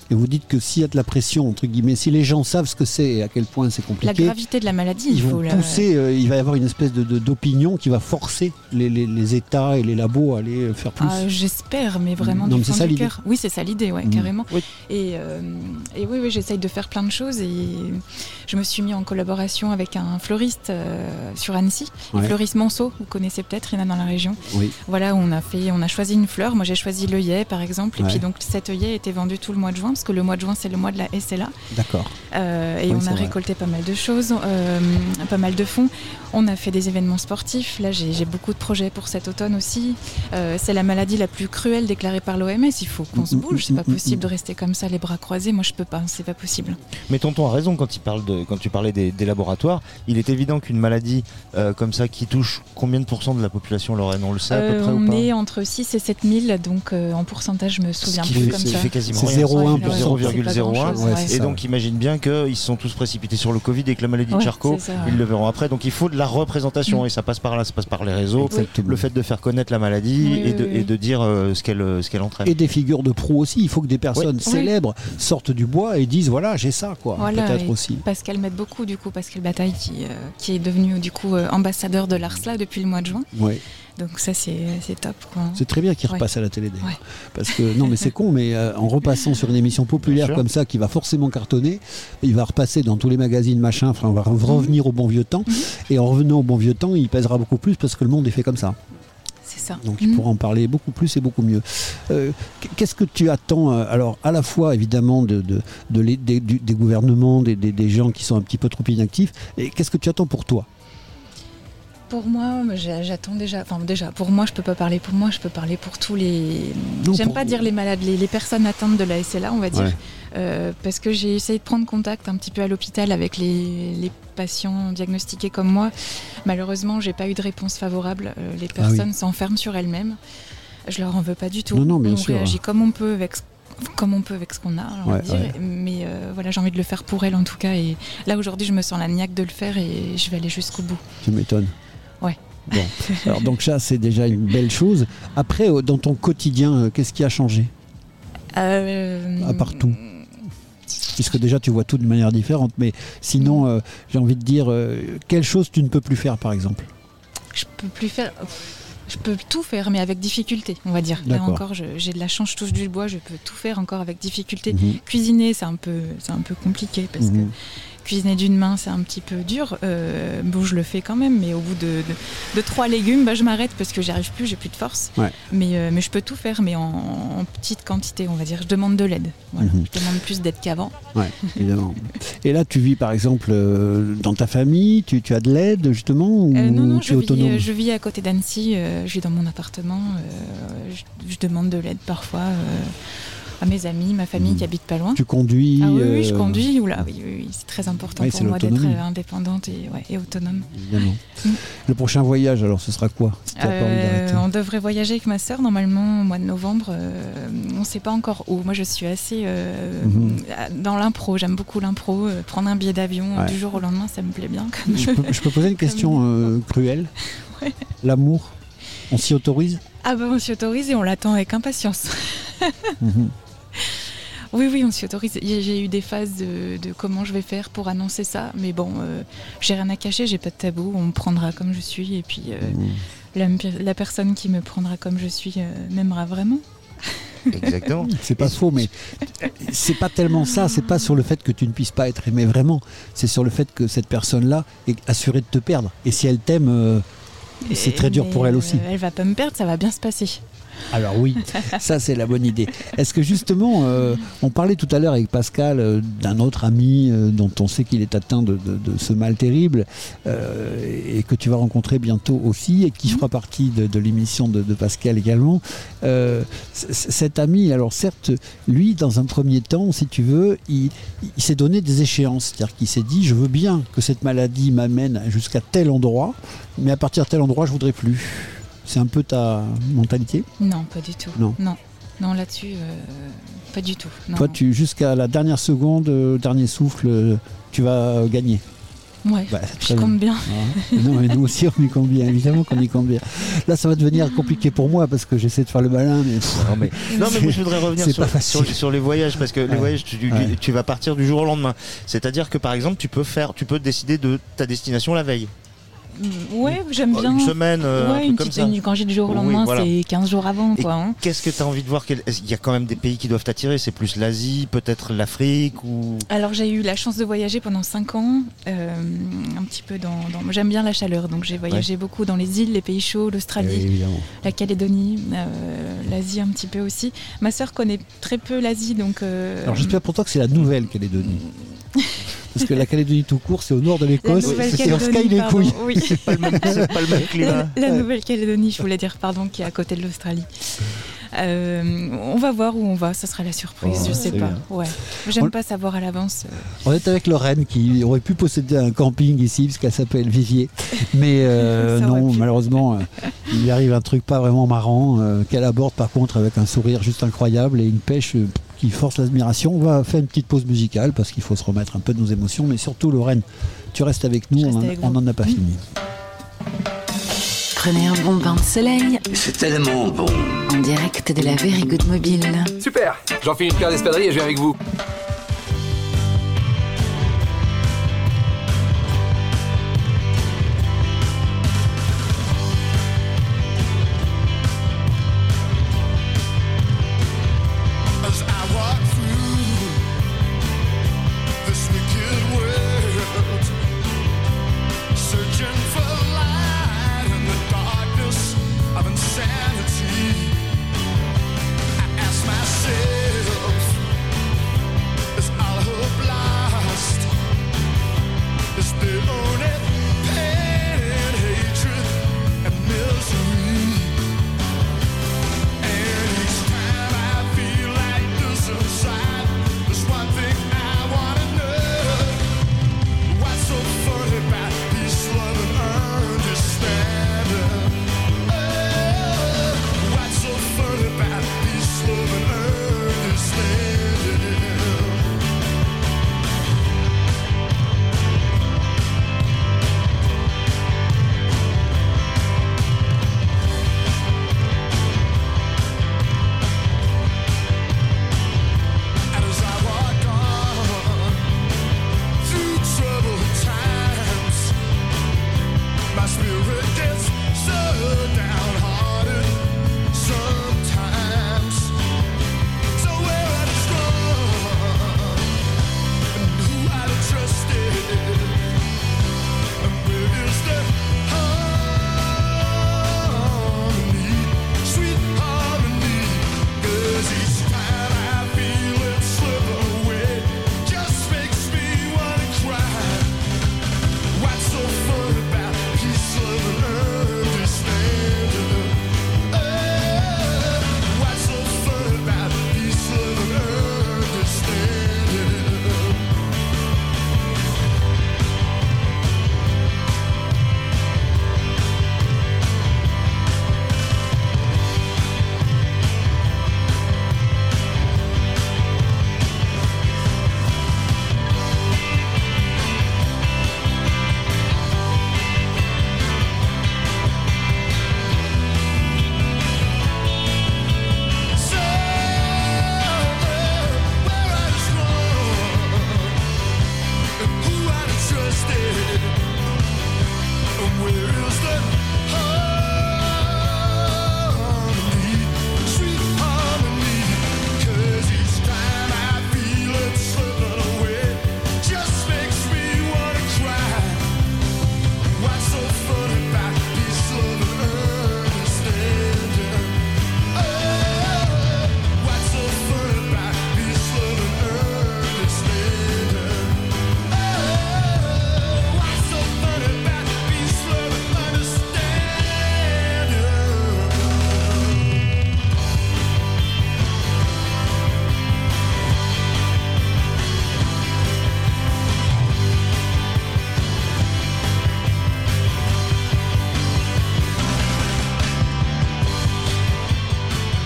Et vous dites que s'il y a de la pression, entre guillemets, si les gens savent ce que c'est et à quel point c'est compliqué... La gravité de la maladie, ils il vont faut... pousser, La... euh, il va y avoir une espèce de, de, d'opinion qui va forcer les, les, les États et les labos à aller faire plus. Ah, j'espère, mais vraiment non, du mais fond c'est ça, du l'idée. cœur. Oui, c'est ça l'idée, ouais, mmh. carrément. Oui. Et, euh, et oui, oui, j'essaye de faire plein de choses et je me suis mis en collaboration avec un fleuriste euh, sur Annecy, ouais. le fleuriste Monceau, vous connaissez peut-être, il y en a dans la région. Oui. Voilà, on a, fait, on a choisi une fleur, moi j'ai choisi l'œillet par exemple, et ouais. puis donc cet œillet était vendu tout le mois de juin, parce que le mois de juin c'est le mois de la S L A. D'accord. Euh, et oui, on a récolté vrai. pas mal de choses, euh, pas mal de fonds. On a fait des événements sportifs. Là, j'ai, j'ai beaucoup de projets pour cet automne aussi. Euh, c'est la maladie la plus cruelle déclarée par l'O M S. Il faut qu'on se bouge. C'est pas possible de rester comme ça, les bras croisés. Moi, je peux pas. C'est pas possible. Mais tonton a raison quand il parle de, quand tu parlais des, des laboratoires. Il est évident qu'une maladie euh, comme ça qui touche combien de pourcents de la population, Lorraine, on le sait à peu euh, près on ou pas? est entre six et sept mille. Donc euh, en pourcentage, je me souviens plus fait, comme ça. ça. Fait quasiment c'est zéro virgule zéro un. Ouais, et donc ça. Imagine bien qu'ils se sont tous précipités sur le Covid et que la maladie ouais, de Charcot, ça, ouais. ils le verront après. Donc il faut de la représentation mmh. et ça passe par là, ça passe par les réseaux. Exactement. Le fait de faire connaître la maladie oui, et, de, oui, oui. et de dire euh, ce, qu'elle, ce qu'elle entraîne. Et des figures de proue aussi. Il faut que des personnes oui. célèbres oui. sortent du bois et disent voilà, j'ai ça, quoi. Voilà, peut-être aussi. Pascal m'aide beaucoup, du coup, Pascal Bataille qui, euh, qui est devenu du coup euh, ambassadeur de l'ARSLA depuis le mois de juin. Oui. Donc ça c'est, c'est top quoi. C'est très bien qu'il repasse ouais. à la télé d'ailleurs. Ouais. Parce que non mais c'est con mais euh, en repassant sur une émission populaire comme ça qui va forcément cartonner, il va repasser dans tous les magazines machin, enfin on va revenir mmh. au bon vieux temps mmh. et en revenant au bon vieux temps il pèsera beaucoup plus parce que le monde est fait comme ça. C'est ça. Donc il mmh. pourra en parler beaucoup plus et beaucoup mieux. Euh, qu'est-ce que tu attends euh, alors à la fois évidemment de, de, de les, des, du, des gouvernements, des, des, des gens qui sont un petit peu trop inactifs et qu'est-ce que tu attends pour toi? Pour moi, j'attends déjà. Enfin, déjà, pour moi, je peux pas parler pour moi, je peux parler pour tous les. Non, J'aime pour... pas dire les malades, les, les personnes atteintes de la S L A, on va dire. Ouais. Euh, parce que j'ai essayé de prendre contact un petit peu à l'hôpital avec les, les patients diagnostiqués comme moi. Malheureusement, j'ai pas eu de réponse favorable. Euh, les personnes ah oui. s'enferment sur elles-mêmes. Je leur en veux pas du tout. Non, non, bien on sûr. réagit comme on peut avec comme on peut avec ce qu'on a, on va ouais, dire. Ouais. Mais euh, voilà, j'ai envie de le faire pour elles en tout cas. Et là, aujourd'hui, je me sens la niaque de le faire et je vais aller jusqu'au bout. Tu m'étonnes. Ouais. Bon. Alors donc ça c'est déjà une belle chose. Après dans ton quotidien, qu'est-ce qui a changé euh... à part tout? Puisque déjà tu vois tout de manière différente, mais sinon euh, j'ai envie de dire euh, quelle chose tu ne peux plus faire par exemple? Je peux plus faire. Je peux tout faire, mais avec difficulté, on va dire. D'accord. Là encore, je, j'ai de la chance, je touche du bois, je peux tout faire encore avec difficulté. Mmh. Cuisiner, c'est un peu, c'est un peu compliqué parce mmh. que cuisiner d'une main, c'est un petit peu dur. Euh, bon, je le fais quand même, mais au bout de, de, de trois légumes, bah, je m'arrête parce que j'y arrive plus, j'ai plus de force. Ouais. Mais, euh, mais je peux tout faire, mais en, en petite quantité, on va dire. Je demande de l'aide. Voilà. Mmh. Je demande plus d'aide qu'avant. Ouais, évidemment. Et là, tu vis par exemple euh, dans ta famille, tu, tu as de l'aide justement ou euh, Non, non, tu je, es vis, autonome? je vis à côté d'Annecy, euh, je vis dans mon appartement. Euh, je, je demande de l'aide parfois. Euh, à mes amis, ma famille mmh. qui habite pas loin. Tu conduis? Ah oui, oui, euh... je conduis. Oula, oui, oui, oui, c'est très important oui, pour moi d'être indépendante et, ouais, et autonome. Évidemment. Mmh. Le prochain voyage, alors, ce sera quoi si euh, On devrait voyager avec ma sœur normalement au mois de novembre. Euh, on ne sait pas encore où. Moi, je suis assez euh, mmh. dans l'impro. J'aime beaucoup l'impro. Euh, prendre un billet d'avion ouais. du jour au lendemain, ça me plaît bien. Comme je, peux, je peux poser une question euh, cruelle. Ouais. L'amour, on s'y autorise? Ah ben, on s'y autorise et on l'attend avec impatience. mmh. Oui, oui, on s'y autorise. J'ai eu des phases de, de comment je vais faire pour annoncer ça. Mais bon, euh, j'ai rien à cacher, j'ai pas de tabou. On me prendra comme je suis. Et puis, euh, mmh. la, la personne qui me prendra comme je suis euh, m'aimera vraiment. Exactement. C'est pas faux, mais c'est pas tellement ça. C'est pas sur le fait que tu ne puisses pas être aimé vraiment. C'est sur le fait que cette personne-là est assurée de te perdre. Et si elle t'aime, euh, c'est très dur pour elle aussi. Euh, elle va pas me perdre, ça va bien se passer. Alors oui, ça c'est la bonne idée. Est-ce que justement, euh, on parlait tout à l'heure avec Pascal euh, d'un autre ami euh, dont on sait qu'il est atteint de, de, de ce mal terrible euh, et que tu vas rencontrer bientôt aussi et qui fera partie de, de l'émission de, de Pascal également. Euh, c- cet ami, alors certes, lui dans un premier temps, si tu veux, il, il s'est donné des échéances. C'est-à-dire qu'il s'est dit, je veux bien que cette maladie m'amène jusqu'à tel endroit, mais à partir de tel endroit, je voudrais plus. C'est un peu ta mentalité? Non, pas du tout. Non, non, non là-dessus, euh, pas du tout. Non, Toi, non. tu, jusqu'à la dernière seconde, euh, dernier souffle, euh, tu vas gagner. Ouais, bah, je compte bien. Ouais. Non, mais nous aussi, on y compte bien, évidemment qu'on y compte bien. Là, ça va devenir compliqué pour moi parce que j'essaie de faire le malin, mais. Non, mais, non, mais moi, je voudrais revenir sur, sur, sur les voyages parce que ouais. les voyages, tu, tu, ouais. tu vas partir du jour au lendemain. C'est-à-dire que par exemple, tu peux faire, tu peux décider de ta destination la veille. Ouais, j'aime bien. Une semaine, euh, ouais, un une comme petite, ça. Une, quand j'ai du jour au lendemain, oui, voilà. c'est quinze jours avant. Quoi, hein. Qu'est-ce que tu as envie de voir? Il y a quand même des pays qui doivent t'attirer. C'est plus l'Asie, peut-être l'Afrique ou... Alors, j'ai eu la chance de voyager pendant cinq ans, euh, un petit peu dans, dans... J'aime bien la chaleur, donc j'ai voyagé ouais. beaucoup dans les îles, les pays chauds, l'Australie, oui, la Calédonie, euh, l'Asie un petit peu aussi. Ma sœur connaît très peu l'Asie, donc... Euh... Alors, j'espère pour toi que c'est la Nouvelle-Calédonie. Parce que la Calédonie tout court, c'est au nord de l'Écosse, c'est en Sky les couilles. Oui. C'est pas le même, c'est pas le même climat. La, la Nouvelle-Calédonie, je voulais dire, pardon, qui est à côté de l'Australie. Euh, on va voir où on va, ça sera la surprise, oh, je sais pas. Ouais. J'aime on... pas savoir à l'avance. Euh... On est avec Lorraine qui aurait pu posséder un camping ici parce qu'elle s'appelle Vivier. Mais euh, non, malheureusement, euh, il lui arrive un truc pas vraiment marrant euh, qu'elle aborde par contre avec un sourire juste incroyable et une pêche euh, qui force l'admiration. On va faire une petite pause musicale parce qu'il faut se remettre un peu de nos émotions. Mais surtout, Lorraine, tu restes avec nous, on n'en a pas mmh. fini. Prenez un bon bain de soleil. C'est tellement bon. En direct de la Very Good Mobile. Super, j'en fais une paire d'espadrilles et je viens avec vous.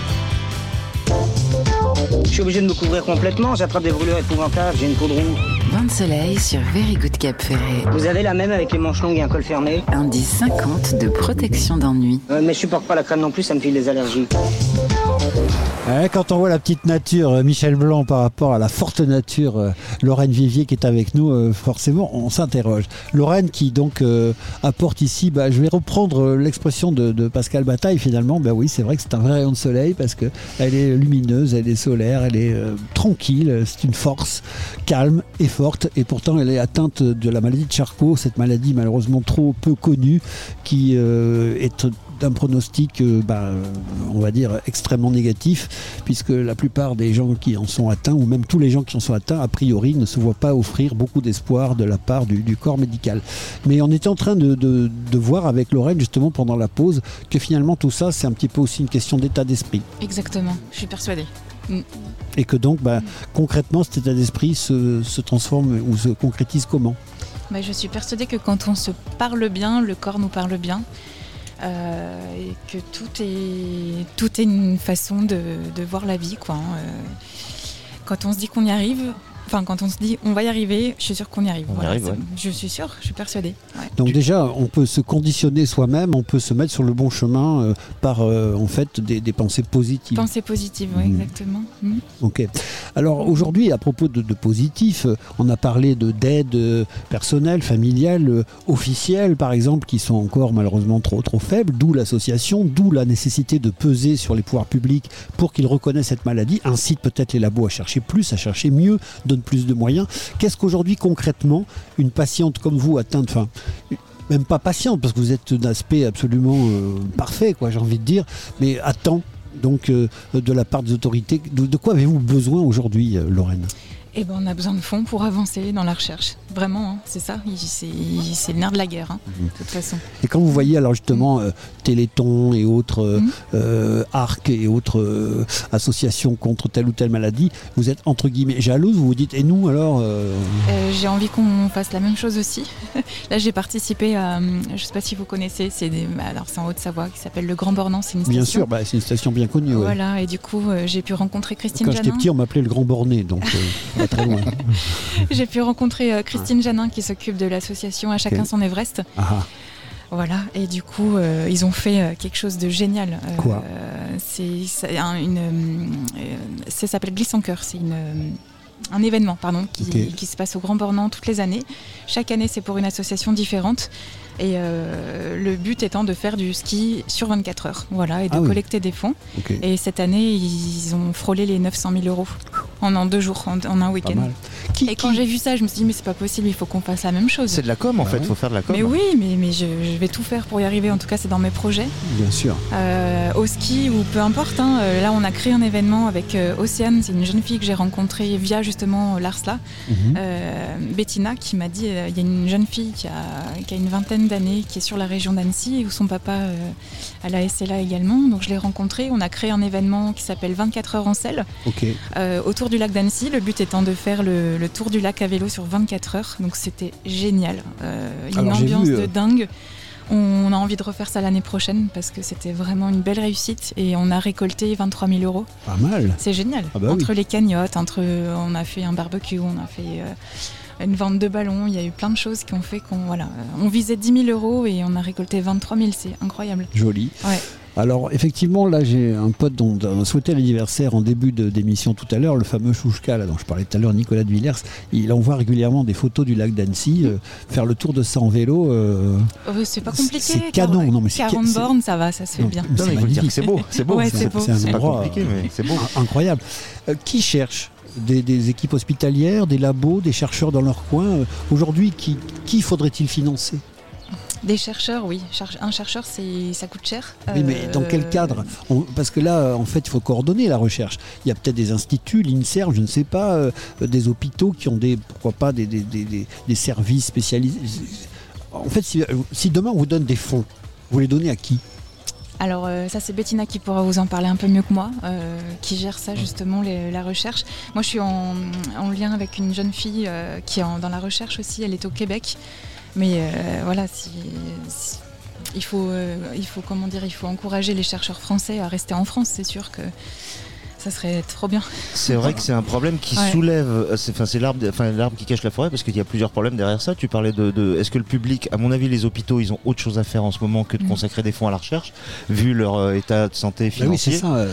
Je suis obligé de me couvrir complètement, j'attrape des brûlures épouvantables, j'ai une peau de roue. Bain de soleil sur Very Good Cap Ferret. Vous avez la même avec les manches longues et un col fermé? Indice cinquante de protection d'ennui. euh, Mais je supporte pas la crème non plus, ça me file des allergies. Ouais, quand on voit la petite nature, euh, Michel Blanc, par rapport à la forte nature, euh, Lorraine Vivier qui est avec nous, euh, forcément, on s'interroge. Lorraine qui donc euh, apporte ici, bah, je vais reprendre euh, l'expression de, de Pascal Bataille finalement, bah oui, c'est vrai que c'est un vrai rayon de soleil parce qu'elle est lumineuse, elle est solaire, elle est euh, tranquille, c'est une force calme et forte, et pourtant elle est atteinte de la maladie de Charcot, cette maladie malheureusement trop peu connue qui euh, est d'un pronostic, euh, bah, on va dire, extrêmement négatif, puisque la plupart des gens qui en sont atteints, ou même tous les gens qui en sont atteints, a priori, ne se voient pas offrir beaucoup d'espoir de la part du, du corps médical. Mais on était en train de, de, de voir avec Lorraine, justement, pendant la pause, que finalement, tout ça, c'est un petit peu aussi une question d'état d'esprit. Exactement, je suis persuadée. Mm. Et que donc, bah, concrètement, cet état d'esprit se, se transforme ou se concrétise comment ? Bah, je suis persuadée que quand on se parle bien, le corps nous parle bien. Euh, et que tout est, tout est une façon de, de voir la vie, quoi. Euh, quand on se dit qu'on y arrive, enfin quand on se dit on va y arriver, je suis sûre qu'on y arrive. On y Voilà, arrive, ouais. Je suis sûre, je suis persuadée. Ouais. Donc déjà, on peut se conditionner soi-même, on peut se mettre sur le bon chemin euh, par euh, en fait des, des pensées positives. Pensée positive, oui, Mmh. exactement. Mmh. Ok. Alors aujourd'hui, à propos de, de positif, euh, on a parlé de d'aide euh, personnelle, familiale, euh, officielle, par exemple, qui sont encore malheureusement trop trop faibles. D'où l'association, d'où la nécessité de peser sur les pouvoirs publics pour qu'ils reconnaissent cette maladie, incite peut-être les labos à chercher plus, à chercher mieux, donne plus de moyens. Qu'est-ce qu'aujourd'hui concrètement une patiente comme vous atteinte, enfin même pas patiente parce que vous êtes d'un aspect absolument euh, parfait, quoi, j'ai envie de dire, mais attend donc euh, de la part des autorités. De, de quoi avez-vous besoin aujourd'hui, euh, Lorraine ? Eh ben, on a besoin de fonds pour avancer dans la recherche. Vraiment, hein, c'est ça. C'est, c'est le nerf de la guerre, hein, de toute façon. Et quand vous voyez alors justement euh, Téléthon et autres euh, Mmh. euh, ARC et autres euh, associations contre telle ou telle maladie, vous êtes entre guillemets jalouse, vous vous dites et nous alors euh... Euh, J'ai envie qu'on fasse la même chose aussi. Là, j'ai participé à, je ne sais pas si vous connaissez, c'est, des, alors, c'est en Haute-Savoie, qui s'appelle le Grand Bornand. C'est une Bien station. sûr, bah, c'est une station bien connue. Ouais. Voilà, et du coup, euh, j'ai pu rencontrer Christine Quand Janin. j'étais petit, on m'appelait le Grand Borné, donc euh, pas très loin. J'ai pu rencontrer euh, Christine Janin qui s'occupe de l'association À chacun Ok. son Everest. Ah. Voilà, et du coup, euh, ils ont fait euh, quelque chose de génial. Euh, Quoi c'est, c'est un, une, euh, ça s'appelle Glisse en cœur. C'est une, euh, un événement, pardon, qui, Ok. qui se passe au Grand Bornand toutes les années. Chaque année, c'est pour une association différente. Et euh, le but étant de faire du ski sur vingt-quatre heures, voilà, et de Ah oui. collecter des fonds. Ok. Et cette année, ils ont frôlé les neuf cent mille euros en, en deux jours, en, en un week-end. mal. Qui- et quand j'ai vu ça, je me suis dit, mais c'est pas possible, il faut qu'on fasse la même chose. C'est de la com en Bah fait, ouais. il faut faire de la com. Mais oui, mais, mais je, je vais tout faire pour y arriver. En tout cas, c'est dans mes projets. Bien sûr. Euh, au ski ou peu importe. Hein, euh, là, on a créé un événement avec euh, Océane. C'est une jeune fille que j'ai rencontrée via justement l'Arsla. Mhm. Euh, Bettina, qui m'a dit euh, il y a une jeune fille qui a, qui a une vingtaine d'années, qui est sur la région d'Annecy, où son papa euh, a la S L A également. Donc, je l'ai rencontrée. On a créé un événement qui s'appelle vingt-quatre heures en selle Ok. euh, autour du lac d'Annecy. Le but étant de faire le, le tour du lac à vélo sur vingt-quatre heures. Donc, c'était génial. Euh, une Alors, j'ai ambiance vu, euh, de dingue. On a envie de refaire ça l'année prochaine parce que c'était vraiment une belle réussite et on a récolté vingt-trois mille euros. Pas mal. C'est génial. Ah bah entre oui. les cagnottes, entre, on a fait un barbecue, on a fait euh, une vente de ballons. Il y a eu plein de choses qui ont fait qu'on voilà, euh, on visait dix mille euros et on a récolté vingt-trois mille. C'est incroyable. Joli. Ouais. Alors effectivement, là j'ai un pote dont on souhaitait l'anniversaire en début de, d'émission tout à l'heure, le fameux Chouchka là, dont je parlais tout à l'heure, Nicolas de Villers. Il envoie régulièrement des photos du lac d'Annecy. Euh, faire le tour de ça en vélo, euh, Euh, c'est pas compliqué. c'est canon. Non, mais c'est quarante c'est- bornes, ça va, ça se fait Non, bien. c'est Non, mais il faut le dire que magnifique. c'est beau, c'est beau. Ouais, c'est c'est beau. C'est un C'est pas endroit compliqué, mais c'est beau. euh, incroyable. Euh, qui cherche des, des équipes hospitalières, des labos, des chercheurs dans leur coin euh, aujourd'hui, qui, qui faudrait-il financer? Des chercheurs, oui. Cher- Un chercheur, c'est, ça coûte cher. Oui, mais dans quel Euh, cadre? On- Parce que là, en fait, il faut coordonner la recherche. Il y a peut-être des instituts, l'INSERM, je ne sais pas, euh, des hôpitaux qui ont des, pourquoi pas, des, des, des, des- des services spécialisés. En fait, si, si demain on vous donne des fonds, vous les donnez à qui? Alors euh, ça c'est Bettina qui pourra vous en parler un peu mieux que moi, euh, qui gère ça justement, les- la recherche. Moi je suis en, en lien avec une jeune fille euh, qui est en- dans la recherche aussi, elle est au Québec. Mais euh, voilà, si, si- il, faut, euh, il faut comment dire, il faut encourager les chercheurs français à rester en France, c'est sûr que Ça serait trop bien. C'est vrai que c'est un problème qui ouais. soulève, c'est, enfin, c'est l'arbre, enfin, l'arbre qui cache la forêt, parce qu'il y a plusieurs problèmes derrière ça. Tu parlais de, de, est-ce que le public, à mon avis, les hôpitaux, ils ont autre chose à faire en ce moment que de mmh. consacrer des fonds à la recherche, vu leur euh, état de santé financier. Bah oui, c'est ça. Euh,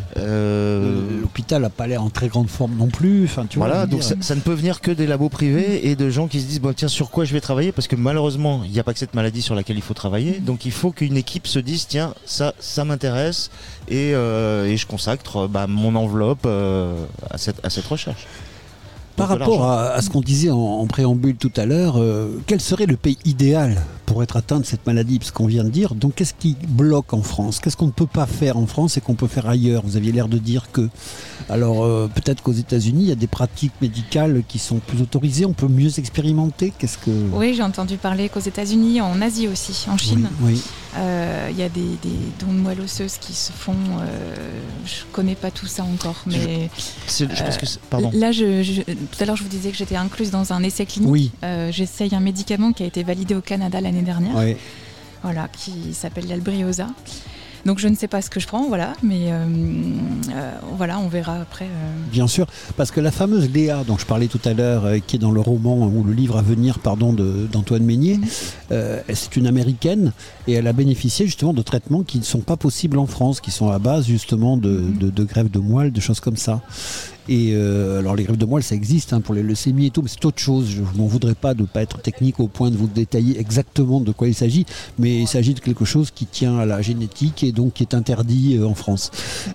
euh, l'hôpital n'a pas l'air en très grande forme non plus. Enfin, tu voilà, vois, donc ça, ça ne peut venir que des labos privés et de gens qui se disent, bon, tiens, sur quoi je vais travailler, parce que malheureusement, il n'y a pas que cette maladie sur laquelle il faut travailler. Mmh. Donc il faut qu'une équipe se dise, tiens, ça, ça m'intéresse et, euh, et je consacre bah, mon enveloppe euh, à, cette, à cette recherche. Par Donc, rapport à, à ce qu'on disait en, en préambule tout à l'heure, euh, quel serait le pays idéal pour être atteint de cette maladie, parce qu'on vient de dire, donc qu'est-ce qui bloque en France? Qu'est-ce qu'on ne peut pas faire en France et qu'on peut faire ailleurs? Vous aviez l'air de dire que, alors euh, peut-être qu'aux États-Unis, il y a des pratiques médicales qui sont plus autorisées, on peut mieux expérimenter. Qu'est-ce que... Oui, j'ai entendu parler qu'aux États-Unis, en Asie aussi, en Chine, oui, oui. Euh, y a des, des dons de moelle osseuse qui se font. Euh, je connais pas tout ça encore, mais c'est, je pense que c'est, pardon. Là, je, je, tout à l'heure, je vous disais que j'étais incluse dans un essai clinique. Oui. Euh, j'essaye un médicament qui a été validé au Canada l'année dernière, oui. voilà, qui s'appelle l'Albrioza. Donc je ne sais pas ce que je prends, voilà, mais euh, euh, voilà, on verra après. Euh... Bien sûr, parce que la fameuse Léa dont je parlais tout à l'heure, euh, qui est dans le roman ou le livre à venir, pardon, de, d'Antoine Meignier, mmh. euh, c'est une Américaine et elle a bénéficié justement de traitements qui ne sont pas possibles en France, qui sont à base justement de, mmh. de, de greffe de moelle, de choses comme ça. Et euh, alors les greffes de moelle, ça existe hein, pour les leucémies et tout, mais c'est autre chose. Je n'en voudrais pas de ne pas être technique au point de vous détailler exactement de quoi il s'agit, mais il s'agit de quelque chose qui tient à la génétique et donc qui est interdit euh, en France.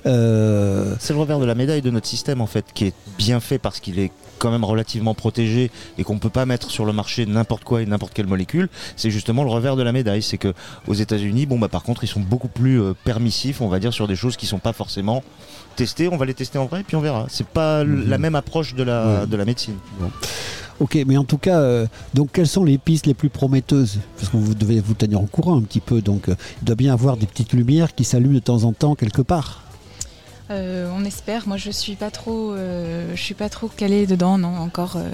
Euh... C'est le revers de la médaille de notre système en fait, qui est bien fait parce qu'il est quand même relativement protégé et qu'on ne peut pas mettre sur le marché n'importe quoi et n'importe quelle molécule. C'est justement le revers de la médaille, c'est que aux États-Unis, bon bah par contre ils sont beaucoup plus euh, permissifs, on va dire, sur des choses qui sont pas forcément testées. On va les tester en vrai et puis on verra. C'est pas mmh. la même approche de la ouais. de la médecine. Bon. Ok, mais en tout cas, euh, donc quelles sont les pistes les plus prometteuses? Parce que vous devez vous tenir au courant un petit peu, donc euh, il doit bien y avoir des petites lumières qui s'allument de temps en temps quelque part. Euh, on espère. Moi, je suis pas trop, euh, je suis pas trop calée dedans, non, encore. Euh,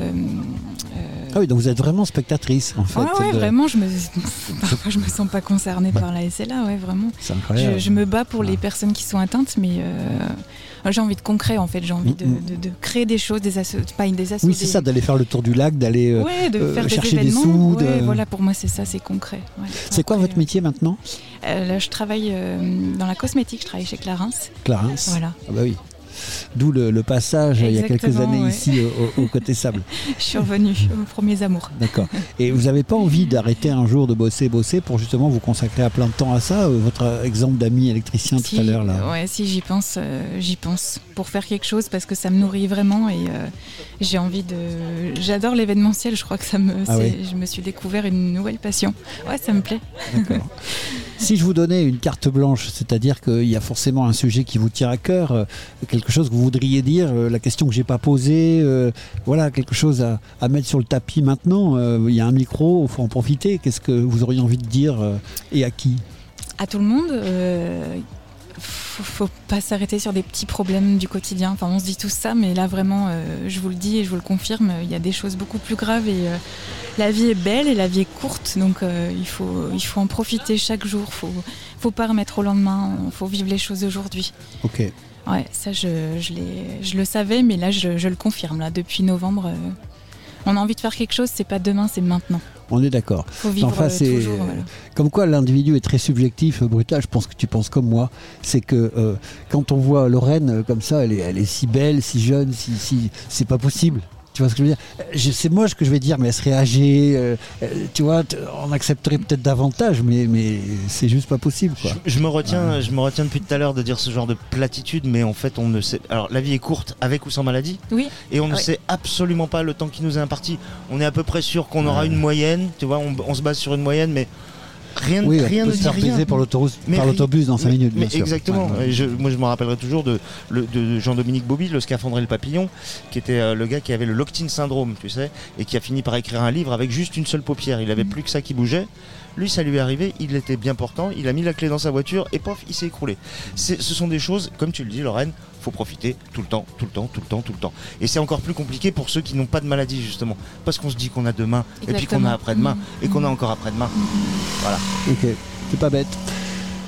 euh... Ah oui, donc vous êtes vraiment spectatrice, en fait. Ah ouais, de... vraiment. Je me, parfois, je me sens pas concernée bah. par la S L A, ouais, vraiment. C'est incroyable. Je, je me bats pour ah. les personnes qui sont atteintes, mais euh, j'ai envie de concret, en fait. J'ai envie de, de, de créer des choses, des assos, pas des assos. Oui, c'est des... ça, d'aller faire le tour du lac, d'aller euh, ouais, de euh, faire chercher des, événements, des sous. Ouais, de... voilà, pour moi, c'est ça, c'est concret. Ouais. C'est Après, quoi votre métier maintenant? euh, Là, je travaille euh, dans la cosmétique. Je travaille chez Clarins. Clarins. Voilà. Ah bah oui. D'où le, le passage Exactement, il y a quelques années ouais. ici au, au côté sable. Je suis revenue aux premiers amours. D'accord. Et vous n'avez pas envie d'arrêter un jour de bosser, bosser pour justement vous consacrer à plein de temps à ça? Votre exemple d'ami électricien si, tout à l'heure là. Ouais, si j'y pense, euh, j'y pense pour faire quelque chose parce que ça me nourrit vraiment et euh, j'ai envie de. J'adore l'événementiel. Je crois que ça me. Ah oui. Je me suis découvert une nouvelle passion. Ouais, ça me plaît. D'accord. Si je vous donnais une carte blanche, c'est-à-dire qu'il y a forcément un sujet qui vous tient à cœur, euh, quelque chose que vous voudriez dire, euh, la question que j'ai pas posée, euh, voilà, quelque chose à, à mettre sur le tapis maintenant, euh, il y a un micro, il faut en profiter. Qu'est-ce que vous auriez envie de dire euh, et à qui? À tout le monde. Euh... Faut, faut pas s'arrêter sur des petits problèmes du quotidien. Enfin, on se dit tout ça, mais là vraiment, euh, je vous le dis et je vous le confirme, il y a des choses beaucoup plus graves et euh, la vie est belle et la vie est courte, donc euh, il faut, il faut en profiter chaque jour. Faut, faut pas remettre au lendemain. Faut vivre les choses aujourd'hui. Ok. Ouais, ça je, je, l'ai, je le savais, mais là je, je le confirme. Là, depuis novembre, euh, on a envie de faire quelque chose. C'est pas demain, c'est maintenant. On est d'accord. Faut vivre enfin, c'est toujours, voilà. Comme quoi l'individu est très subjectif, brutal. Je pense que tu penses comme moi. C'est que euh, quand on voit Lorraine euh, comme ça, elle est, elle est si belle, si jeune, si, si c'est pas possible. Tu vois ce que je veux dire? je, C'est moche ce que je vais dire, mais elle serait âgée. Euh, tu vois, t- on accepterait peut-être davantage, mais, mais c'est juste pas possible. Quoi. Je, je, me retiens, ouais. je me retiens depuis tout à l'heure de dire ce genre de platitude, mais en fait, on ne sait. Alors, la vie est courte, avec ou sans maladie. Oui. Et on ne oui. sait absolument pas le temps qui nous est imparti. On est à peu près sûr qu'on aura ouais. une moyenne. Tu vois, on, on se base sur une moyenne, mais. Rien, oui, rien on ne peut dit se faire rien. baiser par l'autobus, par l'autobus dans cinq minutes, bien mais sûr. Exactement. Ouais, ouais. Je, moi, je me rappellerai toujours de, de, de Jean-Dominique Bobby, le scaphandre et le papillon, qui était euh, le gars qui avait le Lockton syndrome, tu sais, et qui a fini par écrire un livre avec juste une seule paupière. Il avait mmh. plus que ça qui bougeait. Lui, ça lui est arrivé, il était bien portant, il a mis la clé dans sa voiture et pof, il s'est écroulé. C'est, ce sont des choses, comme tu le dis, Lorraine, faut profiter tout le temps, tout le temps, tout le temps, tout le temps. Et c'est encore plus compliqué pour ceux qui n'ont pas de maladie, justement, parce qu'on se dit qu'on a demain, Exactement. et puis qu'on a après-demain, mmh. et qu'on a encore après-demain. Mmh. Voilà. Ok, c'est pas bête.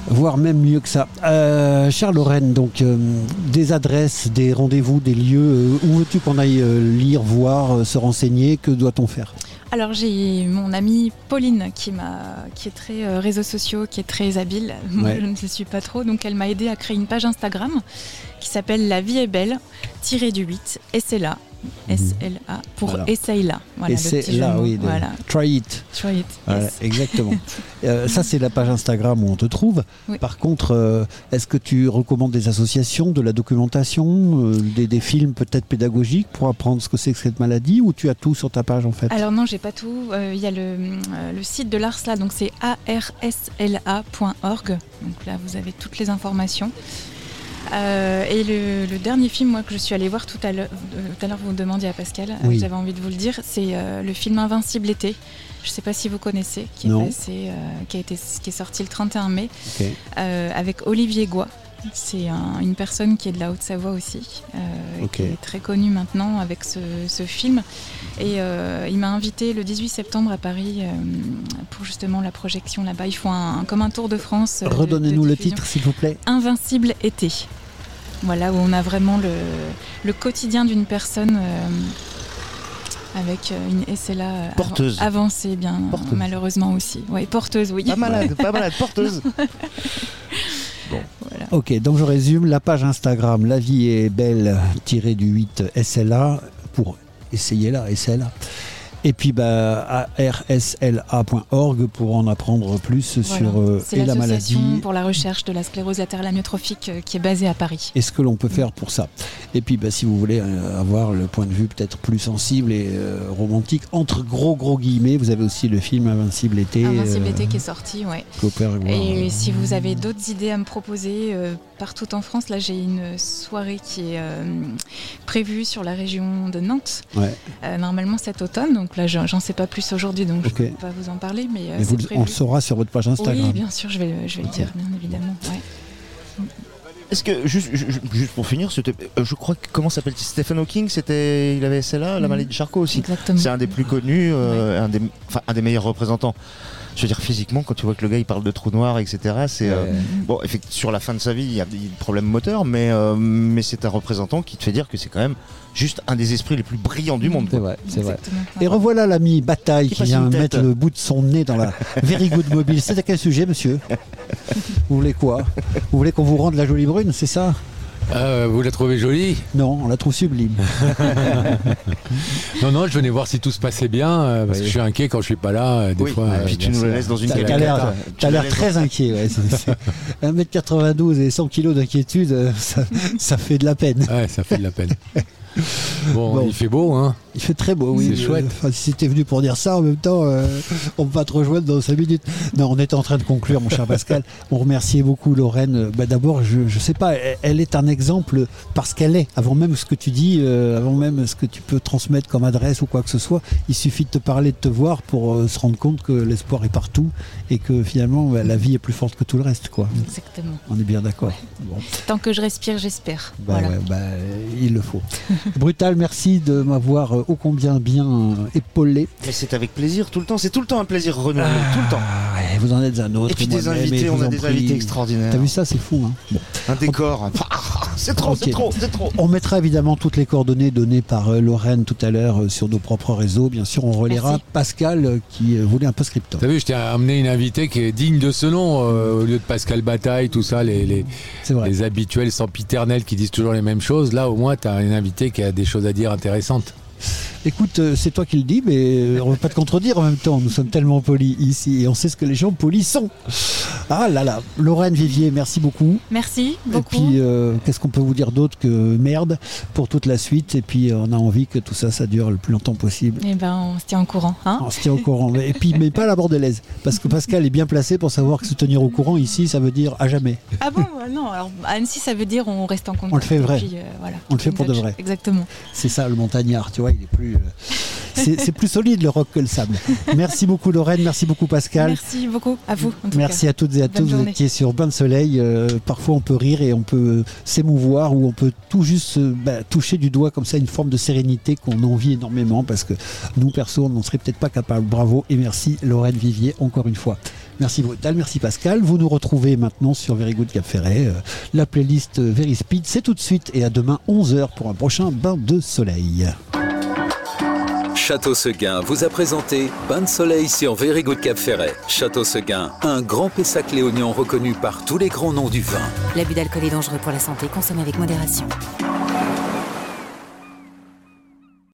Voire même mieux que ça. Euh, chère Lorraine, donc euh, des adresses, des rendez-vous, des lieux, euh, où veux-tu qu'on aille euh, lire, voir, euh, se renseigner? Que doit-on faire? Alors j'ai mon amie Pauline qui, m'a, qui est très euh, réseaux sociaux, qui est très habile. Moi ouais. je ne le suis pas trop, donc elle m'a aidé à créer une page Instagram qui s'appelle La vie est belle, tiré du huit, et c'est là. S L A pour voilà. Essaye-la. Voilà, Essaye-la, oui. De... Voilà. Try it. Try it. Voilà, yes. Exactement. euh, ça, c'est la page Instagram où on te trouve. Oui. Par contre, euh, est-ce que tu recommandes des associations, de la documentation, euh, des, des films peut-être pédagogiques pour apprendre ce que c'est que cette maladie, ou tu as tout sur ta page en fait? Alors non, j'ai pas tout. Il euh, y a le, euh, le site de l'ARSLA, donc c'est A R S L A point org. Donc là, vous avez toutes les informations. Euh, et le, le dernier film moi, que je suis allée voir tout à l'heure, tout à l'heure vous me demandiez à Pascal, oui. euh, j'avais envie de vous le dire, c'est euh, le film Invincible été. Je ne sais pas si vous connaissez, qui est, passé, euh, qui, a été, qui est sorti le trente et un mai, okay. euh, avec Olivier Goy. C'est un, une personne qui est de la Haute-Savoie aussi, euh, okay. qui est très connue maintenant avec ce, ce film. Et euh, il m'a invité le dix-huit septembre à Paris euh, pour justement la projection là-bas. Ils font un, comme un tour de France. Redonnez-nous le titre, s'il vous plaît. Invincible été. Voilà, où on a vraiment le, le quotidien d'une personne euh, avec une S L A porteuse. Av- avancée, bien porteuse. Malheureusement aussi. Oui, porteuse, oui. Pas malade, pas malade, porteuse. Bon. Voilà. Ok, donc je résume, la page Instagram, la vie est belle, tiré du huit S L A, pour essayer là, S L A. Et puis bah, A R S L A point org pour en apprendre plus voilà. sur euh, et la maladie. C'est pour la recherche de la sclérose latérale amyotrophique euh, qui est basée à Paris. Et ce que l'on peut faire pour ça. Et puis bah, si vous voulez euh, avoir le point de vue peut-être plus sensible et euh, romantique, entre gros gros guillemets, vous avez aussi le film Invincible été. Invincible euh, été qui est sorti, ouais. Et si vous avez d'autres idées à me proposer euh, partout en France, là j'ai une soirée qui est euh, prévue sur la région de Nantes, ouais. euh, normalement cet automne, donc là j'en sais pas plus aujourd'hui, donc okay. je ne peux pas vous en parler, mais, euh, mais vous, on le saura sur votre page Instagram. Oui, bien sûr, je vais, je vais okay. le dire, bien évidemment. Ouais. Est-ce que, juste, juste pour finir, c'était, je crois que, comment s'appelle-t-il, Stephen Hawking, c'était, il avait S L A, la maladie de Charcot aussi. Exactement. C'est un des plus connus, euh, ouais. un, des, enfin, un des meilleurs représentants. Je veux dire, physiquement, quand tu vois que le gars il parle de trou noir, et cetera, c'est. Ouais. Euh, bon, effectivement, sur la fin de sa vie, il y a des problèmes moteurs, mais, euh, mais c'est un représentant qui te fait dire que c'est quand même juste un des esprits les plus brillants du monde. C'est vrai, c'est vrai. Et revoilà l'ami Bataille qui, qui vient mettre le bout de son nez dans la Very Good Mobile. C'est à quel sujet, monsieur? Vous voulez quoi? Vous voulez qu'on vous rende la jolie brune, c'est ça? Euh, vous la trouvez jolie? Non, on la trouve sublime. non, non, je venais voir si tout se passait bien, euh, parce oui. que je suis inquiet quand je suis pas là. Euh, des oui. fois, et puis euh, tu nous la laisses dans une caméra. Tu as l'air, l'air très inquiet. Ouais, c'est, c'est un mètre quatre-vingt-douze et cent kilos d'inquiétude, ça, ça fait de la peine. Ouais, ça fait de la peine. Bon, bon, il fait beau, hein. Il fait très beau, oui. C'est chouette. Enfin, si t'es venu pour dire ça, en même temps, euh, on va te rejoindre dans cinq minutes. Non, on est en train de conclure, mon cher Pascal. On remerciait beaucoup Lorraine. Bah, d'abord, je, je sais pas, elle est un exemple parce qu'elle est. Avant même ce que tu dis, euh, avant même ce que tu peux transmettre comme adresse ou quoi que ce soit, il suffit de te parler, de te voir pour euh, se rendre compte que l'espoir est partout et que finalement, bah, la vie est plus forte que tout le reste, quoi. Exactement. On est bien d'accord. Ouais. Bon. Tant que je respire, j'espère. Bah, voilà. ouais, bah, il le faut. Brutal, merci de m'avoir ô combien bien épaulé. Mais c'est avec plaisir tout le temps, c'est tout le temps un plaisir renouvelé, ah, tout le temps. Ouais, vous en êtes un autre. Et puis des invités, on a des prie. invités extraordinaires. T'as vu ça, c'est fou. Hein bon. Un décor, c'est trop, okay. c'est trop, c'est trop. On mettra évidemment toutes les coordonnées données par euh, Lorraine tout à l'heure euh, sur nos propres réseaux. Bien sûr, on relaiera Merci. Pascal euh, qui euh, voulait un peu scripteur. T'as vu, je t'ai amené une invitée qui est digne de ce nom, euh, au lieu de Pascal Bataille, tout ça, les, les, les habituels sempiternels qui disent toujours les mêmes choses. Là, au moins, t'as une invitée qui a des choses à dire intéressantes. Écoute, c'est toi qui le dis, mais on ne veut pas te contredire en même temps. Nous sommes tellement polis ici et on sait ce que les gens polis sont. Ah là là, Lorraine Vivier, merci beaucoup. Merci beaucoup. Et puis, euh, qu'est-ce qu'on peut vous dire d'autre que merde pour toute la suite? Et puis, on a envie que tout ça, ça dure le plus longtemps possible. Eh ben, on se tient au courant. Hein on se tient au courant. Et puis, mais pas la bordelaise. Parce que Pascal est bien placé pour savoir que se tenir au courant ici, ça veut dire à jamais. Ah bon? Non, alors à Annecy, ça veut dire on reste en contact. On le fait vrai. Puis, euh, voilà. On le fait pour de vrai. Exactement. C'est ça le montagnard, tu vois. il est plus... Euh, c'est, c'est plus solide le rock que le sable. Merci beaucoup Lorraine, merci beaucoup Pascal. Merci beaucoup à vous. En tout merci cas. à toutes et à Bonne tous. journée. Vous étiez sur Bain de Soleil. Euh, parfois on peut rire et on peut s'émouvoir ou on peut tout juste euh, bah, toucher du doigt comme ça une forme de sérénité qu'on envie énormément parce que nous perso on n'en serait peut-être pas capable. Bravo et merci Lorraine Vivier encore une fois. Merci Brutal, merci Pascal. Vous nous retrouvez maintenant sur Very Good Cap Ferret. Euh, la playlist Very Speed, c'est tout de suite et à demain onze heures pour un prochain Bain de Soleil. Château Seguin vous a présenté Bain de Soleil sur Very Good Cap Ferret. Château Seguin, un grand Pessac léognan reconnu par tous les grands noms du vin. L'abus d'alcool est dangereux pour la santé, consommez avec modération.